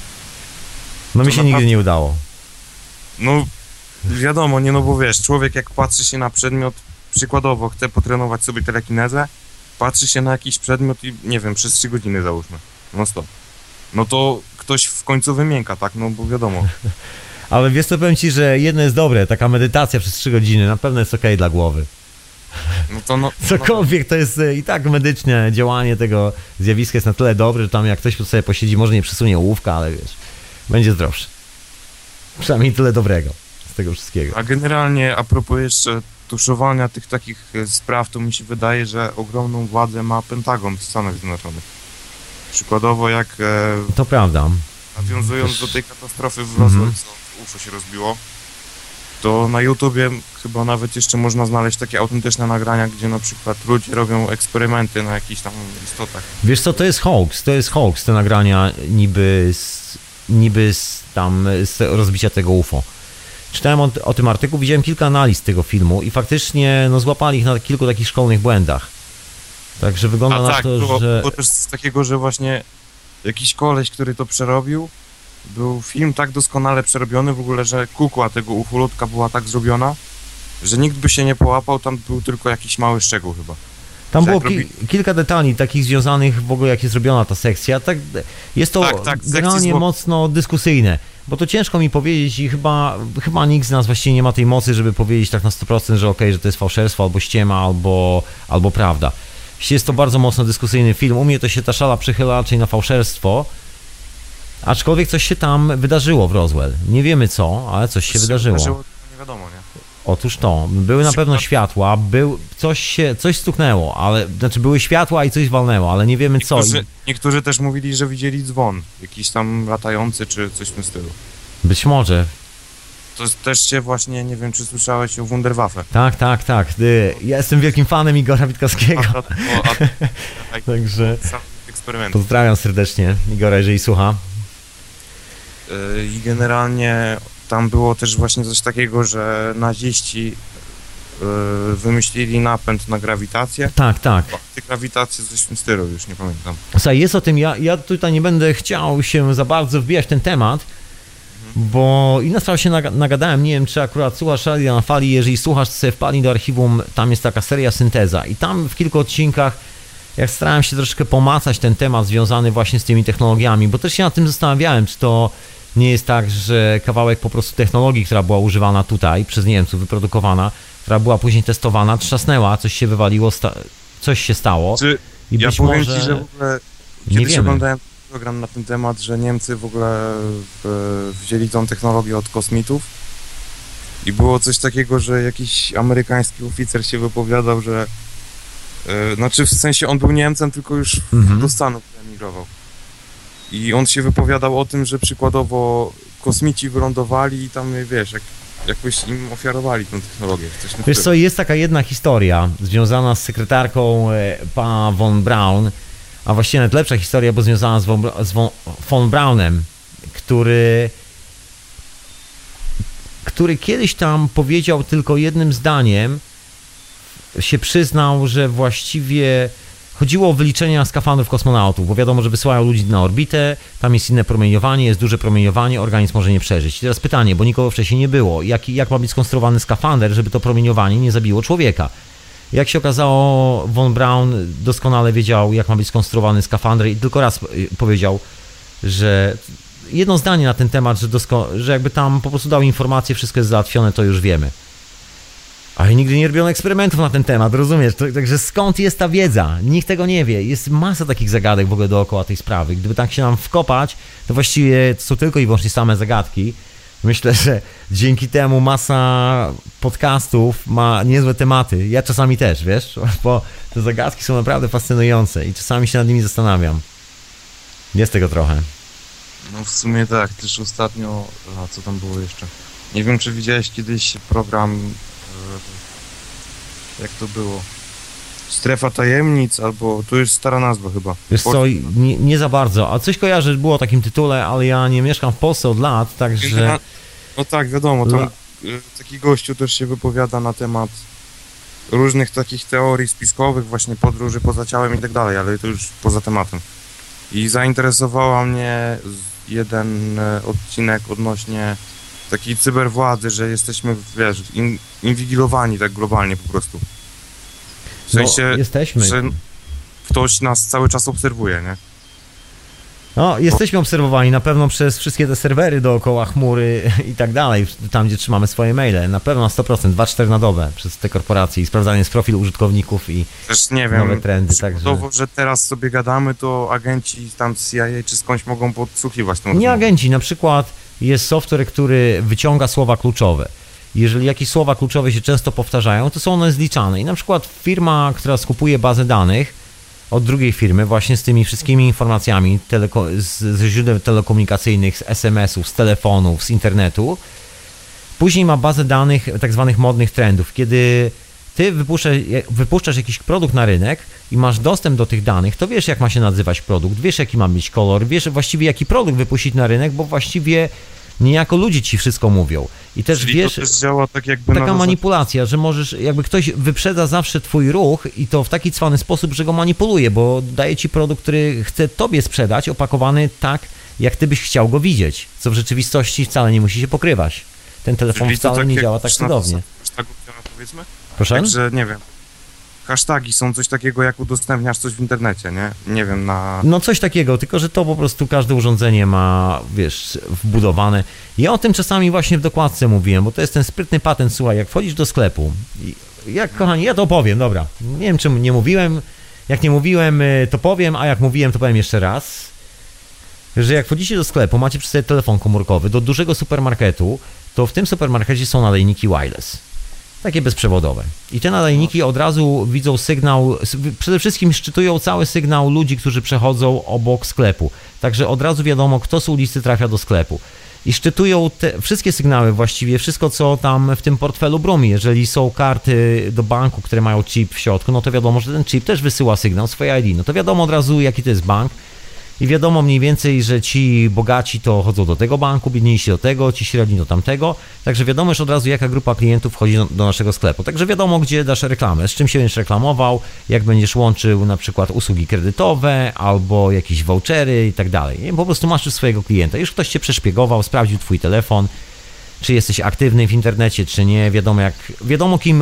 No mi się nigdy nie udało. No wiadomo, nie, no bo wiesz, człowiek jak patrzy się na przedmiot, przykładowo chce potrenować sobie telekinezę, patrzy się na jakiś przedmiot i nie wiem, przez 3 godziny załóżmy, no stop. No to ktoś w końcu wymięka, tak? No bo wiadomo. Ale wiesz co, powiem ci, że jedno jest dobre, taka medytacja przez 3 godziny na pewno jest okej dla głowy. No to no, Cokolwiek to jest i tak medyczne działanie tego zjawiska jest na tyle dobre, że tam jak ktoś sobie posiedzi, może nie przesunie ołówka, ale wiesz, będzie zdrowszy. Przynajmniej tyle dobrego z tego wszystkiego. A generalnie a propos jeszcze tuszowania tych takich spraw, to mi się wydaje, że ogromną władzę ma Pentagon w Stanach Zjednoczonych. Przykładowo jak to prawda. Nawiązując do tej katastrofy w Roswell, co UFO się rozbiło, to na YouTubie chyba nawet jeszcze można znaleźć takie autentyczne nagrania, gdzie na przykład ludzie robią eksperymenty na jakichś tam istotach. Wiesz co, to jest hoax, te nagrania niby z rozbicia tego UFO. Czytałem o tym artykuł, widziałem kilka analiz tego filmu i faktycznie no, złapali ich na kilku takich szkolnych błędach. Także wygląda na to, że... Było też z takiego, że właśnie jakiś koleś, który to przerobił, był film tak doskonale przerobiony w ogóle, że kukła tego ufolutka była tak zrobiona, że nikt by się nie połapał, tam był tylko jakiś mały szczegół chyba. Tam było kilka detali takich związanych w ogóle, jak jest zrobiona ta sekcja. Tak, jest to generalnie mocno dyskusyjne, bo to ciężko mi powiedzieć i chyba nikt z nas właściwie nie ma tej mocy, żeby powiedzieć tak na 100%, że okej, że to jest fałszerstwo, albo ściema, albo prawda. Jest to bardzo mocno dyskusyjny film. U mnie to się ta szala przychyla raczej na fałszerstwo, aczkolwiek coś się tam wydarzyło w Roswell. Nie wiemy co, ale coś się wydarzyło. Nie wiadomo, nie? Otóż to, były na pewno światła, coś stuknęło, ale znaczy były światła i coś walnęło, ale nie wiemy co. Niektórzy też mówili, że widzieli dzwon, jakiś tam latający czy coś w tym stylu. Być może. To też się właśnie, nie wiem czy słyszałeś o Wunderwaffe. Tak. Ja jestem wielkim fanem Igora Witkowskiego. Także pozdrawiam serdecznie Igora, jeżeli słucha. I generalnie tam było też właśnie coś takiego, że naziści wymyślili napęd na grawitację. Tak. Grawitację, coś w tym stylu, już nie pamiętam. Słuchaj, jest o tym, ja tutaj nie będę chciał się za bardzo wbijać w ten temat, bo inna sprawa się nagadałem, nie wiem czy akurat słuchasz Radia na Fali, jeżeli słuchasz, to sobie wpadnij do archiwum, tam jest taka seria Synteza i tam w kilku odcinkach jak starałem się troszkę pomacać ten temat związany właśnie z tymi technologiami, bo też się nad tym zastanawiałem, czy to nie jest tak, że kawałek po prostu technologii, która była używana tutaj przez Niemców, wyprodukowana, która była później testowana, trzasnęła, coś się wywaliło, coś się stało. I ja powiem ci, że w ogóle kiedyś oglądałem program na ten temat, że Niemcy w ogóle wzięli tą technologię od kosmitów i było coś takiego, że jakiś amerykański oficer się wypowiadał, że znaczy w sensie on był Niemcem, tylko już do Stanów emigrował. I on się wypowiadał o tym, że przykładowo kosmici wylądowali i tam, wiesz, jakoś im ofiarowali tę technologię. Wiesz co, jest taka jedna historia związana z sekretarką pana von Braun, a właściwie nawet lepsza historia, bo związana z von Braunem, który kiedyś tam powiedział tylko jednym zdaniem, się przyznał, że właściwie chodziło o wyliczenia skafandrów kosmonautów, bo wiadomo, że wysyłają ludzi na orbitę, tam jest inne promieniowanie, jest duże promieniowanie, organizm może nie przeżyć. I teraz pytanie, bo nikogo wcześniej nie było, jak ma być skonstruowany skafander, żeby to promieniowanie nie zabiło człowieka? Jak się okazało, von Braun doskonale wiedział, jak ma być skonstruowany skafander i tylko raz powiedział, że jedno zdanie na ten temat, że jakby tam po prostu dał informację, wszystko jest załatwione, to już wiemy. Ale nigdy nie robiono eksperymentów na ten temat, rozumiesz? Także skąd jest ta wiedza? Nikt tego nie wie. Jest masa takich zagadek w ogóle dookoła tej sprawy. Gdyby tak się nam wkopać, to właściwie są tylko i wyłącznie same zagadki. Myślę, że dzięki temu masa podcastów ma niezłe tematy. Ja czasami też, wiesz, bo te zagadki są naprawdę fascynujące i czasami się nad nimi zastanawiam. Jest tego trochę. No w sumie tak, też ostatnio, a co tam było jeszcze? Nie wiem, czy widziałeś kiedyś program, jak to było? Strefa Tajemnic, albo to już stara nazwa chyba. Wiesz co, nie za bardzo, a coś kojarzę, było o takim tytule, ale ja nie mieszkam w Polsce od lat, także... No tak, wiadomo, tam taki gościu też się wypowiada na temat różnych takich teorii spiskowych, właśnie podróży poza ciałem i tak dalej, ale to już poza tematem. I zainteresowała mnie jeden odcinek odnośnie takiej cyberwładzy, że jesteśmy, wiesz, inwigilowani tak globalnie po prostu. W sensie, jesteśmy. że ktoś nas cały czas obserwuje, nie? No, jesteśmy obserwowani na pewno przez wszystkie te serwery dookoła chmury i tak dalej, tam gdzie trzymamy swoje maile, na pewno na 100%, 2-4 na dobę przez te korporacje i sprawdzanie jest profil użytkowników i też nie wiem, nowe trendy. Także... że teraz sobie gadamy, to agenci tam z CIA czy skądś mogą podsłuchiwać tą rozmowę. Nie agenci, na przykład jest software, który wyciąga słowa kluczowe. Jeżeli jakieś słowa kluczowe się często powtarzają, to są one zliczane i na przykład firma, która skupuje bazę danych od drugiej firmy właśnie z tymi wszystkimi informacjami ze źródeł telekomunikacyjnych, z SMS-ów, z telefonów, z internetu, później ma bazę danych tak zwanych modnych trendów, kiedy ty wypuszczasz jakiś produkt na rynek i masz dostęp do tych danych, to wiesz, jak ma się nazywać produkt, wiesz, jaki ma być kolor, wiesz właściwie, jaki produkt wypuścić na rynek, bo właściwie niejako ludzie ci wszystko mówią. I też czyli wiesz, to też działa tak jakby taka manipulacja, że możesz, jakby ktoś wyprzedza zawsze twój ruch i to w taki cwany sposób, że go manipuluje, bo daje ci produkt, który chce tobie sprzedać, opakowany tak, jak ty byś chciał go widzieć, co w rzeczywistości wcale nie musi się pokrywać. Ten telefon czyli wcale nie działa tak cudownie. Powiedzmy? Proszę? Także, nie wiem, hasztagi są coś takiego, jak udostępniasz coś w internecie, nie? Nie wiem, na... No coś takiego, tylko że to po prostu każde urządzenie ma, wiesz, wbudowane. Ja o tym czasami właśnie w dokładce mówiłem, bo to jest ten sprytny patent, słuchaj, jak wchodzisz do sklepu, kochani, ja to powiem, dobra, nie wiem, czym nie mówiłem, jak nie mówiłem, to powiem, a jak mówiłem, to powiem jeszcze raz, że jak wchodzicie do sklepu, macie przy sobie telefon komórkowy, do dużego supermarketu, to w tym supermarkecie są nadajniki wireless. Takie bezprzewodowe. I te nadajniki od razu widzą sygnał, przede wszystkim szczytują cały sygnał ludzi, którzy przechodzą obok sklepu. Także od razu wiadomo, kto z ulicy trafia do sklepu. I szczytują te wszystkie sygnały właściwie, wszystko co tam w tym portfelu brumi. Jeżeli są karty do banku, które mają chip w środku, no to wiadomo, że ten chip też wysyła sygnał, swoje ID. No to wiadomo od razu, jaki to jest bank. I wiadomo mniej więcej, że ci bogaci to chodzą do tego banku, biedniejsi do tego, ci średni do tamtego. Także wiadomo już od razu, jaka grupa klientów wchodzi do naszego sklepu. Także wiadomo, gdzie dasz reklamę, z czym się będziesz reklamował, jak będziesz łączył na przykład usługi kredytowe albo jakieś vouchery i tak dalej. Po prostu masz już swojego klienta. Już ktoś cię przeszpiegował, sprawdził twój telefon, czy jesteś aktywny w internecie, czy nie. Wiadomo kim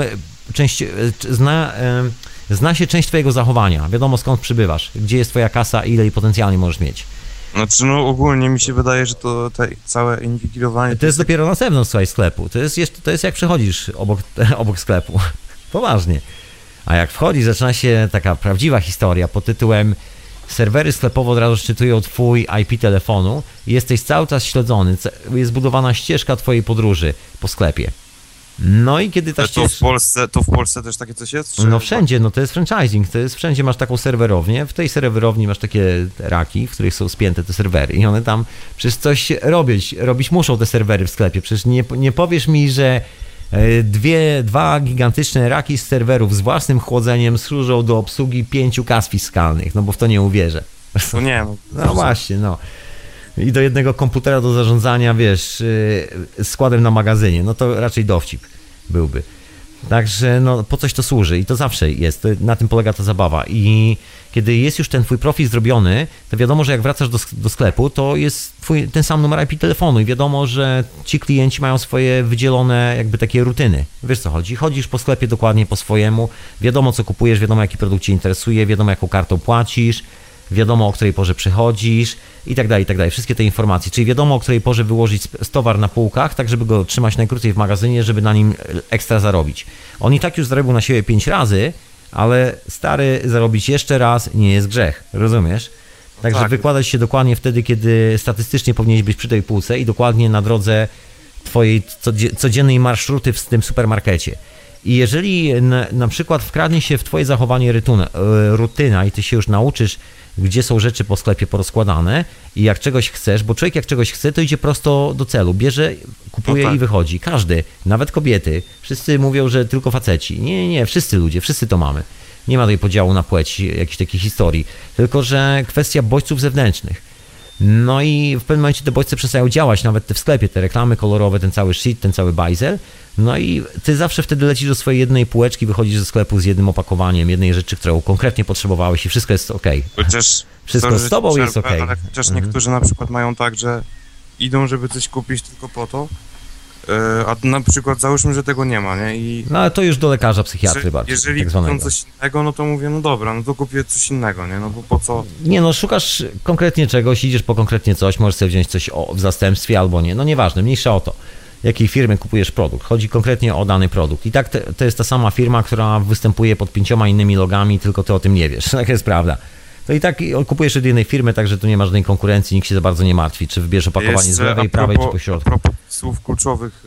zna się część twojego zachowania, wiadomo skąd przybywasz, gdzie jest twoja kasa, ile jej potencjalnie możesz mieć. Znaczy, no ogólnie mi się wydaje, że to całe inwigilowanie... To jest dopiero na zewnątrz słuchaj, sklepu, to jest jak przechodzisz obok sklepu, poważnie. A jak wchodzisz, zaczyna się taka prawdziwa historia pod tytułem serwery sklepowe od razu szczytują twój IP telefonu i jesteś cały czas śledzony, jest zbudowana ścieżka twojej podróży po sklepie. No i kiedy ta to w Polsce też takie coś jest? Czy... No wszędzie, no to jest franchising, wszędzie masz taką serwerownię, w tej serwerowni masz takie raki, w których są spięte te serwery i one tam przecież coś robić muszą te serwery w sklepie, przecież nie powiesz mi, że dwa gigantyczne raki z serwerów z własnym chłodzeniem służą do obsługi 5 kas fiskalnych, no bo w to nie uwierzę. No nie, no właśnie, no. I do jednego komputera do zarządzania, wiesz, składem na magazynie, no to raczej dowcip byłby. Także no po coś to służy i to zawsze jest, na tym polega ta zabawa. I kiedy jest już ten twój profil zrobiony, to wiadomo, że jak wracasz do sklepu, to jest ten sam numer IP telefonu i wiadomo, że ci klienci mają swoje wydzielone jakby takie rutyny. Wiesz co chodzi? Chodzisz po sklepie dokładnie po swojemu, wiadomo co kupujesz, wiadomo jaki produkt cię interesuje, wiadomo jaką kartą płacisz, wiadomo o której porze przychodzisz i tak dalej, wszystkie te informacje, czyli wiadomo o której porze wyłożyć towar na półkach, tak żeby go trzymać najkrócej w magazynie, żeby na nim ekstra zarobić. On i tak już zarobił na siebie 5 razy, ale stary, zarobić jeszcze raz nie jest grzech, rozumiesz? Także tak. Wykładać się dokładnie wtedy, kiedy statystycznie powinieneś być przy tej półce i dokładnie na drodze twojej codziennej marszruty w tym supermarkecie. I jeżeli na przykład wkradnie się w twoje zachowanie rutyna i ty się już nauczysz, gdzie są rzeczy po sklepie porozkładane i jak czegoś chcesz, bo człowiek jak czegoś chce, to idzie prosto do celu, bierze, kupuje i wychodzi. Każdy, nawet kobiety. Wszyscy mówią, że tylko faceci. Nie, wszyscy ludzie, wszyscy to mamy. Nie ma tutaj podziału na płeć, jakiejś takiej historii, tylko że kwestia bodźców zewnętrznych. No i w pewnym momencie te bodźce przestają działać, nawet te w sklepie, te reklamy kolorowe, ten cały shit, ten cały bajzel. No i ty zawsze wtedy lecisz do swojej jednej półeczki, wychodzisz ze sklepu z jednym opakowaniem, jednej rzeczy, którą konkretnie potrzebowałeś i wszystko jest okej. Chociaż Wszystko z tobą jest okej. Ale chociaż niektórzy na przykład mają tak, że idą, żeby coś kupić tylko po to, a na przykład załóżmy, że tego nie ma, nie? No ale to już do lekarza psychiatry bardziej, jeżeli tak zwanego. kupią coś innego, no to mówię, no dobra, no to kupię coś innego, nie? No bo po co? Nie no, szukasz konkretnie czegoś, idziesz po konkretnie coś, możesz sobie wziąć coś w zastępstwie albo nie, no nieważne, mniejsza o to, jakiej firmy kupujesz produkt, chodzi konkretnie o dany produkt. I tak to jest ta sama firma, która występuje pod 5 innymi logami, tylko ty o tym nie wiesz, tak jest prawda. To i tak kupujesz od jednej firmy, także tu nie ma żadnej konkurencji, nikt się za bardzo nie martwi, czy wybierz opakowanie z lewej, prawej, czy po środku. A propos słów kluczowych,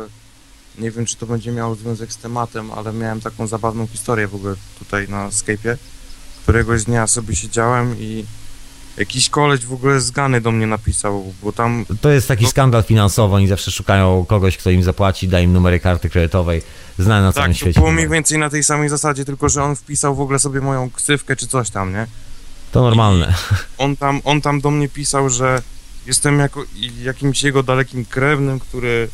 nie wiem, czy to będzie miało związek z tematem, ale miałem taką zabawną historię w ogóle tutaj na Skype'ie. Któregoś dnia sobie siedziałem i jakiś koleś w ogóle z Gany do mnie napisał, bo tam... To jest taki skandal finansowy, oni zawsze szukają kogoś, kto im zapłaci, da im numery karty kredytowej, znane na całym świecie. Tak, to było mniej więcej na tej samej zasadzie, tylko że on wpisał w ogóle sobie moją ksywkę czy coś tam, nie? To normalne. On tam do mnie pisał, że jestem jakimś jego dalekim krewnym, który...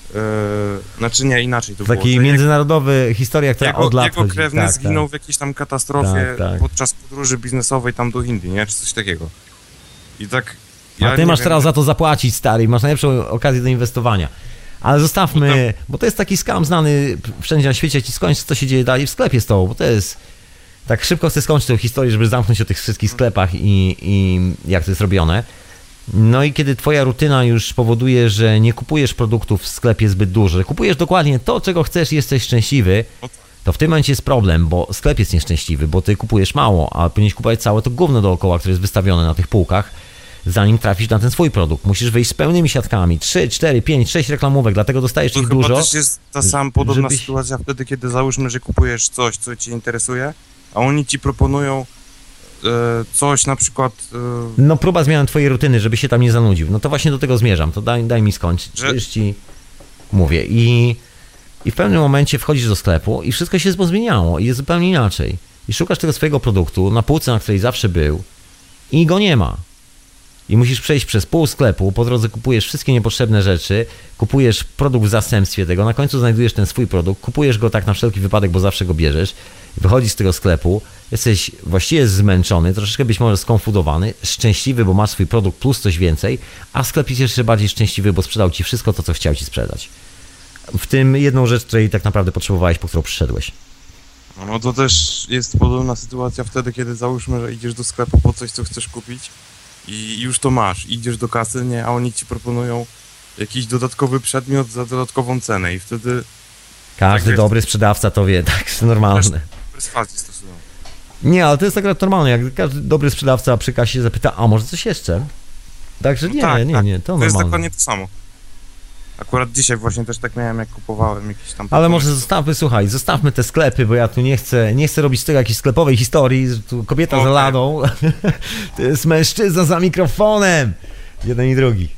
znaczy nie, inaczej to było. Taki międzynarodowy historia, która od lat jego krewny tak, zginął w jakiejś tam katastrofie podczas podróży biznesowej tam do Indii, nie? Czy coś takiego. I tak... A ty masz teraz za to zapłacić, stary, masz najlepszą okazję do inwestowania. Ale zostawmy, bo to jest taki skam znany wszędzie na świecie, jak ci skończysz, co się dzieje dalej w sklepie z tobą, bo to jest... Tak szybko chcę skończyć tę historię, żeby zamknąć o tych wszystkich sklepach i jak to jest robione. No i kiedy twoja rutyna już powoduje, że nie kupujesz produktów w sklepie zbyt dużo, że kupujesz dokładnie to, czego chcesz i jesteś szczęśliwy, to w tym momencie jest problem, bo sklep jest nieszczęśliwy, bo ty kupujesz mało, a powinieneś kupować całe to gówno dookoła, które jest wystawione na tych półkach, zanim trafisz na ten swój produkt. Musisz wyjść z pełnymi siatkami, 3, 4, 5, 6 reklamówek, dlatego dostajesz ich dużo. To też jest ta sama podobna sytuacja wtedy, kiedy załóżmy, że kupujesz coś, co cię interesuje, a oni ci proponują coś na przykład... No próba zmiany twojej rutyny, żeby się tam nie zanudził. No to właśnie do tego zmierzam, to daj mi skończyć. Już ci mówię. I w pewnym momencie wchodzisz do sklepu i wszystko się pozmieniało i jest zupełnie inaczej. I szukasz tego swojego produktu na półce, na której zawsze był i go nie ma. I musisz przejść przez pół sklepu, po drodze kupujesz wszystkie niepotrzebne rzeczy, kupujesz produkt w zastępstwie tego, na końcu znajdujesz ten swój produkt, kupujesz go tak na wszelki wypadek, bo zawsze go bierzesz, wychodzisz z tego sklepu, jesteś właściwie zmęczony, troszeczkę być może skonfudowany, szczęśliwy, bo masz swój produkt plus coś więcej, a sklep jest jeszcze bardziej szczęśliwy, bo sprzedał ci wszystko to, co chciał ci sprzedać. W tym jedną rzecz, której tak naprawdę potrzebowałeś, po którą przyszedłeś. No to też jest podobna sytuacja wtedy, kiedy załóżmy, że idziesz do sklepu po coś, co chcesz kupić i już to masz. Idziesz do kasy, nie, a oni ci proponują jakiś dodatkowy przedmiot za dodatkową cenę i wtedy... Każdy tak dobry sprzedawca to wie, tak, jest normalne. Perswazję stosują. Nie, ale to jest akurat normalne, jak każdy dobry sprzedawca przy kasie zapyta, a może coś jeszcze? Także nie, tak, nie, to normalne. Jest dokładnie to samo. Akurat dzisiaj właśnie też tak miałem, jak kupowałem jakieś tam... Ale może zostawmy te sklepy, bo ja tu nie chcę robić z tego jakiejś sklepowej historii, że tu kobieta za ladą, to jest mężczyzna za mikrofonem, jeden i drugi.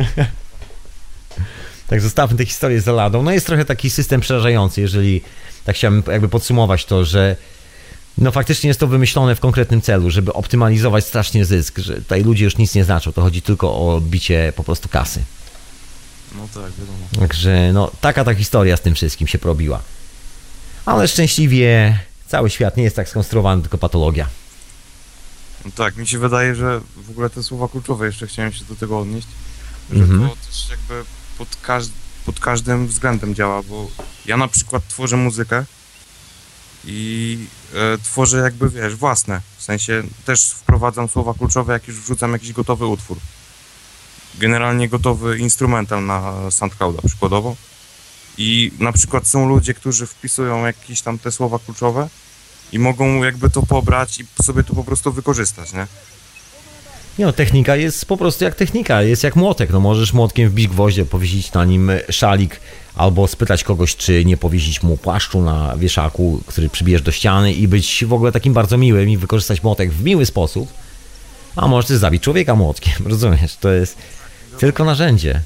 Tak, zostawmy tę historię za ladą. No jest trochę taki system przerażający, jeżeli tak chciałbym jakby podsumować to, że no faktycznie jest to wymyślone w konkretnym celu, żeby optymalizować strasznie zysk, że tutaj ludzie już nic nie znaczą, to chodzi tylko o bicie po prostu kasy. No tak, wiadomo. Także no taka ta historia z tym wszystkim się probiła. Ale szczęśliwie cały świat nie jest tak skonstruowany, tylko patologia. No tak, mi się wydaje, że w ogóle te słowa kluczowe, jeszcze chciałem się do tego odnieść, że to też jakby pod każdym względem działa, bo ja na przykład tworzę muzykę i tworzę jakby, wiesz, własne. W sensie też wprowadzam słowa kluczowe, jak już wrzucam jakiś gotowy utwór. Generalnie gotowy instrumental na SoundClouda przykładowo. I na przykład są ludzie, którzy wpisują jakieś tam te słowa kluczowe i mogą jakby to pobrać i sobie to po prostu wykorzystać, nie? Nie no, technika jest po prostu jak technika, jest jak młotek. No możesz młotkiem wbić gwoździe, powiesić na nim szalik, albo spytać kogoś, czy nie powiesić mu płaszczu na wieszaku, który przybijesz do ściany i być w ogóle takim bardzo miłym i wykorzystać młotek w miły sposób. A możesz też zabić człowieka młotkiem, rozumiesz? To jest tylko narzędzie.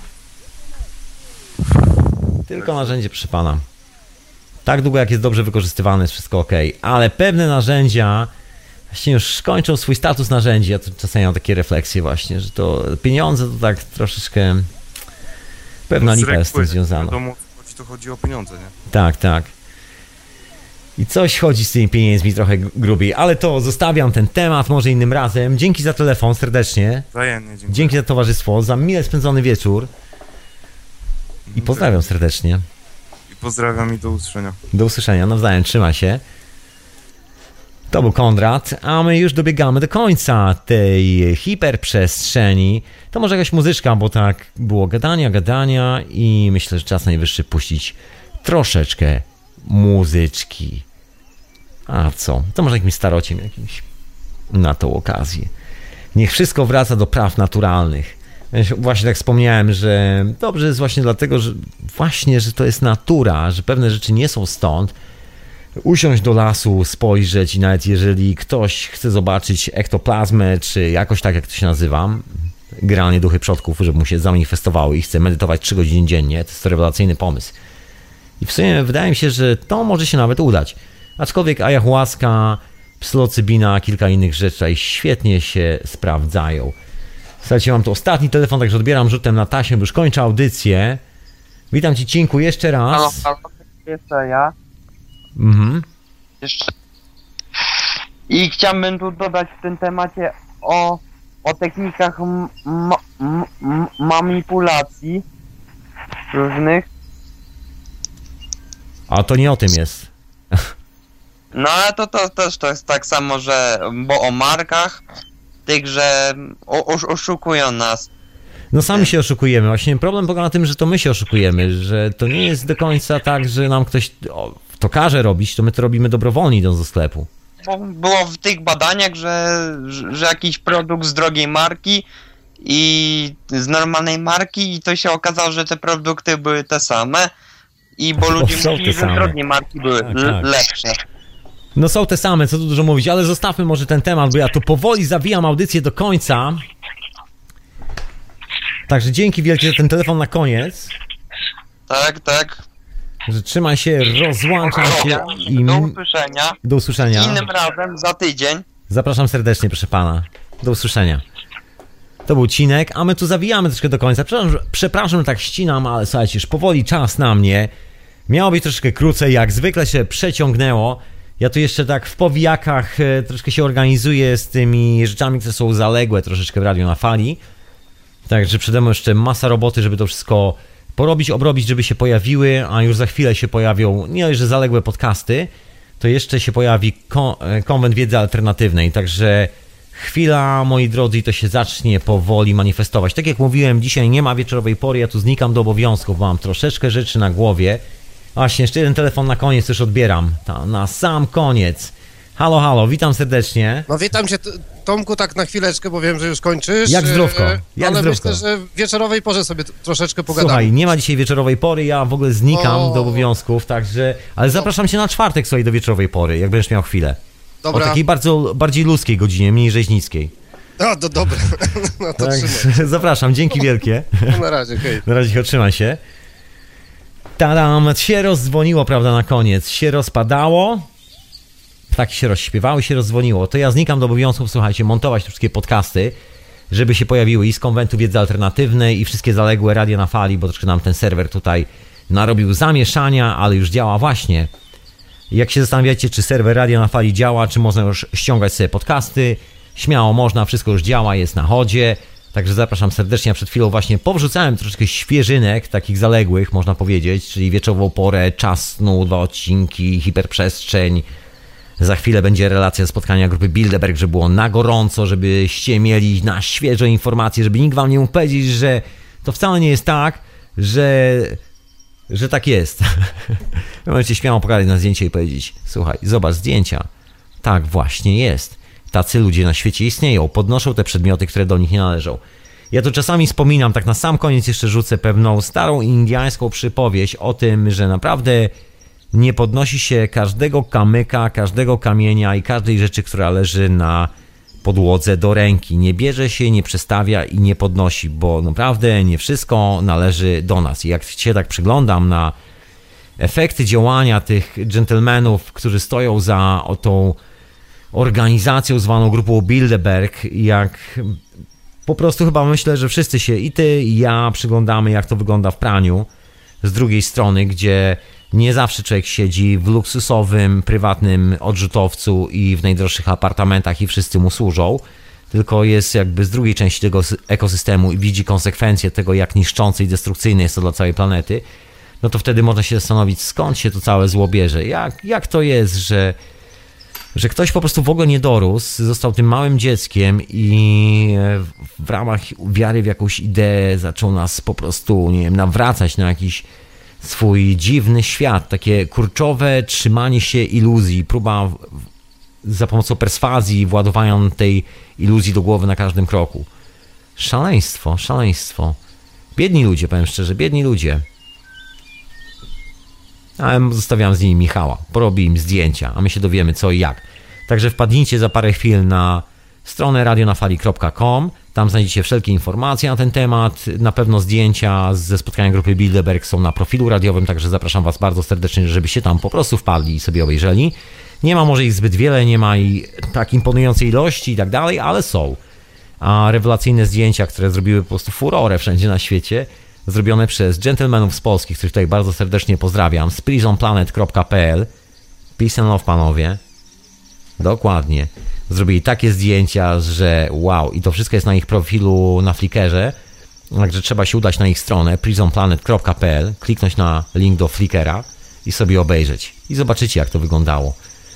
Tylko narzędzie, proszę pana. Tak długo jak jest dobrze wykorzystywane, jest wszystko ok. Ale pewne narzędzia właśnie już kończą swój status narzędzi. Ja czasami mam takie refleksje właśnie, że to pieniądze to tak troszeczkę pewna lipa jest z tym związana. Wiadomo, to chodzi o pieniądze, nie? Tak, tak. I coś chodzi z tymi pieniędzmi trochę grubiej, ale to zostawiam ten temat może innym razem. Dzięki za telefon serdecznie. Wzajemnie, dziękuję. Dzięki za towarzystwo, za mile spędzony wieczór. I pozdrawiam serdecznie. I pozdrawiam i do usłyszenia. Do usłyszenia, nawzajem, trzymaj się. To był Konrad, a my już dobiegamy do końca tej hiperprzestrzeni. To może jakaś muzyczka, bo tak było gadania i myślę, że czas najwyższy puścić troszeczkę muzyczki. A co? To może jakimś starociem jakimś na tą okazję. Niech wszystko wraca do praw naturalnych. Właśnie tak wspomniałem, że dobrze jest właśnie dlatego, że właśnie, że to jest natura, że pewne rzeczy nie są stąd. Usiąść do lasu, spojrzeć i nawet jeżeli ktoś chce zobaczyć ektoplazmę, czy jakoś tak jak to się nazywa, generalnie duchy przodków, żeby mu się zamanifestowały i chce medytować 3 godziny dziennie, to jest to rewelacyjny pomysł. I w sumie wydaje mi się, że to może się nawet udać. Aczkolwiek ayahuasca, psylocybina, kilka innych rzeczy tutaj świetnie się sprawdzają. Słuchajcie, mam tu ostatni telefon, także odbieram rzutem na taśmę, bo już kończę audycję. Witam Ci, Cinku, jeszcze raz. Halo, jeszcze ja. Mhm. Jeszcze. I chciałbym tu dodać w tym temacie o technikach manipulacji różnych. A to nie o tym jest. No ale to też to jest tak samo, że bo o markach tych, że oszukują nas. No sami się oszukujemy. Właśnie problem polega na tym, że to my się oszukujemy, że to nie jest do końca tak, że nam ktoś to każe robić, to my to robimy dobrowolnie idąc do sklepu. Bo było w tych badaniach, że jakiś produkt z drogiej marki i z normalnej marki i to się okazało, że te produkty były te same i bo ludzie mówili, że z drogiej marki były lepsze. No są te same, co tu dużo mówić, ale zostawmy może ten temat, bo ja tu powoli zawijam audycję do końca. Także dzięki wielkie za ten telefon na koniec. Tak, tak. Że trzymaj się, rozłączam się i... Do usłyszenia. Do usłyszenia. Innym razem, za tydzień. Zapraszam serdecznie, proszę pana. Do usłyszenia. To był Cinek, a my tu zawijamy troszkę do końca. Przepraszam, że tak ścinam, ale słuchajcie, już powoli czas na mnie. Miało być troszkę krócej, jak zwykle się przeciągnęło. Ja tu jeszcze tak w powijakach troszkę się organizuję z tymi rzeczami, które są zaległe troszeczkę w Radio na Fali. Także przede mną jeszcze masa roboty, żeby to wszystko porobić, obrobić, żeby się pojawiły, a już za chwilę się pojawią nie dość, że zaległe podcasty, to jeszcze się pojawi konwent wiedzy alternatywnej. Także chwila, moi drodzy, i to się zacznie powoli manifestować. Tak jak mówiłem, dzisiaj nie ma wieczorowej pory, ja tu znikam do obowiązków, mam troszeczkę rzeczy na głowie. Właśnie, jeszcze jeden telefon na koniec też odbieram. Na sam koniec. Halo, halo, witam serdecznie. No witam cię, Tomku, tak na chwileczkę, bo wiem, że już kończysz. Jak zdrówko? Jak ale zdrówko? myślę, że w wieczorowej porze sobie troszeczkę pogadamy. Słuchaj, nie ma dzisiaj wieczorowej pory, ja w ogóle znikam do obowiązków, także... Ale zapraszam cię na czwartek, słuchaj, do wieczorowej pory, jak będziesz miał chwilę. Dobra. O takiej bardziej ludzkiej godzinie, mniej rzeźnickiej. No, dobra. No to Tak, trzymaj. zapraszam, dzięki wielkie. No, na razie, hej. Na razie, otrzymaj się. Tadam, się rozdzwoniło, prawda, na koniec. Się rozpadało, ptaki się rozśpiewały, się rozdzwoniło. To ja znikam do obowiązków, słuchajcie, montować te wszystkie podcasty, żeby się pojawiły i z konwentu wiedzy alternatywnej i wszystkie zaległe radia na fali, bo troszkę nam ten serwer tutaj narobił zamieszania, ale już działa właśnie. Jak się zastanawiacie, czy serwer radia na fali działa, czy można już ściągać sobie podcasty, śmiało można, wszystko już działa, jest na chodzie. Także zapraszam serdecznie. Ja przed chwilą właśnie powrzucałem troszeczkę świeżynek, takich zaległych, można powiedzieć, czyli wieczorową porę, czas snu, 2 odcinki, hiperprzestrzeń. Za chwilę będzie relacja spotkania grupy Bilderberg, że było na gorąco, żebyście mieli na świeżo informacje, żeby nikt wam nie mógł powiedzieć, że to wcale nie jest tak, że tak jest. Możecie śmiało pokazać na zdjęcie i powiedzieć: słuchaj, zobacz zdjęcia. Tak właśnie jest. tacy ludzie na świecie istnieją, podnoszą te przedmioty, które do nich nie należą. Ja to czasami wspominam, tak na sam koniec jeszcze rzucę pewną starą indiańską przypowieść o tym, że naprawdę nie podnosi się każdego kamyka, każdego kamienia i każdej rzeczy, która leży na podłodze do ręki. Nie bierze się, nie przestawia i nie podnosi, bo naprawdę nie wszystko należy do nas. I jak się tak przyglądam na efekty działania tych dżentelmenów, którzy stoją za tą organizacją zwaną grupą Bilderberg, jak po prostu chyba myślę, że wszyscy się, i ty, i ja, przyglądamy, jak to wygląda w praniu z drugiej strony, gdzie nie zawsze człowiek siedzi w luksusowym, prywatnym odrzutowcu i w najdroższych apartamentach i wszyscy mu służą, tylko jest jakby z drugiej części tego ekosystemu i widzi konsekwencje tego, jak niszczące i destrukcyjne jest to dla całej planety, no to wtedy można się zastanowić, skąd się to całe zło bierze. Jak to jest, że ktoś po prostu w ogóle nie dorósł, został tym małym dzieckiem i w ramach wiary w jakąś ideę zaczął nas po prostu, nie wiem, nawracać na jakiś swój dziwny świat, takie kurczowe trzymanie się iluzji, próba za pomocą perswazji władowania tej iluzji do głowy na każdym kroku. Szaleństwo, szaleństwo. Biedni ludzie, powiem szczerze, biedni ludzie. Ale zostawiam z nimi Michała, porobi im zdjęcia, a my się dowiemy co i jak. Także wpadnijcie za parę chwil na stronę radionafali.com, tam znajdziecie wszelkie informacje na ten temat, na pewno zdjęcia ze spotkania grupy Bilderberg są na profilu radiowym, także zapraszam was bardzo serdecznie, żebyście tam po prostu wpadli i sobie obejrzeli. Nie ma może ich zbyt wiele, nie ma i tak imponującej ilości i tak dalej, ale są. A rewelacyjne zdjęcia, które zrobiły po prostu furorę wszędzie na świecie, zrobione przez dżentelmenów z Polski, których tutaj bardzo serdecznie pozdrawiam, z prisonplanet.pl. Peace and love, panowie. Dokładnie. Zrobili takie zdjęcia, że wow, i to wszystko jest na ich profilu na Flickrze, także trzeba się udać na ich stronę prisonplanet.pl, kliknąć na link do Flickra i sobie obejrzeć. I zobaczycie, jak to wyglądało.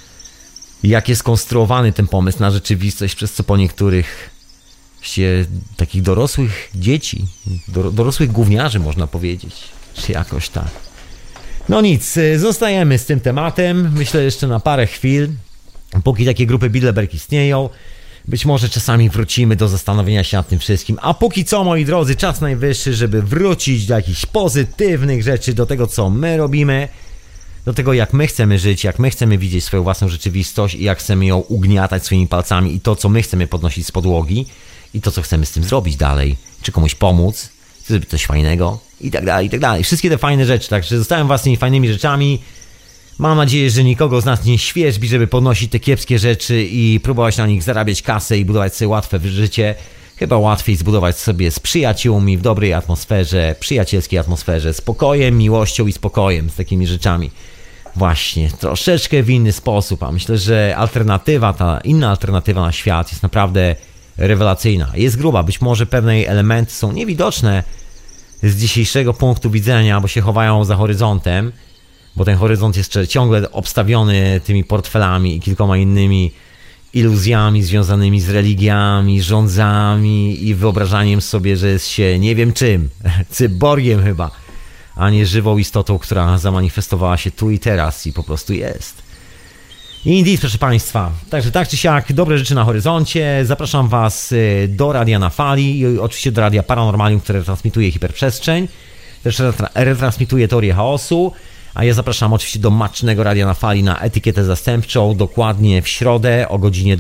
Jak jest skonstruowany ten pomysł na rzeczywistość, przez co po niektórych takich dorosłych dzieci, dorosłych gówniarzy można powiedzieć, czy jakoś tak. No nic, zostajemy z tym tematem, myślę jeszcze na parę chwil, póki takie grupy Bilderberg istnieją. Być może czasami wrócimy do zastanowienia się nad tym wszystkim, a póki co, moi drodzy, czas najwyższy, żeby wrócić do jakichś pozytywnych rzeczy, do tego, co my robimy, do tego, jak my chcemy żyć, jak my chcemy widzieć swoją własną rzeczywistość i jak chcemy ją ugniatać swoimi palcami i to, co my chcemy podnosić z podłogi i to, co chcemy z tym zrobić dalej, czy komuś pomóc, czy zrobić coś fajnego i tak dalej, i tak dalej. Wszystkie te fajne rzeczy, także zostałem was z tymi fajnymi rzeczami. Mam nadzieję, że nikogo z nas nie świerzbi, żeby podnosić te kiepskie rzeczy i próbować na nich zarabiać kasę i budować sobie łatwe życie. Chyba łatwiej zbudować sobie z przyjaciółmi w dobrej atmosferze, przyjacielskiej atmosferze, spokojem, miłością i spokojem, z takimi rzeczami. Właśnie, troszeczkę w inny sposób, a myślę, że ta inna alternatywa na świat jest naprawdę rewelacyjna. Jest gruba, być może pewne elementy są niewidoczne z dzisiejszego punktu widzenia, bo się chowają za horyzontem, bo ten horyzont jest ciągle obstawiony tymi portfelami i kilkoma innymi iluzjami związanymi z religiami, rządzami i wyobrażaniem sobie, że jest się nie wiem czym, cyborgiem chyba, a nie żywą istotą, która zamanifestowała się tu i teraz i po prostu jest. Indeed, proszę Państwa. Także tak czy siak, dobre rzeczy na horyzoncie. Zapraszam Was do Radia na Fali i oczywiście do Radia Paranormalium, które transmituje hiperprzestrzeń. Też retransmituje Teorię Chaosu. A ja zapraszam oczywiście do Matcznego Radia na Fali na Etykietę Zastępczą, dokładnie w środę o godzinie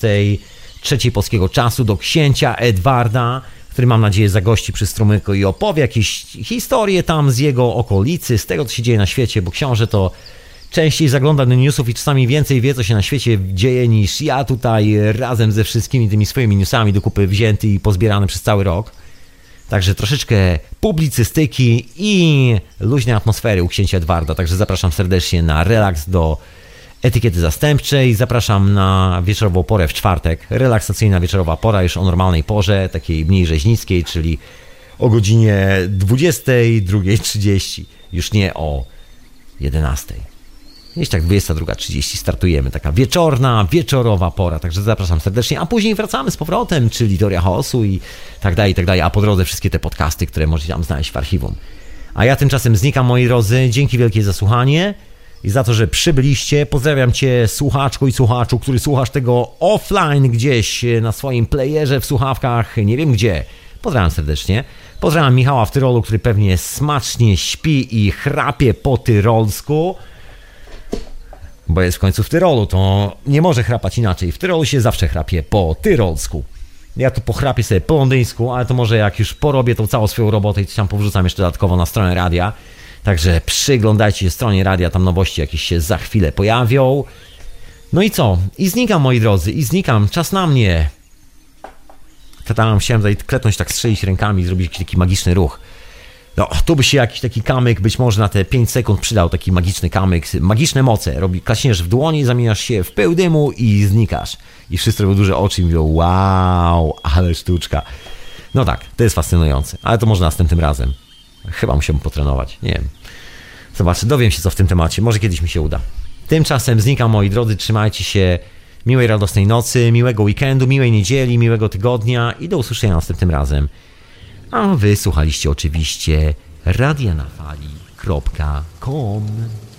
23 polskiego czasu, do księcia Edwarda, który mam nadzieję zagości przy strumyku i opowie jakieś historie tam z jego okolicy, z tego, co się dzieje na świecie, bo książę to częściej zagląda do newsów i czasami więcej wie, co się na świecie dzieje, niż ja tutaj razem ze wszystkimi tymi swoimi newsami do kupy wzięty i pozbierany przez cały rok. Także troszeczkę publicystyki i luźnej atmosfery u księcia Edwarda. Także zapraszam serdecznie na relaks do Etykiety Zastępczej. Zapraszam na wieczorową porę w czwartek. Relaksacyjna wieczorowa pora już o normalnej porze, takiej mniej rzeźnickiej, czyli o godzinie 22:30. Już nie o 11:00. Gdzieś tak 22:30 startujemy. Taka wieczorowa pora. Także zapraszam serdecznie. A później wracamy z powrotem, czyli Teoria Chaosu i tak dalej, i tak dalej. A po drodze wszystkie te podcasty, które możecie tam znaleźć w archiwum. A ja tymczasem znikam, moi drodzy. Dzięki wielkie za słuchanie. i za to, że przybyliście. Pozdrawiam Cię, słuchaczku i słuchaczu, który słuchasz tego offline gdzieś na swoim playerze, w słuchawkach, nie wiem gdzie. Pozdrawiam serdecznie. Pozdrawiam Michała w Tyrolu, który pewnie smacznie śpi i chrapie po tyrolsku. Bo jest w końcu w Tyrolu, to nie może chrapać inaczej. W Tyrolu się zawsze chrapie po tyrolsku. Ja tu pochrapię sobie po londyńsku, ale to może jak już porobię tą całą swoją robotę i coś tam powrzucam jeszcze dodatkowo na stronę radia. Także przyglądajcie się stronie radia, tam nowości jakieś się za chwilę pojawią. No i co? I znikam, moi drodzy, i znikam. Czas na mnie. Tam chciałem tutaj klepnąć, tak strzelić rękami i zrobić jakiś taki magiczny ruch. No, tu by się jakiś taki kamyk być może na te 5 sekund przydał, taki magiczny kamyk, magiczne moce. Klaśniesz w dłoni, zamieniasz się w pył dymu i znikasz. I wszyscy robią duże oczy i mówią, wow, ale sztuczka. No tak, to jest fascynujące, ale to może następnym razem. Chyba musiałbym potrenować, nie wiem. Zobaczę, dowiem się co w tym temacie, może kiedyś mi się uda. Tymczasem znikam, moi drodzy, trzymajcie się. Miłej, radosnej nocy, miłego weekendu, miłej niedzieli, miłego tygodnia i do usłyszenia następnym razem. A wy słuchaliście oczywiście radianafali.com.